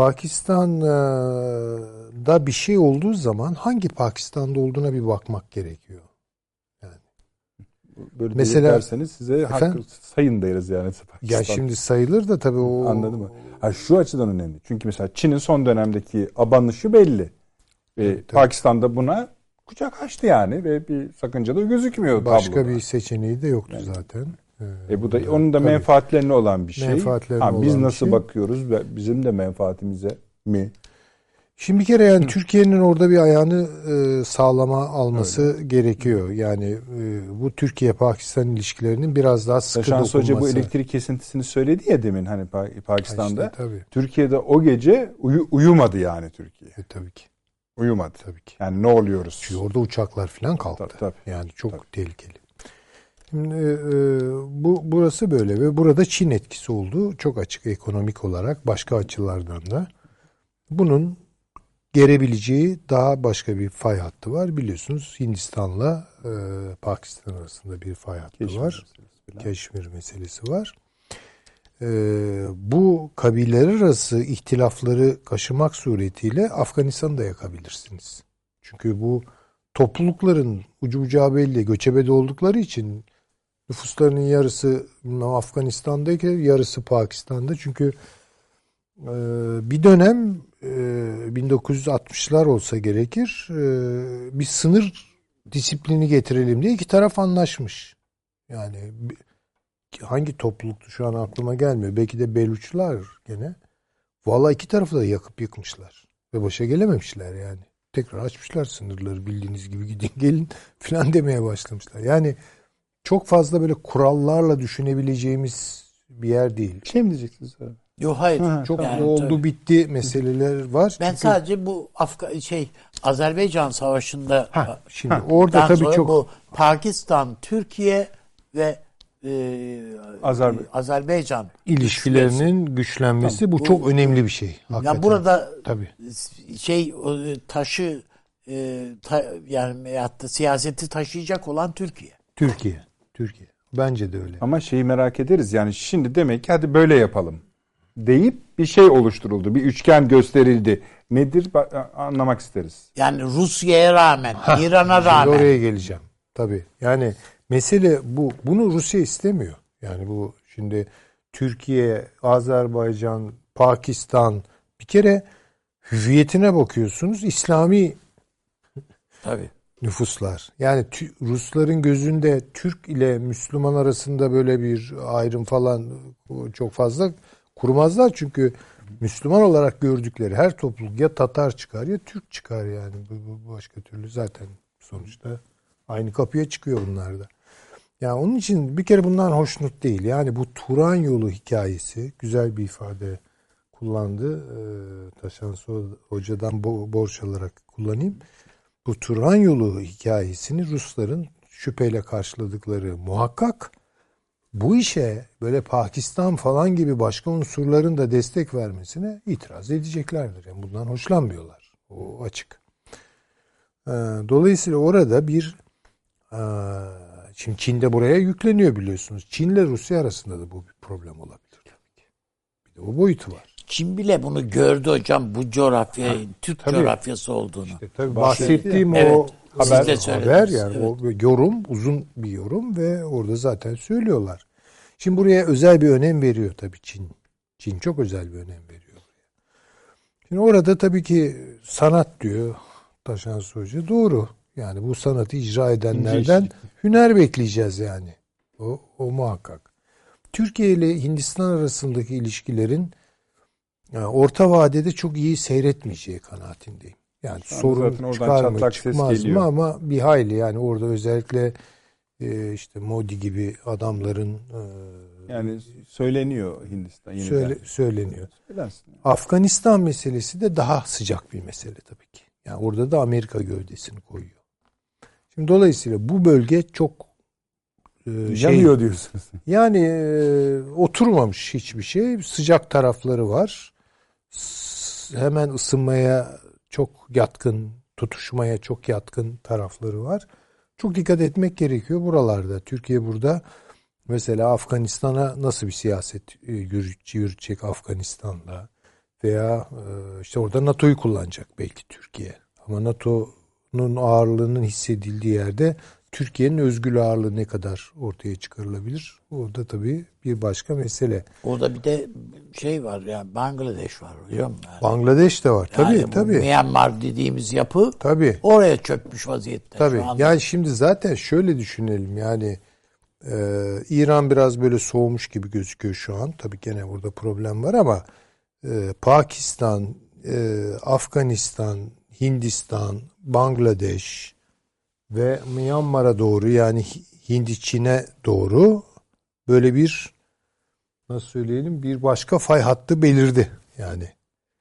Speaker 4: Pakistan'da bir şey olduğu zaman hangi Pakistan'da olduğuna bir bakmak gerekiyor. Yani
Speaker 1: böyle mesela derseniz size hakkı sayın deriz yani Pakistan.
Speaker 4: Ya şimdi sayılır da tabii o
Speaker 1: anladım mı? Şu açıdan önemli. Çünkü mesela Çin'in son dönemdeki abanışı belli. Pakistan'da buna kucak açtı yani ve bir sakınca da gözükmüyor
Speaker 4: Başka
Speaker 1: tabloda.
Speaker 4: bir seçeneği de yoktu zaten.
Speaker 1: Bu da onun da menfaatlerine olan bir şey.
Speaker 4: Menfaatlerine
Speaker 1: Biz
Speaker 4: olan
Speaker 1: nasıl
Speaker 4: bir şey.
Speaker 1: bakıyoruz ve bizim de menfaatimize mi?
Speaker 4: Şimdi bir kere yani Türkiye'nin orada bir ayağını sağlama alması gerekiyor. Yani bu Türkiye-Pakistan ilişkilerinin biraz daha sıkı
Speaker 1: Taşans
Speaker 4: dokunması.
Speaker 1: Hoca bu elektrik kesintisini söyledi ya demin hani Pakistan'da.
Speaker 4: İşte, tabii.
Speaker 1: Türkiye'de o gece uyumadı yani Türkiye.
Speaker 4: Tabii ki.
Speaker 1: Uyumadı.
Speaker 4: Tabii ki.
Speaker 1: Yani ne oluyoruz?
Speaker 4: Çünkü orada uçaklar falan kalktı.
Speaker 1: Tabii.
Speaker 4: Yani çok tehlikeli. Şimdi, burası böyle ve burada Çin etkisi olduğu çok açık ekonomik olarak başka açılardan da. Bunun gerebileceği daha başka bir fay hattı var. Biliyorsunuz Hindistan'la Pakistan arasında bir fay hattı var. Keşmir meselesi var. Bu kabileler arası ihtilafları kaşımak suretiyle Afganistan'ı da yakabilirsiniz. Çünkü bu toplulukların ucu bucağı belli, göçebede oldukları için nüfuslarının yarısı Afganistan'dayken yarısı Pakistan'da. Çünkü bir dönem 1960'lar olsa gerekir bir sınır disiplini getirelim diye iki taraf anlaşmış. Yani hangi topluluktu şu an aklıma gelmiyor. Belki de Beluçlar gene. Vallahi iki tarafı da yakıp yıkmışlar. Ve başa gelememişler yani. Tekrar açmışlar sınırları bildiğiniz gibi gidin gelin falan demeye başlamışlar. Yani çok fazla böyle kurallarla düşünebileceğimiz bir yer değil.
Speaker 1: Bir şey mi diyeceksiniz abi?
Speaker 2: Yok hayır.
Speaker 4: Çok
Speaker 2: Yani,
Speaker 4: oldu
Speaker 2: tabii.
Speaker 4: bitti meseleler var.
Speaker 2: Ben
Speaker 4: Çünkü
Speaker 2: sadece bu Azerbaycan Savaşı'nda
Speaker 4: şimdi orada tabii
Speaker 2: sonra
Speaker 4: çok
Speaker 2: bu Pakistan, Türkiye ve Azerbaycan
Speaker 4: ilişkilerinin güçlenmesi bu çok önemli bir şey.
Speaker 2: Yani burada
Speaker 4: tabii.
Speaker 2: Taşı yani hatta siyaseti taşıyacak olan Türkiye.
Speaker 4: Türkiye. Bence de öyle.
Speaker 1: Ama şeyi merak ederiz yani şimdi demek ki hadi böyle yapalım deyip bir şey oluşturuldu. Bir üçgen gösterildi. Nedir anlamak isteriz.
Speaker 2: Yani Rusya'ya rağmen, İran'a rağmen.
Speaker 4: Oraya geleceğim. Tabii. Yani mesele bu. Bunu Rusya istemiyor. Yani bu şimdi Türkiye, Azerbaycan, Pakistan bir kere hüviyetine bakıyorsunuz. İslami
Speaker 2: Tabii.
Speaker 4: nüfuslar. Yani Rusların gözünde Türk ile Müslüman arasında böyle bir ayrım falan çok fazla kurmazlar. Çünkü Müslüman olarak gördükleri her topluluk ya Tatar çıkar ya Türk çıkar yani. Bu başka türlü zaten sonuçta aynı kapıya çıkıyor bunlar da. Yani onun için bir kere bundan hoşnut değil. Yani bu Turan yolu hikayesi güzel bir ifade kullandı. Taşans Hoca'dan borç alarak kullanayım. Bu Turan yolu hikayesini Rusların şüpheyle karşıladıkları muhakkak. Bu işe böyle Pakistan falan gibi başka unsurların da destek vermesine itiraz edeceklerdir. Yani bundan hoşlanmıyorlar. O açık. Dolayısıyla orada şimdi Çin de buraya yükleniyor biliyorsunuz. Çin ile Rusya arasında da bu bir problem olabilir. Bir de o boyutu var.
Speaker 2: Çin bile bunu gördü hocam bu coğrafyanın Türk coğrafyası olduğunu.
Speaker 4: İşte tabii bahsettiğim o haber yani o yorum uzun bir yorum ve orada zaten söylüyorlar. Şimdi buraya özel bir önem veriyor tabii Çin. Çin çok özel bir önem veriyor buraya. Şimdi orada tabii ki sanat diyor Taşans Hoca. Doğru. Yani bu sanatı icra edenlerden hüner bekleyeceğiz yani. O muhakkak. Türkiye ile Hindistan arasındaki ilişkilerin yani orta vadede çok iyi seyretmeyeceği kanaatindeyim. Yani sorun çıkar mı çıkmaz mı ama bir hayli yani orada özellikle işte Modi gibi adamların
Speaker 1: yani söyleniyor Hindistan
Speaker 4: söyleniyor. Afganistan meselesi de daha sıcak bir mesele tabii ki. Yani orada da Amerika gövdesini koyuyor. Şimdi dolayısıyla bu bölge çok
Speaker 1: yanıyor diyorsunuz.
Speaker 4: Yani oturmamış hiçbir şey. Sıcak tarafları var. Hemen ısınmaya çok yatkın, tutuşmaya çok yatkın tarafları var. Çok dikkat etmek gerekiyor buralarda. Türkiye burada mesela Afganistan'a nasıl bir siyaset yürütecek Afganistan'da veya işte orada NATO'yu kullanacak belki Türkiye. Ama NATO'nun ağırlığının hissedildiği yerde Türkiye'nin özgür ağırlığı ne kadar ortaya çıkarılabilir? Orada tabii bir başka mesele.
Speaker 2: Orada bir de şey var ya, Bangladeş var hocam. Yani.
Speaker 4: Bangladeş de var. Tabii
Speaker 2: yani
Speaker 4: tabii.
Speaker 2: Myanmar dediğimiz yapı
Speaker 4: Tabii.
Speaker 2: oraya çökmüş vaziyette.
Speaker 4: Tabii.
Speaker 2: Şu anda.
Speaker 4: Yani şimdi zaten şöyle düşünelim, yani İran biraz böyle soğumuş gibi gözüküyor şu an. Tabii gene burada problem var ama Pakistan, Afganistan, Hindistan, Bangladeş ve Myanmar'a doğru, yani Hindi-Çin'e doğru böyle bir, nasıl söyleyelim, bir başka fay hattı belirdi yani.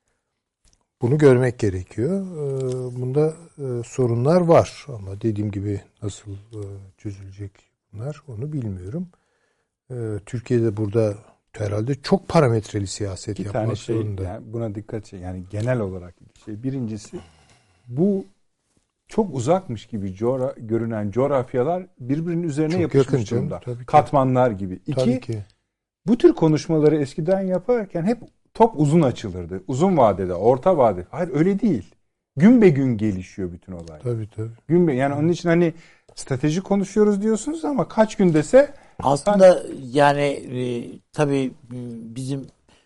Speaker 4: Bunu görmek gerekiyor. Bunda sorunlar var ama dediğim gibi nasıl çözülecek bunlar, onu bilmiyorum. Türkiye'de burada herhalde çok parametreli siyaset
Speaker 1: İki
Speaker 4: yapmak
Speaker 1: tane şey,
Speaker 4: zorunda.
Speaker 1: yani buna dikkat çek. Yani genel olarak iki şey. Birincisi, bu çok uzakmış gibi görünen coğrafyalar birbirinin üzerine
Speaker 4: Çok
Speaker 1: yapışmış
Speaker 4: yakın canım,
Speaker 1: durumda.
Speaker 4: tabii ki.
Speaker 1: Katmanlar gibi.
Speaker 4: Tabii
Speaker 1: İki,
Speaker 4: ki.
Speaker 1: bu tür konuşmaları eskiden yaparken hep top uzun açılırdı. Uzun vadede, orta vadede. Hayır, öyle değil. Gün be gün gelişiyor bütün olay.
Speaker 4: Tabii tabii.
Speaker 1: Yani onun için hani strateji konuşuyoruz diyorsunuz ama kaç gün dese
Speaker 2: Aslında yani tabii bizim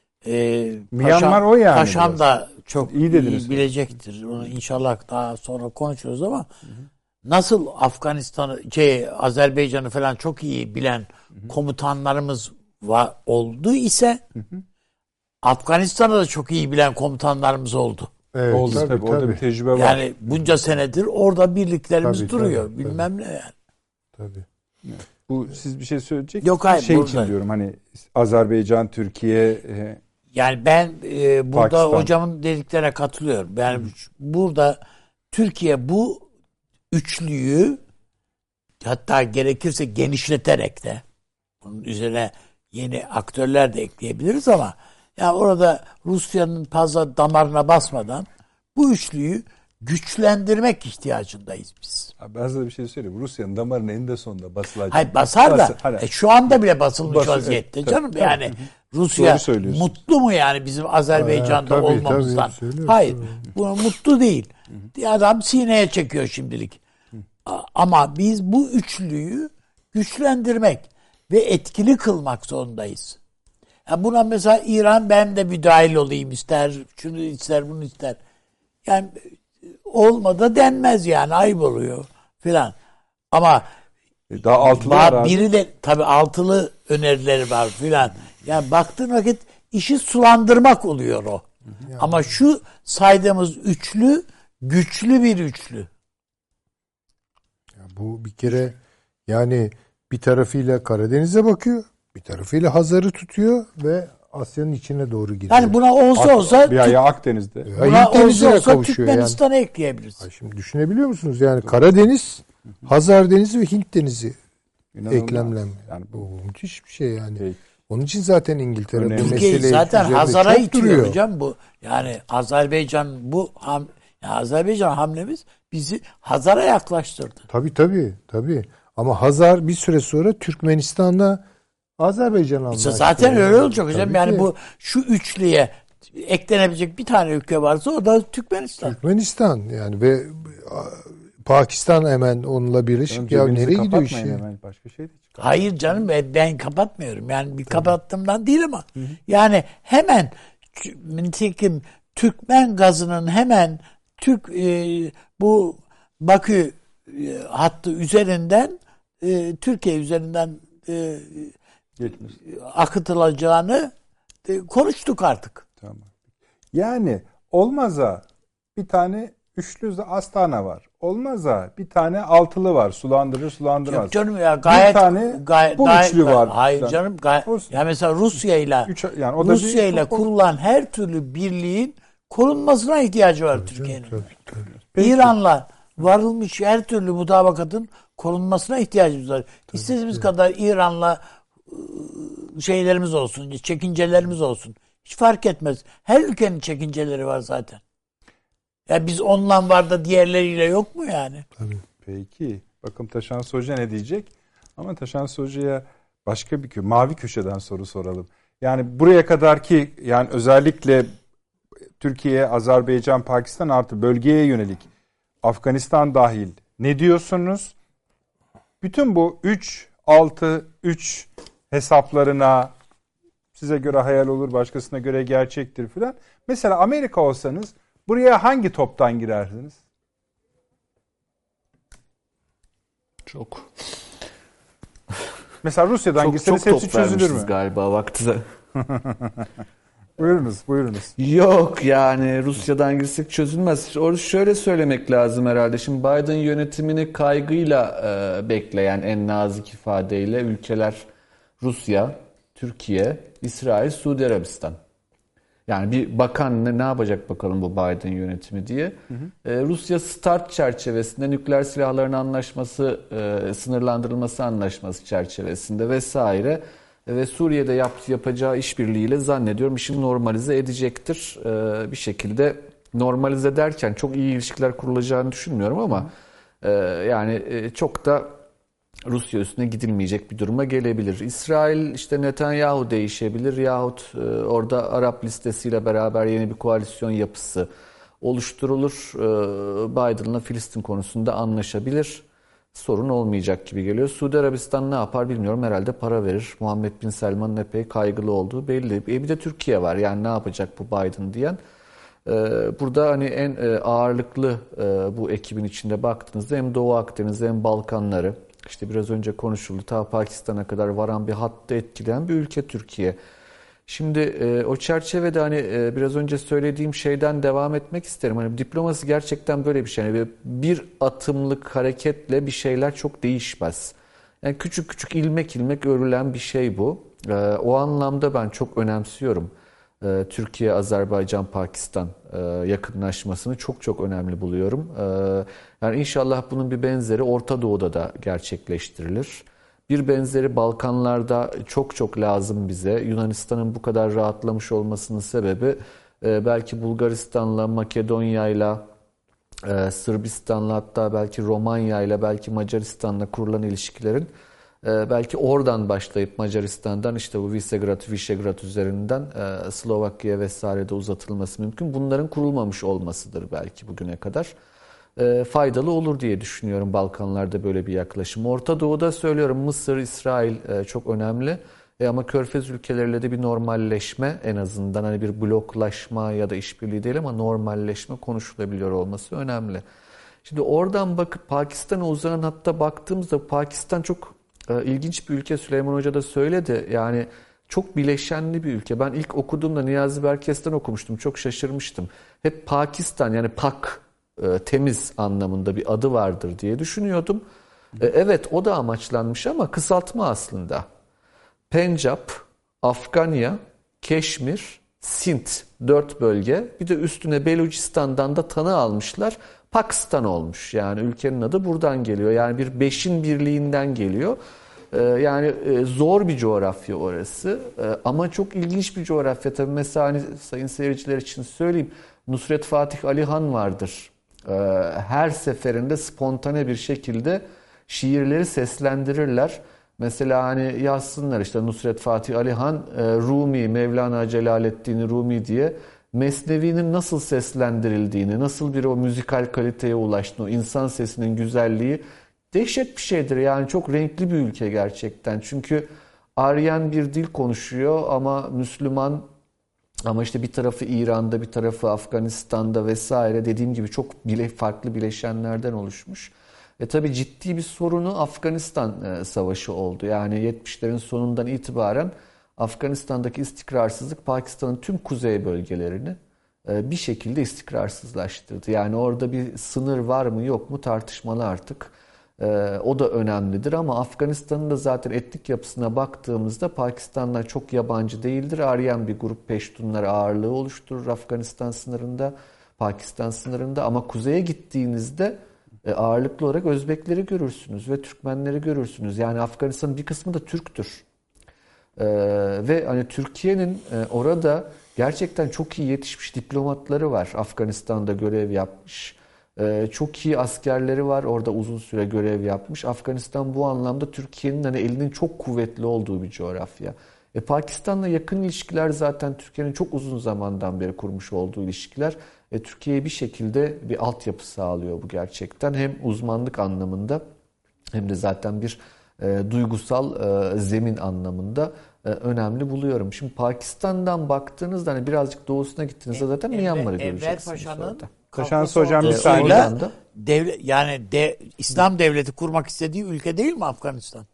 Speaker 1: Myanmar o yani
Speaker 2: Paşam
Speaker 1: biraz.
Speaker 2: da çok
Speaker 1: İyi dediniz.
Speaker 2: bilecektir. Onu inşallah daha sonra konuşuruz ama nasıl Afganistan'ı, Azerbaycan'ı falan çok iyi bilen komutanlarımız oldu ise Afganistan'ı da çok iyi bilen komutanlarımız oldu.
Speaker 4: Evet,
Speaker 1: oldu tabii. Orada bir tecrübe var.
Speaker 2: Yani bunca senedir orada birliklerimiz
Speaker 4: Tabii,
Speaker 2: duruyor.
Speaker 4: tabii,
Speaker 2: Bilmem ne yani.
Speaker 4: Tabii.
Speaker 1: Bu, siz bir şey söyleyecek
Speaker 2: Yok, hayır,
Speaker 1: şey
Speaker 2: burada.
Speaker 1: için diyorum, hani Azerbaycan, Türkiye,
Speaker 2: Yani ben burada
Speaker 1: Pakistan.
Speaker 2: hocamın dediklerine katılıyorum. Yani burada Türkiye bu üçlüyü hatta gerekirse genişleterek de bunun üzerine yeni aktörler de ekleyebiliriz ama yani orada Rusya'nın fazla damarına basmadan bu üçlüyü güçlendirmek ihtiyacındayız biz.
Speaker 1: Abi ben size bir şey söyleyeyim. Rusya'nın damarının eninde sonunda basılacak.
Speaker 2: Hayır, basar da
Speaker 1: Hani,
Speaker 2: şu anda bile basılmış
Speaker 1: Basıyor,
Speaker 2: vaziyette
Speaker 1: evet,
Speaker 2: canım.
Speaker 1: tabii,
Speaker 2: Yani
Speaker 1: tabii.
Speaker 2: Rusya
Speaker 1: Doğru söylüyorsunuz.
Speaker 2: mutlu mu yani bizim Azerbaycan'da
Speaker 4: Tabii,
Speaker 2: olmamızdan?
Speaker 4: tabii, söylüyorsun.
Speaker 2: Hayır, buna mutlu değil. Adam sineye çekiyor şimdilik. Ama biz bu üçlüyü güçlendirmek ve etkili kılmak zorundayız. Yani buna mesela İran, ben de müdahil olayım ister, şunu ister, bunu ister. Yani olmadı denmez yani, ayıp oluyor filan. Ama
Speaker 1: daha altılı var abi.
Speaker 2: biri de tabii altılı önerileri var filan. Yani baktığın vakit işi sulandırmak oluyor o. Yani. Ama şu saydığımız üçlü güçlü bir üçlü.
Speaker 4: Ya bu bir kere yani bir tarafıyla Karadeniz'e bakıyor, bir tarafıyla Hazar'ı tutuyor ve Asya'nın içine doğru gidiyor.
Speaker 2: Yani buna olsa
Speaker 1: bir ayağı Akdeniz'de.
Speaker 2: buna
Speaker 4: Hint Denizi'ne
Speaker 2: olsa
Speaker 4: kavuşuyor
Speaker 2: Türkmenistan'a ekleyebiliriz.
Speaker 4: Şimdi düşünebiliyor musunuz? Yani Karadeniz, Hazar Denizi ve Hint Denizi eklemlenme. Yani bu müthiş bir şey yani.
Speaker 1: Peki.
Speaker 4: Onun için zaten İngiltere bu
Speaker 2: Türkiye
Speaker 4: mesele
Speaker 2: zaten
Speaker 4: üzerinde
Speaker 2: Hazar'a
Speaker 4: çok
Speaker 2: itiyor
Speaker 4: duruyor.
Speaker 2: hocam bu. Yani Azerbaycan Azerbaycan hamlemiz bizi Hazar'a yaklaştırdı.
Speaker 4: Tabii. Ama Hazar bir süre sonra Türkmenistan'la Azerbaycan anlaştı.
Speaker 2: Zaten öyle olacak hocam.
Speaker 4: Tabii
Speaker 2: Yani
Speaker 4: ki.
Speaker 2: bu şu üçlüye eklenebilecek bir tane ülke varsa o da Türkmenistan.
Speaker 4: Türkmenistan yani ve Pakistan hemen onunla birleşik. Ya nereye gidiyor iş ya?
Speaker 1: Hemen. Başka şey de çıkar.
Speaker 2: Hayır canım, ben kapatmıyorum. Yani bir kapattığımdan değil ama yani hemen nitekim Türkmen gazının hemen bu Bakü hattı üzerinden Türkiye üzerinden akıtılacağını konuştuk artık.
Speaker 1: Tamam. Yani olmaza bir tane üçlü Astana var. Olmaza bir tane altılı var. Sulandırmaz.
Speaker 2: Yok canım ya, gayet
Speaker 1: bir tane bu üçlü var.
Speaker 2: Hayır canım, ya mesela Rusya ile kurulan her türlü birliğin korunmasına ihtiyacı var Türkiye'nin. İran'la varılmış her türlü mutabakatın korunmasına ihtiyacımız var. İstediğimiz kadar İran'la şeylerimiz olsun, çekincelerimiz olsun. Hiç fark etmez. Her ülkenin çekinceleri var zaten. Ya biz onunla var da diğerleriyle yok mu yani?
Speaker 4: Tabii.
Speaker 1: Peki. Bakın Taşansı Hoca ne diyecek? Ama Taşansı Hoca'ya başka bir mavi köşeden soru soralım. Yani buraya kadar ki yani özellikle Türkiye, Azerbaycan, Pakistan artı bölgeye yönelik Afganistan dahil ne diyorsunuz? bütün bu 3-6-3 hesaplarına, size göre hayal olur, başkasına göre gerçektir filan. Mesela Amerika olsanız buraya hangi toptan girersiniz?
Speaker 3: Çok.
Speaker 1: Mesela Rusya'dan girseniz hepsi çözülür mü?
Speaker 3: Galiba vaktinde.
Speaker 1: Buyurunuz.
Speaker 3: Yok yani Rusya'dan girsek çözülmez. Orada şöyle söylemek lazım herhalde. Şimdi Biden yönetimini kaygıyla bekleyen, en nazik ifadeyle ülkeler Rusya, Türkiye, İsrail, Suudi Arabistan. Yani bir bakan ne yapacak bakalım bu Biden yönetimi diye. Rusya START çerçevesinde, nükleer silahların anlaşması, sınırlandırılması anlaşması çerçevesinde vesaire ve Suriye'de yapacağı işbirliğiyle zannediyorum işini normalize edecektir. Bir şekilde normalize derken çok iyi ilişkiler kurulacağını düşünmüyorum ama yani çok da Rusya üstüne gidilmeyecek bir duruma gelebilir. İsrail işte Netanyahu değişebilir yahut orada Arap listesiyle beraber yeni bir koalisyon yapısı oluşturulur. Biden'la Filistin konusunda anlaşabilir. Sorun olmayacak gibi geliyor. Suudi Arabistan ne yapar bilmiyorum. Herhalde para verir. Muhammed Bin Selman'ın epey kaygılı olduğu belli. Bir de Türkiye var. Yani ne yapacak bu Biden diyen. Burada hani en ağırlıklı bu ekibin içinde baktığınızda hem Doğu Akdeniz hem Balkanları, işte biraz önce konuşuldu, ta Pakistan'a kadar varan bir hattı etkileyen bir ülke Türkiye. Şimdi o çerçevede hani biraz önce söylediğim şeyden devam etmek isterim. Hani diplomasi gerçekten böyle bir şey. Yani bir atımlık hareketle bir şeyler çok değişmez. Yani küçük küçük ilmek ilmek örülen bir şey bu. O anlamda ben çok önemsiyorum. Türkiye, Azerbaycan, Pakistan yakınlaşmasını çok çok önemli buluyorum. Yani inşallah bunun bir benzeri Orta Doğu'da da gerçekleştirilir. Bir benzeri Balkanlarda çok çok lazım bize. Yunanistan'ın bu kadar rahatlamış olmasının sebebi belki Bulgaristan'la, Makedonya'yla, Sırbistan'la, hatta belki Romanya'yla, belki Macaristan'la kurulan ilişkilerin belki oradan başlayıp Macaristan'dan işte bu Visegrad üzerinden Slovakya vesairede uzatılması mümkün. Bunların kurulmamış olmasıdır belki bugüne kadar. Faydalı olur diye düşünüyorum Balkanlarda böyle bir yaklaşım. Orta Doğu'da söylüyorum, Mısır, İsrail çok önemli. Ama Körfez ülkeleriyle de bir normalleşme, en azından hani bir bloklaşma ya da işbirliği değil ama normalleşme konuşulabiliyor olması önemli. Şimdi oradan bakıp Pakistan'a uzanan hatta baktığımızda Pakistan çok ilginç bir ülke. Süleyman Hoca da söyledi. Yani çok bileşenli bir ülke. Ben ilk okuduğumda Niyazi Berkes'ten okumuştum. Çok şaşırmıştım. Hep Pakistan, yani pak, temiz anlamında bir adı vardır diye düşünüyordum. Evet, o da amaçlanmış ama kısaltma aslında. Pencap, Afganya, Keşmir, Sint 4 bölge. Bir de üstüne Belucistan'dan da tanı almışlar. Pakistan olmuş. Yani ülkenin adı buradan geliyor. Yani bir beşin birliğinden geliyor. Yani zor bir coğrafya orası. Ama çok ilginç bir coğrafya. Tabii mesela hani sayın seyirciler için söyleyeyim. Nusret Fatih Alihan vardır. Her seferinde spontane bir şekilde şiirleri seslendirirler. Mesela hani yazsınlar işte Nusret Fatih Alihan Rumi, Mevlana Celaleddin Rumi diye Mesnevi'nin nasıl seslendirildiğini, nasıl bir o müzikal kaliteye ulaştığını, o insan sesinin güzelliği dehşet bir şeydir. Yani çok renkli bir ülke gerçekten. Çünkü Aryan bir dil konuşuyor ama Müslüman, ama işte bir tarafı İran'da, bir tarafı Afganistan'da vesaire, dediğim gibi çok farklı bileşenlerden oluşmuş. Tabii ciddi bir sorunu Afganistan savaşı oldu. Yani 70'lerin sonundan itibaren Afganistan'daki istikrarsızlık Pakistan'ın tüm kuzey bölgelerini bir şekilde istikrarsızlaştırdı. Yani orada bir sınır var mı yok mu tartışmalı artık. O da önemlidir ama Afganistan'ın da zaten etnik yapısına baktığımızda Pakistan'dan çok yabancı değildir. Aryan bir grup Peştunlar ağırlığı oluşturur Afganistan sınırında, Pakistan sınırında, ama kuzeye gittiğinizde ağırlıklı olarak Özbekleri görürsünüz ve Türkmenleri görürsünüz. Yani Afganistan'ın bir kısmı da Türktür. Ve hani Türkiye'nin orada gerçekten çok iyi yetişmiş diplomatları var. Afganistan'da görev yapmış. Çok iyi askerleri var. Orada uzun süre görev yapmış. Afganistan bu anlamda Türkiye'nin hani elinin çok kuvvetli olduğu bir coğrafya. Pakistan'la yakın ilişkiler zaten Türkiye'nin çok uzun zamandan beri kurmuş olduğu ilişkiler. Türkiye'ye bir şekilde bir altyapı sağlıyor bu gerçekten. Hem uzmanlık anlamında hem de zaten bir duygusal zemin anlamında önemli buluyorum. Şimdi Pakistan'dan baktığınızda hani birazcık doğusuna gittiğinizde zaten Myanmar'ı göreceksiniz orada.
Speaker 1: Taşansı hocam bir
Speaker 2: saniye.
Speaker 1: saniye.
Speaker 2: İslam devleti kurmak istediği ülke değil mi Afganistan?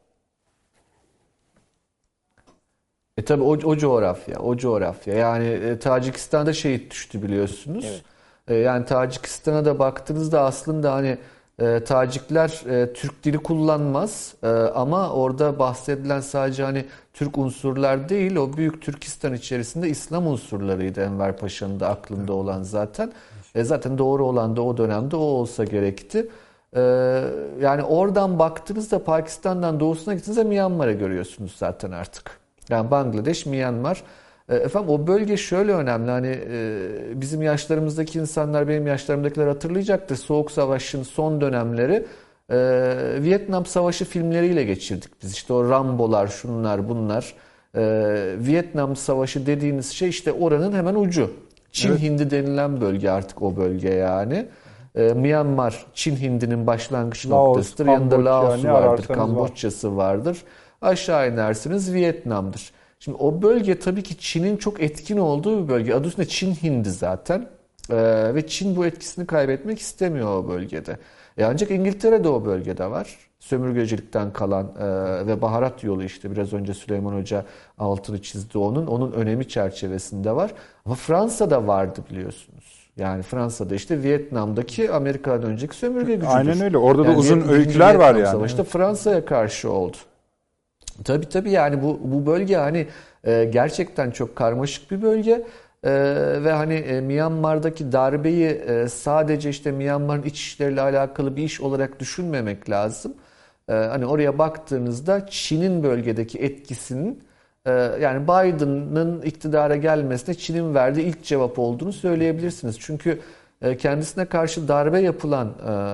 Speaker 3: Tabii o coğrafya. Yani Tacikistan'da şehit düştü biliyorsunuz.
Speaker 2: Evet.
Speaker 3: Yani Tacikistan'a da baktığınızda aslında hani Tacikler Türk dili kullanmaz ama orada bahsedilen sadece hani Türk unsurlar değil, o büyük Türkistan içerisinde İslam unsurlarıydı Enver Paşa'nın da aklında olan zaten. Zaten doğru olan da o dönemde o olsa gerekti. Yani oradan baktığınızda Pakistan'dan doğusuna gittiğinizde Myanmar'ı görüyorsunuz zaten artık. Yani Bangladeş, Myanmar. Efendim o bölge şöyle önemli, hani bizim yaşlarımızdaki insanlar, benim yaşlarımdakiler hatırlayacaktır. Soğuk Savaş'ın son dönemleri Vietnam Savaşı filmleriyle geçirdik biz. İşte o Rambo'lar, şunlar bunlar. Vietnam Savaşı dediğiniz şey işte oranın hemen ucu. Çin evet. Hindi denilen bölge artık o bölge yani. Myanmar, Çin Hindi'nin başlangıç noktasıdır. Yanında Laos'u vardır, Kamboçya'sı vardır. Aşağı inersiniz Vietnam'dır. Şimdi o bölge tabii ki Çin'in çok etkin olduğu bir bölge. Adı üstünde Çin Hindi zaten. Ve Çin bu etkisini kaybetmek istemiyor o bölgede. Ancak İngiltere de o bölgede var. Sömürgecilikten kalan ve baharat yolu işte biraz önce Süleyman Hoca altını çizdi onun. Onun önemi çerçevesinde var. Ama Fransa'da vardı biliyorsunuz. Yani Fransa'da işte Vietnam'daki Amerika'dan önceki sömürge gücüdür.
Speaker 1: Aynen öyle. Orada da uzun öyküler var yani.
Speaker 3: Savaşta Fransa'ya karşı oldu. Tabii yani bu bölge hani gerçekten çok karmaşık bir bölge ve hani Myanmar'daki darbeyi sadece işte Myanmar'ın iç işleriyle alakalı bir iş olarak düşünmemek lazım. Hani oraya baktığınızda Çin'in bölgedeki etkisinin yani Biden'ın iktidara gelmesine Çin'in verdiği ilk cevap olduğunu söyleyebilirsiniz. Çünkü kendisine karşı darbe yapılan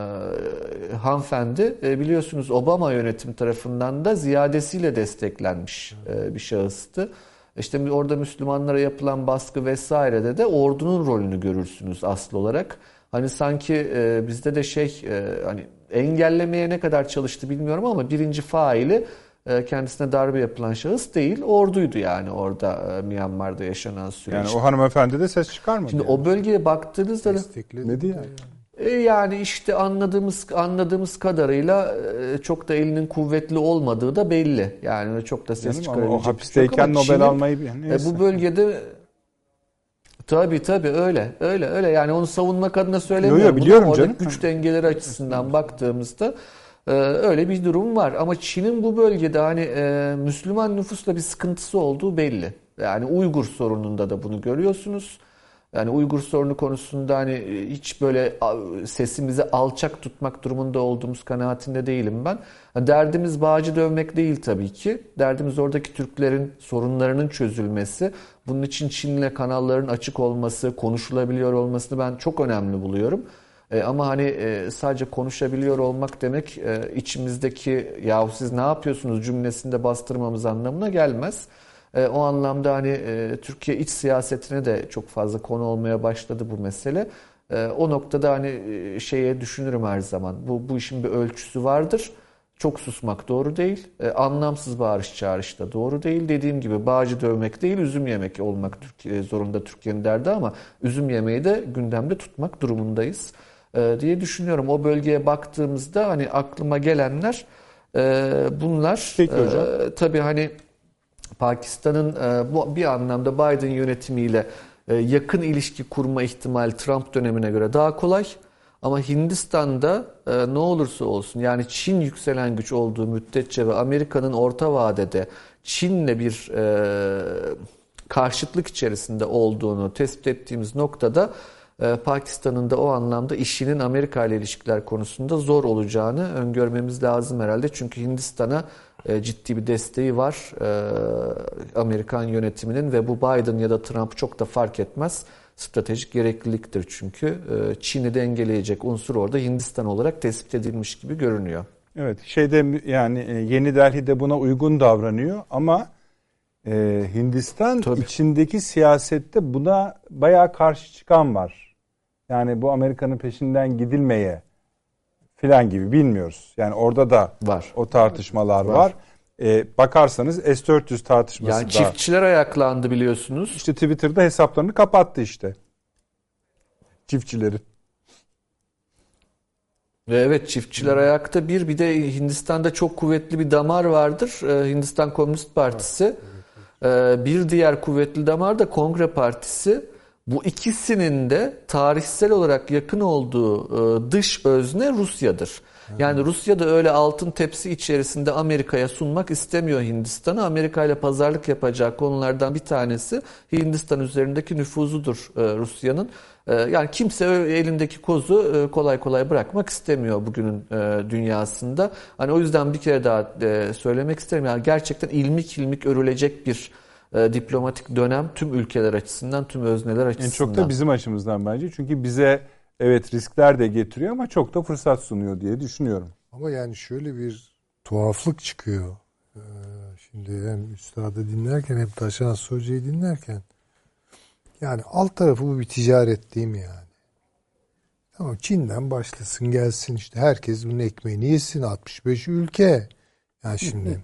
Speaker 3: hanımefendi biliyorsunuz Obama yönetim tarafından da ziyadesiyle desteklenmiş bir şahıstı. İşte orada Müslümanlara yapılan baskı vesairede de ordunun rolünü görürsünüz asıl olarak. Hani sanki bizde de hani engellemeye ne kadar çalıştı bilmiyorum ama birinci faili kendisine darbe yapılan şahıs değil, orduydu yani orada Myanmar'da yaşanan süreçte.
Speaker 1: Yani o hanımefendi de ses çıkarmadı.
Speaker 3: Şimdi yani. O bölgeye baktığınızda
Speaker 1: ne diyor?
Speaker 3: Yani işte anladığımız kadarıyla çok da elinin kuvvetli olmadığı da belli. Yani çok da ses çıkarabilecek.
Speaker 1: O hapisteyken Nobel almayı
Speaker 3: bu bölgede tabii öyle yani onu savunmak adına söylemiyorum.
Speaker 1: Biliyorum
Speaker 3: orada
Speaker 1: canım.
Speaker 3: Güç dengeleri açısından baktığımızda öyle bir durum var. Ama Çin'in bu bölgede hani Müslüman nüfusla bir sıkıntısı olduğu belli. Yani Uygur sorununda da bunu görüyorsunuz. Yani Uygur sorunu konusunda hani hiç böyle sesimizi alçak tutmak durumunda olduğumuz kanaatinde değilim ben. Derdimiz bağcı dövmek değil tabii ki. Derdimiz oradaki Türklerin sorunlarının çözülmesi. Bunun için Çin'le kanalların açık olması, konuşulabiliyor olmasını ben çok önemli buluyorum. Ama hani sadece konuşabiliyor olmak demek içimizdeki yahu siz ne yapıyorsunuz cümlesinde bastırmamız anlamına gelmez. O anlamda hani Türkiye iç siyasetine de çok fazla konu olmaya başladı bu mesele. O noktada hani düşünürüm her zaman. Bu işin bir ölçüsü vardır. Çok susmak doğru değil. Anlamsız bağırış çağrış da doğru değil. Dediğim gibi bağcı dövmek değil, üzüm yemek olmak zorunda Türkiye'nin derdi ama üzüm yemeği de gündemde tutmak durumundayız diye düşünüyorum. O bölgeye baktığımızda hani aklıma gelenler bunlar.
Speaker 1: Peki hocam.
Speaker 3: Tabii hani Pakistan'ın bu bir anlamda Biden yönetimiyle yakın ilişki kurma ihtimali Trump dönemine göre daha kolay. Ama Hindistan'da ne olursa olsun yani Çin yükselen güç olduğu müddetçe ve Amerika'nın orta vadede Çin'le bir karşıtlık içerisinde olduğunu tespit ettiğimiz noktada Pakistan'ın da o anlamda işinin Amerika ile ilişkiler konusunda zor olacağını öngörmemiz lazım herhalde. Çünkü Hindistan'a ciddi bir desteği var Amerikan yönetiminin ve bu Biden ya da Trump çok da fark etmez. Stratejik gerekliliktir çünkü Çin'i dengeleyecek unsur orada Hindistan olarak tespit edilmiş gibi görünüyor.
Speaker 1: Evet, yani Yeni Delhi'de buna uygun davranıyor ama Hindistan içindeki siyasette buna bayağı karşı çıkan var. Yani bu Amerika'nın peşinden gidilmeye filan gibi bilmiyoruz. Yani orada da
Speaker 3: Var.
Speaker 1: o tartışmalar var. Bakarsanız S-400 tartışması
Speaker 3: Yani
Speaker 1: da
Speaker 3: çiftçiler ayaklandı biliyorsunuz.
Speaker 1: işte Twitter'da hesaplarını kapattı işte. Çiftçilerin.
Speaker 3: Ve evet, çiftçiler ayakta. Bir de Hindistan'da çok kuvvetli bir damar vardır. Hindistan Komünist Partisi. Bir diğer kuvvetli damar da Kongre Partisi. Bu ikisinin de tarihsel olarak yakın olduğu dış özne Rusya'dır. Yani Rusya da öyle altın tepsi içerisinde Amerika'ya sunmak istemiyor Hindistan'ı. Amerika ile pazarlık yapacağı konulardan bir tanesi Hindistan üzerindeki nüfuzudur Rusya'nın. Yani kimse elindeki kozu kolay kolay bırakmak istemiyor bugünün dünyasında. Hani o yüzden bir kere daha söylemek isterim. Yani gerçekten ilmik ilmik örülecek bir diplomatik dönem tüm ülkeler açısından, tüm özneler açısından.
Speaker 1: En çok da bizim açımızdan bence. Çünkü bize evet riskler de getiriyor ama çok da fırsat sunuyor diye düşünüyorum.
Speaker 4: Ama yani şöyle bir tuhaflık çıkıyor. Şimdi hem üstadı dinlerken hem Taşan Hoca'yı dinlerken yani alt tarafı bu bir ticaret değil mi yani? Tamam, Çin'den başlasın gelsin işte herkes bunun ekmeğini yesin, 65 ülke. Yani şimdi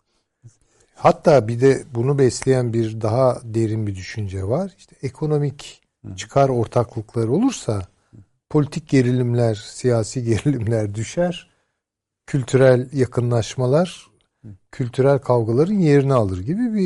Speaker 4: hatta bir de bunu besleyen bir daha derin bir düşünce var. İşte ekonomik çıkar ortaklıkları olursa politik gerilimler, siyasi gerilimler düşer. Kültürel yakınlaşmalar, kültürel kavgaların yerini alır gibi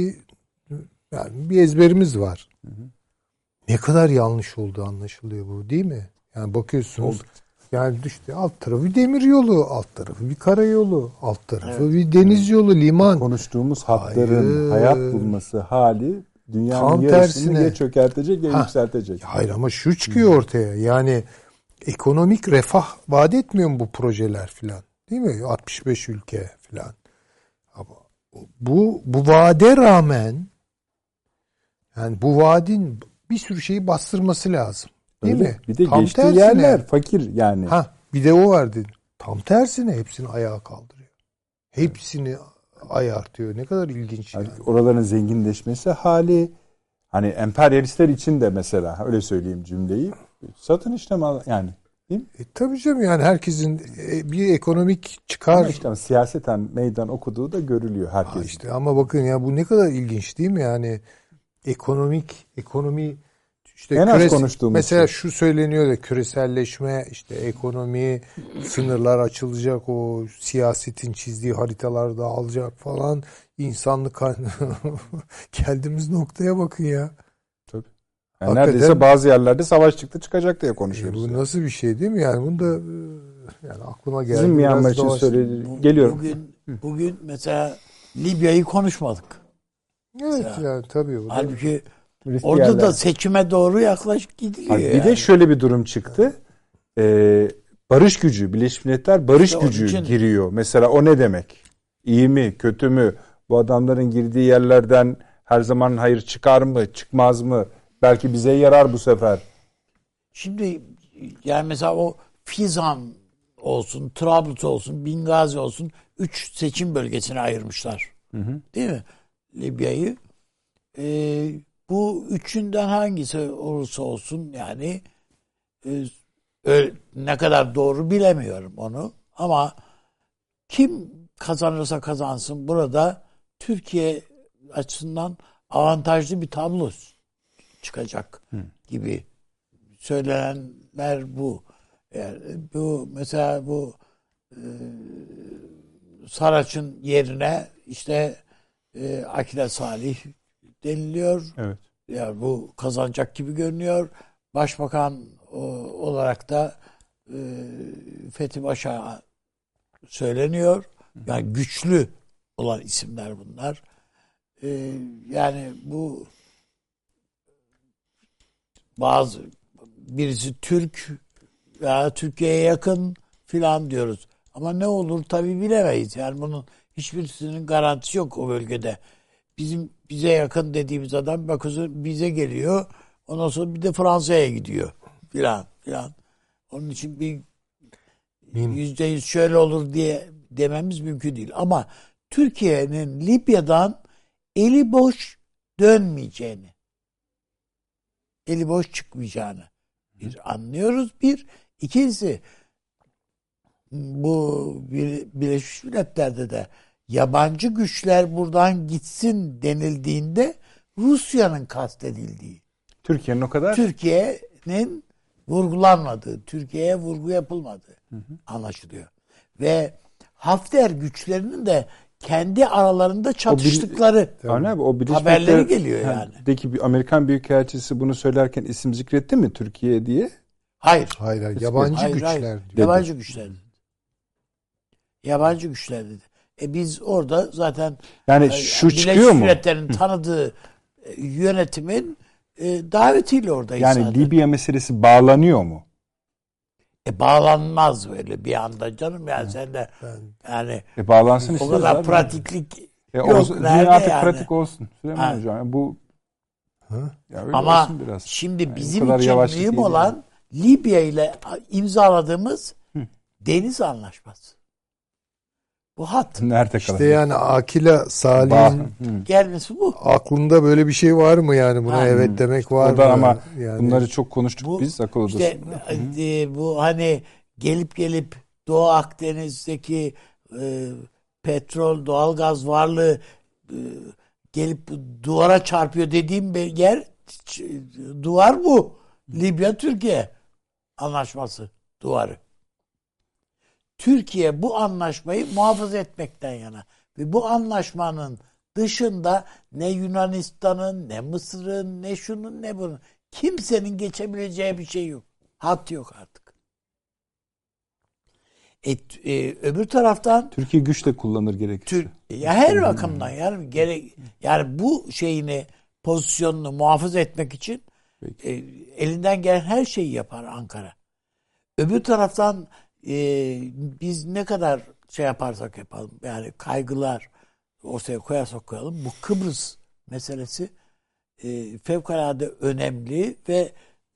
Speaker 4: bir ezberimiz var. Ne kadar yanlış olduğu anlaşılıyor bu, değil mi? Yani bakıyorsunuz yani işte alt tarafı bir demir yolu, alt tarafı bir karayolu, alt tarafı bir deniz yolu, liman.
Speaker 1: Konuştuğumuz hatların hayat bulması hali dünyanın
Speaker 4: tam
Speaker 1: yarısını
Speaker 4: tersine
Speaker 1: ya çökertecek ya yükseltecek.
Speaker 4: Hayır ama şu çıkıyor ortaya. Yani ekonomik refah vaat etmiyor mu bu projeler filan? Değil mi? 65 ülke filan. Ama bu vaade rağmen yani bu vaadin bir sürü şeyi bastırması lazım. Değil
Speaker 1: Öyle.
Speaker 4: mi?
Speaker 1: Bir de
Speaker 4: tam
Speaker 1: geçtiği
Speaker 4: tersine,
Speaker 1: yerler fakir yani.
Speaker 4: bir de o var dedim. Tam tersine hepsini ayağa kaldırıyor. Hepsini ayartıyor. Ne kadar ilginç yani.
Speaker 1: Oraların zenginleşmesi hali hani emperyalistler için de mesela öyle söyleyeyim cümleyi satın işlem yani değil mi?
Speaker 4: Tabii canım yani herkesin bir ekonomik çıkar.
Speaker 1: Ama işte siyaseten meydan okuduğu da görülüyor herkesin.
Speaker 4: İşte ama bakın ya bu ne kadar ilginç değil mi? Yani ekonomi işte
Speaker 1: en az konuştuğumuz
Speaker 4: mesela
Speaker 1: şey.
Speaker 4: şu söyleniyor da küreselleşme, işte ekonomi, sınırlar açılacak, o siyasetin çizdiği haritalar dağılacak falan, insanlık geldiğimiz noktaya bakın ya.
Speaker 1: Tabii. Yani neredeyse bazı yerlerde savaş çıkacak diye konuşuyoruz.
Speaker 4: Bu nasıl bir şey değil mi? Yani bunu da yani aklıma geldi.
Speaker 1: Sizin Myanmar için söylediğiniz geliyorum.
Speaker 2: Bugün mesela Libya'yı konuşmadık.
Speaker 4: Evet mesela, yani tabii.
Speaker 2: Halbuki orada yerler. Da seçime doğru yaklaşık gidiliyor.
Speaker 1: Bir de şöyle bir durum çıktı. Barış gücü, Birleşmiş Milletler barış işte gücü giriyor. Mesela o ne demek? İyi mi, kötü mü? Bu adamların girdiği yerlerden her zaman hayır çıkar mı, çıkmaz mı? Belki bize yarar bu sefer.
Speaker 2: Şimdi yani mesela o Fizan olsun, Trablus olsun, Bingazi olsun 3 seçim bölgesine ayırmışlar. Değil mi? Libya'yı. Bu üçünden hangisi olursa olsun yani ne kadar doğru bilemiyorum onu. Ama kim kazanırsa kazansın burada Türkiye açısından avantajlı bir tablo çıkacak gibi söylenenler bu. Yani bu mesela bu Saraç'ın yerine işte Akile Salih deniliyor.
Speaker 1: Evet.
Speaker 2: Yani bu kazanacak gibi görünüyor. Başbakan olarak da Fethi Baş'a söyleniyor. Yani güçlü olan isimler bunlar. Yani bu birisi Türk veya Türkiye'ye yakın filan diyoruz. Ama ne olur tabii bilemeyiz. Yani bunun hiçbirisinin garantisi yok o bölgede. Bize yakın dediğimiz adam bakıyorsun bize geliyor. Ondan sonra bir de Fransa'ya gidiyor filan. Onun için bir %100 şöyle olur diye dememiz mümkün değil. Ama Türkiye'nin Libya'dan eli boş dönmeyeceğini, eli boş çıkmayacağını anlıyoruz. İkincisi bu Birleşmiş Milletler'de de yabancı güçler buradan gitsin denildiğinde Rusya'nın kastedildiği.
Speaker 1: Türkiye'nin o kadar
Speaker 2: Türkiye'nin vurgulanmadığı, Türkiye'ye vurgu yapılmadığı anlaşılıyor. Ve Hafter güçlerinin de kendi aralarında çatıştıkları
Speaker 1: o
Speaker 2: haberleri geliyor yani.
Speaker 1: Deki bir Amerikan Büyükelçisi bunu söylerken isim zikretti mi Türkiye diye?
Speaker 2: Hayır.
Speaker 4: Hayır. Yabancı güçler diyor.
Speaker 2: Yabancı güçler dedi. Yabancı güçler dedi. Biz orada zaten
Speaker 1: yani şu çıkıyor mu?
Speaker 2: Birleşmiş Milletler'in tanıdığı yönetimin davetiyle oradayız
Speaker 1: yani
Speaker 2: zaten.
Speaker 1: Libya meselesi bağlanıyor mu?
Speaker 2: Bağlanmaz böyle bir anda canım yani sen de yani
Speaker 1: bağlansın
Speaker 2: o
Speaker 1: istiyoruz
Speaker 2: kadar
Speaker 1: abi.
Speaker 2: pratiklik yok.
Speaker 1: Olsun,
Speaker 2: Nerede
Speaker 1: artık
Speaker 2: yani?
Speaker 1: pratik olsun. Süleyman Hocam. Yani bu
Speaker 2: ama
Speaker 1: biraz.
Speaker 2: şimdi
Speaker 1: yani
Speaker 2: bizim için mühim olan Libya ile imzaladığımız deniz anlaşması. Bu hat.
Speaker 1: Nerede
Speaker 4: İşte
Speaker 1: kalacak?
Speaker 4: yani Akila Salih'in
Speaker 2: Gelmesi bu.
Speaker 4: aklında böyle bir şey var mı yani buna evet demek var mı?
Speaker 1: Ama
Speaker 4: yani,
Speaker 1: bunları çok konuştuk biz akıl odasında.
Speaker 2: İşte bu hani gelip Doğu Akdeniz'deki petrol, doğalgaz varlığı gelip duvara çarpıyor dediğim bir yer duvar bu. Libya-Türkiye anlaşması duvarı. Türkiye bu anlaşmayı muhafaza etmekten yana. Ve bu anlaşmanın dışında ne Yunanistan'ın, ne Mısır'ın, ne şunun, ne bunun. Kimsenin geçebileceği bir şey yok. Hat yok artık. Öbür taraftan
Speaker 1: Türkiye güç de kullanır gerekirse.
Speaker 2: her bakımdan yani bu şeyini, pozisyonunu muhafaza etmek için elinden gelen her şeyi yapar Ankara. Öbür taraftan biz ne kadar şey yaparsak yapalım yani kaygılar ortaya koyarsak koyalım bu Kıbrıs meselesi fevkalade önemli ve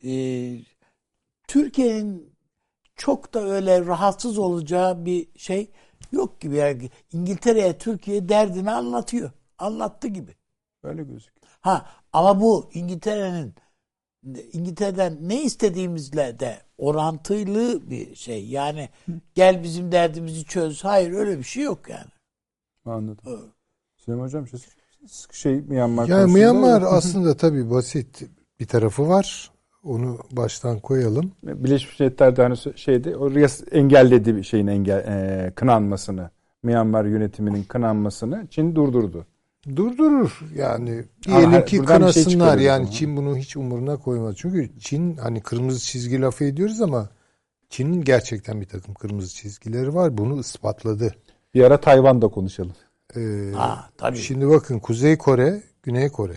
Speaker 2: Türkiye'nin çok da öyle rahatsız olacağı bir şey yok gibi. Yani İngiltere'ye Türkiye derdini anlatıyor. Anlattı gibi.
Speaker 1: Öyle gözüküyor.
Speaker 2: Ama bu İngiltere'den ne istediğimizle de orantılı bir şey. Yani gel bizim derdimizi çöz. Hayır öyle bir şey yok yani.
Speaker 1: Anladım. Süleyman Hocam Myanmar
Speaker 4: yani Myanmar aslında tabii basit bir tarafı var. Onu baştan koyalım.
Speaker 1: Birleşmiş Milletler'de hani oraya engelledi bir şeyin kınanmasını. Myanmar yönetiminin kınanmasını Çin durdurdu.
Speaker 4: Durdurur yani diyelim ki kınasınlar yani Çin bunu hiç umuruna koymaz. Çünkü Çin hani kırmızı çizgi lafı ediyoruz ama Çin'in gerçekten bir takım kırmızı çizgileri var. Bunu ispatladı.
Speaker 1: Bir ara Tayvan'da konuşalım.
Speaker 2: Tabii.
Speaker 4: Şimdi bakın Kuzey Kore, Güney Kore.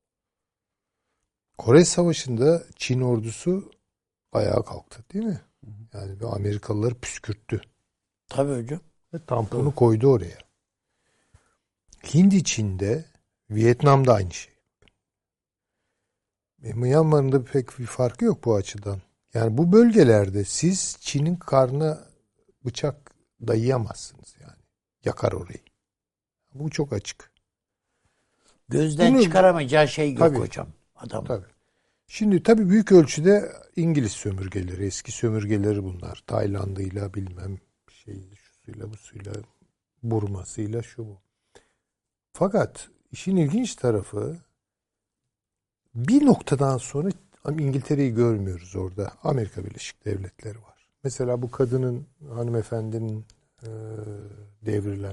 Speaker 4: Kore Savaşı'nda Çin ordusu ayağa kalktı değil mi? Yani Amerikalıları püskürttü.
Speaker 2: Tabii hocam.
Speaker 4: Ve tamponu koydu oraya. Hindi Çin'de, Vietnam'da aynı şey. Myanmar'ın da pek bir farkı yok bu açıdan. Yani bu bölgelerde siz Çin'in karnına bıçak dayayamazsınız yani. Yakar orayı. Bu çok açık.
Speaker 2: Gözden çıkaramayacağı şey yok
Speaker 4: tabii,
Speaker 2: hocam. Adam.
Speaker 4: Tabii. Şimdi tabii büyük ölçüde İngiliz sömürgeleri, eski sömürgeleri bunlar. Tayland'ıyla bilmem şusuyla busuyla, Burma'sıyla şu bu. Fakat işin ilginç tarafı bir noktadan sonra İngiltere'yi görmüyoruz orada. Amerika Birleşik Devletleri var. Mesela bu kadının, hanımefendinin devrilen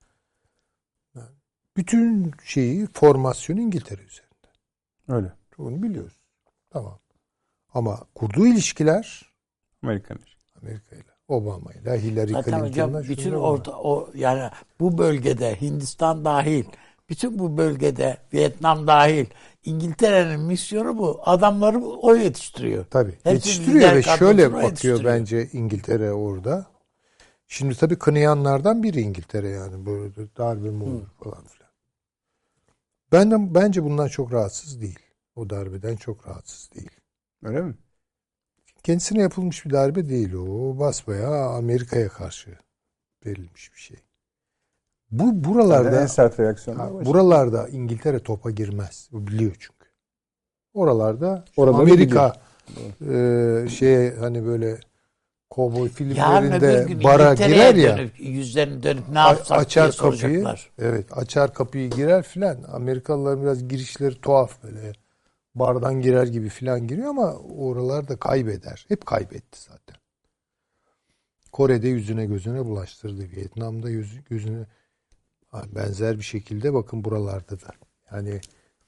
Speaker 4: bütün formasyonu İngiltere üzerinde.
Speaker 1: Öyle.
Speaker 4: Onu biliyoruz. Tamam. Ama kurduğu ilişkiler Amerika'yla, Obama'yla, Hillary
Speaker 2: Clinton'la. Hocam bütün yani bu bölgede Hindistan dahil, bütün bu bölgede Vietnam dahil İngiltere'nin misyonu bu. Adamları o yetiştiriyor.
Speaker 4: Tabii. Yetiştiriyor ve şöyle bakıyor bence İngiltere orada. Şimdi tabii kınayanlardan biri İngiltere yani böyle darbe mi olur falan filan. Bence bundan çok rahatsız değil. O darbeden çok rahatsız değil.
Speaker 1: Öyle mi?
Speaker 4: Kendisine yapılmış bir darbe değil o. O basbayağı Amerika'ya karşı verilmiş bir şey. Buralarda
Speaker 1: en sert reaksiyonlar
Speaker 4: buralarda İngiltere topa girmez. O biliyor çünkü. Oralarda Amerika hani böyle kovboy
Speaker 2: Yarın öbür
Speaker 4: filmlerinde
Speaker 2: gün
Speaker 4: bara
Speaker 2: İngiltere'ye
Speaker 4: girer ya.
Speaker 2: yüzlerini dönüp ne yapsak
Speaker 4: Açar
Speaker 2: diye
Speaker 4: kapıyı.
Speaker 2: soracaklar.
Speaker 4: Evet, açar kapıyı girer filan. Amerikalıların biraz girişleri tuhaf böyle. Bardan girer gibi filan giriyor ama oralarda kaybeder. Hep kaybetti zaten. Kore'de yüzüne gözüne bulaştırdı. Vietnam'da gözüne benzer bir şekilde bakın buralarda da. Yani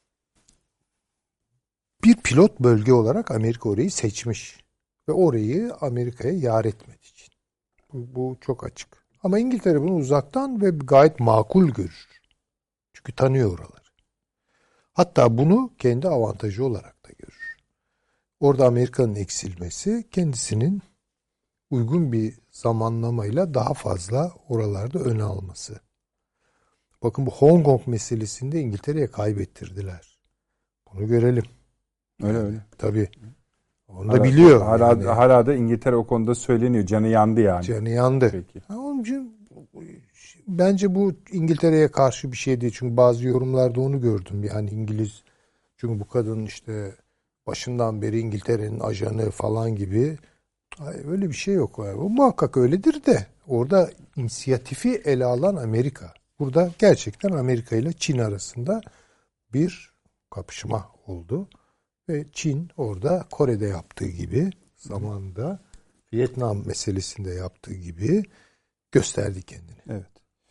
Speaker 4: bir pilot bölge olarak Amerika orayı seçmiş. Ve orayı Amerika'ya yar etmediği için. Bu çok açık. Ama İngiltere bunu uzaktan ve gayet makul görür. Çünkü tanıyor oraları. Hatta bunu kendi avantajı olarak da görür. Orada Amerika'nın eksilmesi kendisinin uygun bir zamanlamayla daha fazla oralarda öne alması. Bakın bu Hong Kong meselesinde İngiltere'ye kaybettirdiler. Bunu görelim.
Speaker 1: Öyle.
Speaker 4: Tabii. Onu da biliyor.
Speaker 1: Hala da İngiltere o konuda söyleniyor. Canı yandı yani.
Speaker 4: Canı yandı.
Speaker 1: Peki.
Speaker 4: Onun için bence bu İngiltere'ye karşı bir şey değil. Çünkü bazı yorumlarda onu gördüm. Yani İngiliz, çünkü bu kadın işte başından beri İngiltere'nin ajanı falan gibi. Öyle bir şey yok. Bu muhakkak öyledir de orada inisiyatifi ele alan Amerika. Burada gerçekten Amerika ile Çin arasında bir kapışma oldu. Ve Çin orada Kore'de yaptığı gibi, zamanında Vietnam meselesinde yaptığı gibi gösterdi kendini.
Speaker 1: Evet.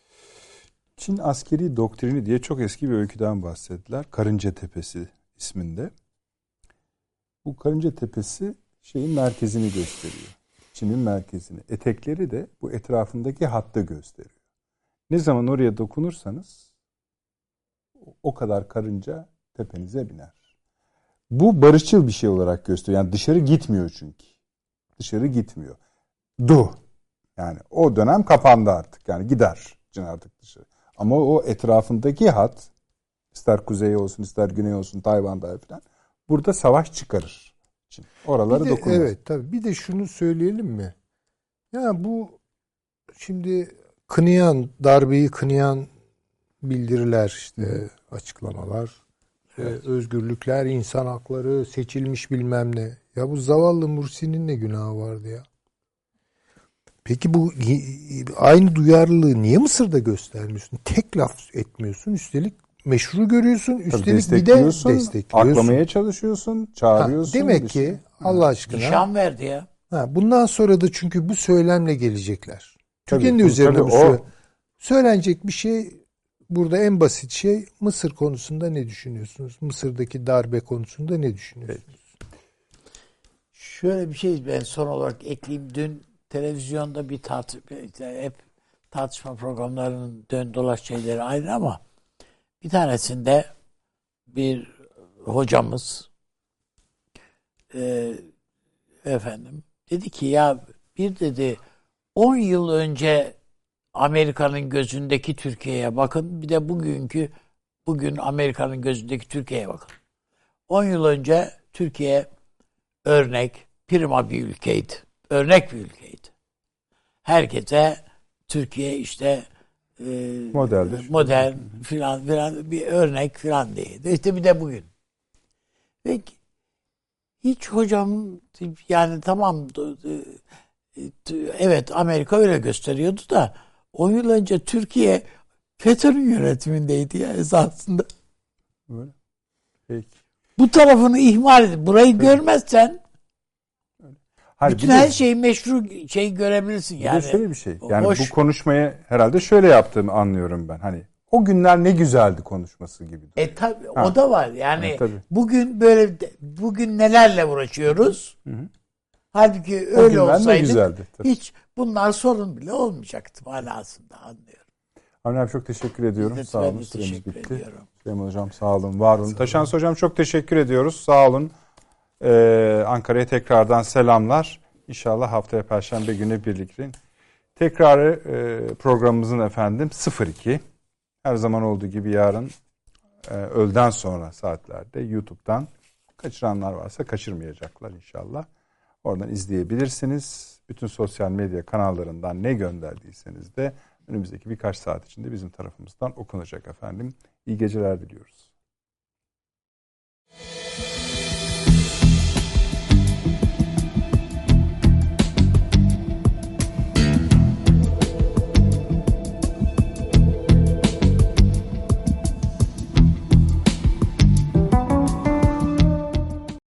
Speaker 1: Çin askeri doktrini diye çok eski bir öyküden bahsettiler. Karınca Tepesi isminde. Bu Karınca Tepesi şeyin merkezini gösteriyor. Çin'in merkezini. Etekleri de bu etrafındaki hattı gösteriyor. Ne zaman oraya dokunursanız o kadar karınca tepenize biner. Bu barışçıl bir şey olarak gösteriyor. Yani dışarı gitmiyor çünkü. Dışarı gitmiyor. Yani o dönem kapandı artık. Yani gider Çin artık dışarı. Ama o etrafındaki hat, ister kuzey olsun ister güney olsun, Tayvan'da falan, burada savaş çıkarır. Çin. Oraları dokunmaz.
Speaker 4: Evet tabii. Bir de şunu söyleyelim mi? Ya bu şimdi darbeyi kınayan bildiriler, işte açıklamalar, özgürlükler, insan hakları, seçilmiş bilmem ne. Ya bu zavallı Mursi'nin ne günahı vardı ya? Peki bu aynı duyarlılığı niye Mısır'da göstermiyorsun? Tek laf etmiyorsun. Üstelik meşru görüyorsun. Üstelik bir de destekliyorsun.
Speaker 1: Aklamaya çalışıyorsun. Çağırıyorsun.
Speaker 4: Demek ki Allah aşkına.
Speaker 2: Nişan verdi ya.
Speaker 4: Bundan sonra da çünkü bu söylemle gelecekler. Türkiye'nin de üzerine bu söylenecek bir şey. Burada en basit şey, Mısır konusunda ne düşünüyorsunuz? Mısır'daki darbe konusunda ne düşünüyorsunuz?
Speaker 2: Şöyle bir şey ben son olarak ekleyeyim. Dün televizyonda hep tartışma programlarının dön dolaş şeyleri aynı ama bir tanesinde bir hocamız dedi ki ya dedi 10 yıl önce Amerika'nın gözündeki Türkiye'ye bakın, bir de bugün Amerika'nın gözündeki Türkiye'ye bakın. 10 yıl önce Türkiye örnek, prima bir ülkeydi. Örnek bir ülkeydi. Herkese Türkiye işte modern filan bir örnek filan değildi. İşte bir de bugün. Ve hiç hocam yani tamam evet Amerika öyle gösteriyordu da 10 yıl önce Türkiye FETÖ'nün yönetimindeydi ya esasında.
Speaker 1: Öyle. Peki.
Speaker 2: Bu tarafını ihmal edip burayı görmezsen bütün her şeyi meşru görebilirsin yani.
Speaker 1: Bir de şöyle bir şey. Yani bu konuşmayı herhalde şöyle yaptığımı anlıyorum ben. Hani o günler ne güzeldi konuşması gibi.
Speaker 2: Tabii o da var. Yani bugün nelerle uğraşıyoruz? Hı. Halbuki öyle olsaydı hiç bunlar sorun bile olmayacaktı manasında anlıyorum.
Speaker 1: Avni abi çok teşekkür ediyorum. Sağ olun.
Speaker 2: Süremiz bitti.
Speaker 1: Süleyman Hocam sağ olun, var olun. Taşans Hocam çok teşekkür ediyoruz. Sağ olun. Ankara'ya tekrardan selamlar. İnşallah haftaya Perşembe günü birlikte. Tekrarı programımızın efendim 02. Her zaman olduğu gibi yarın öğleden sonra saatlerde YouTube'dan, kaçıranlar varsa kaçırmayacaklar inşallah. Oradan izleyebilirsiniz. Bütün sosyal medya kanallarından ne gönderdiyseniz de önümüzdeki birkaç saat içinde bizim tarafımızdan okunacak efendim. İyi geceler diliyoruz.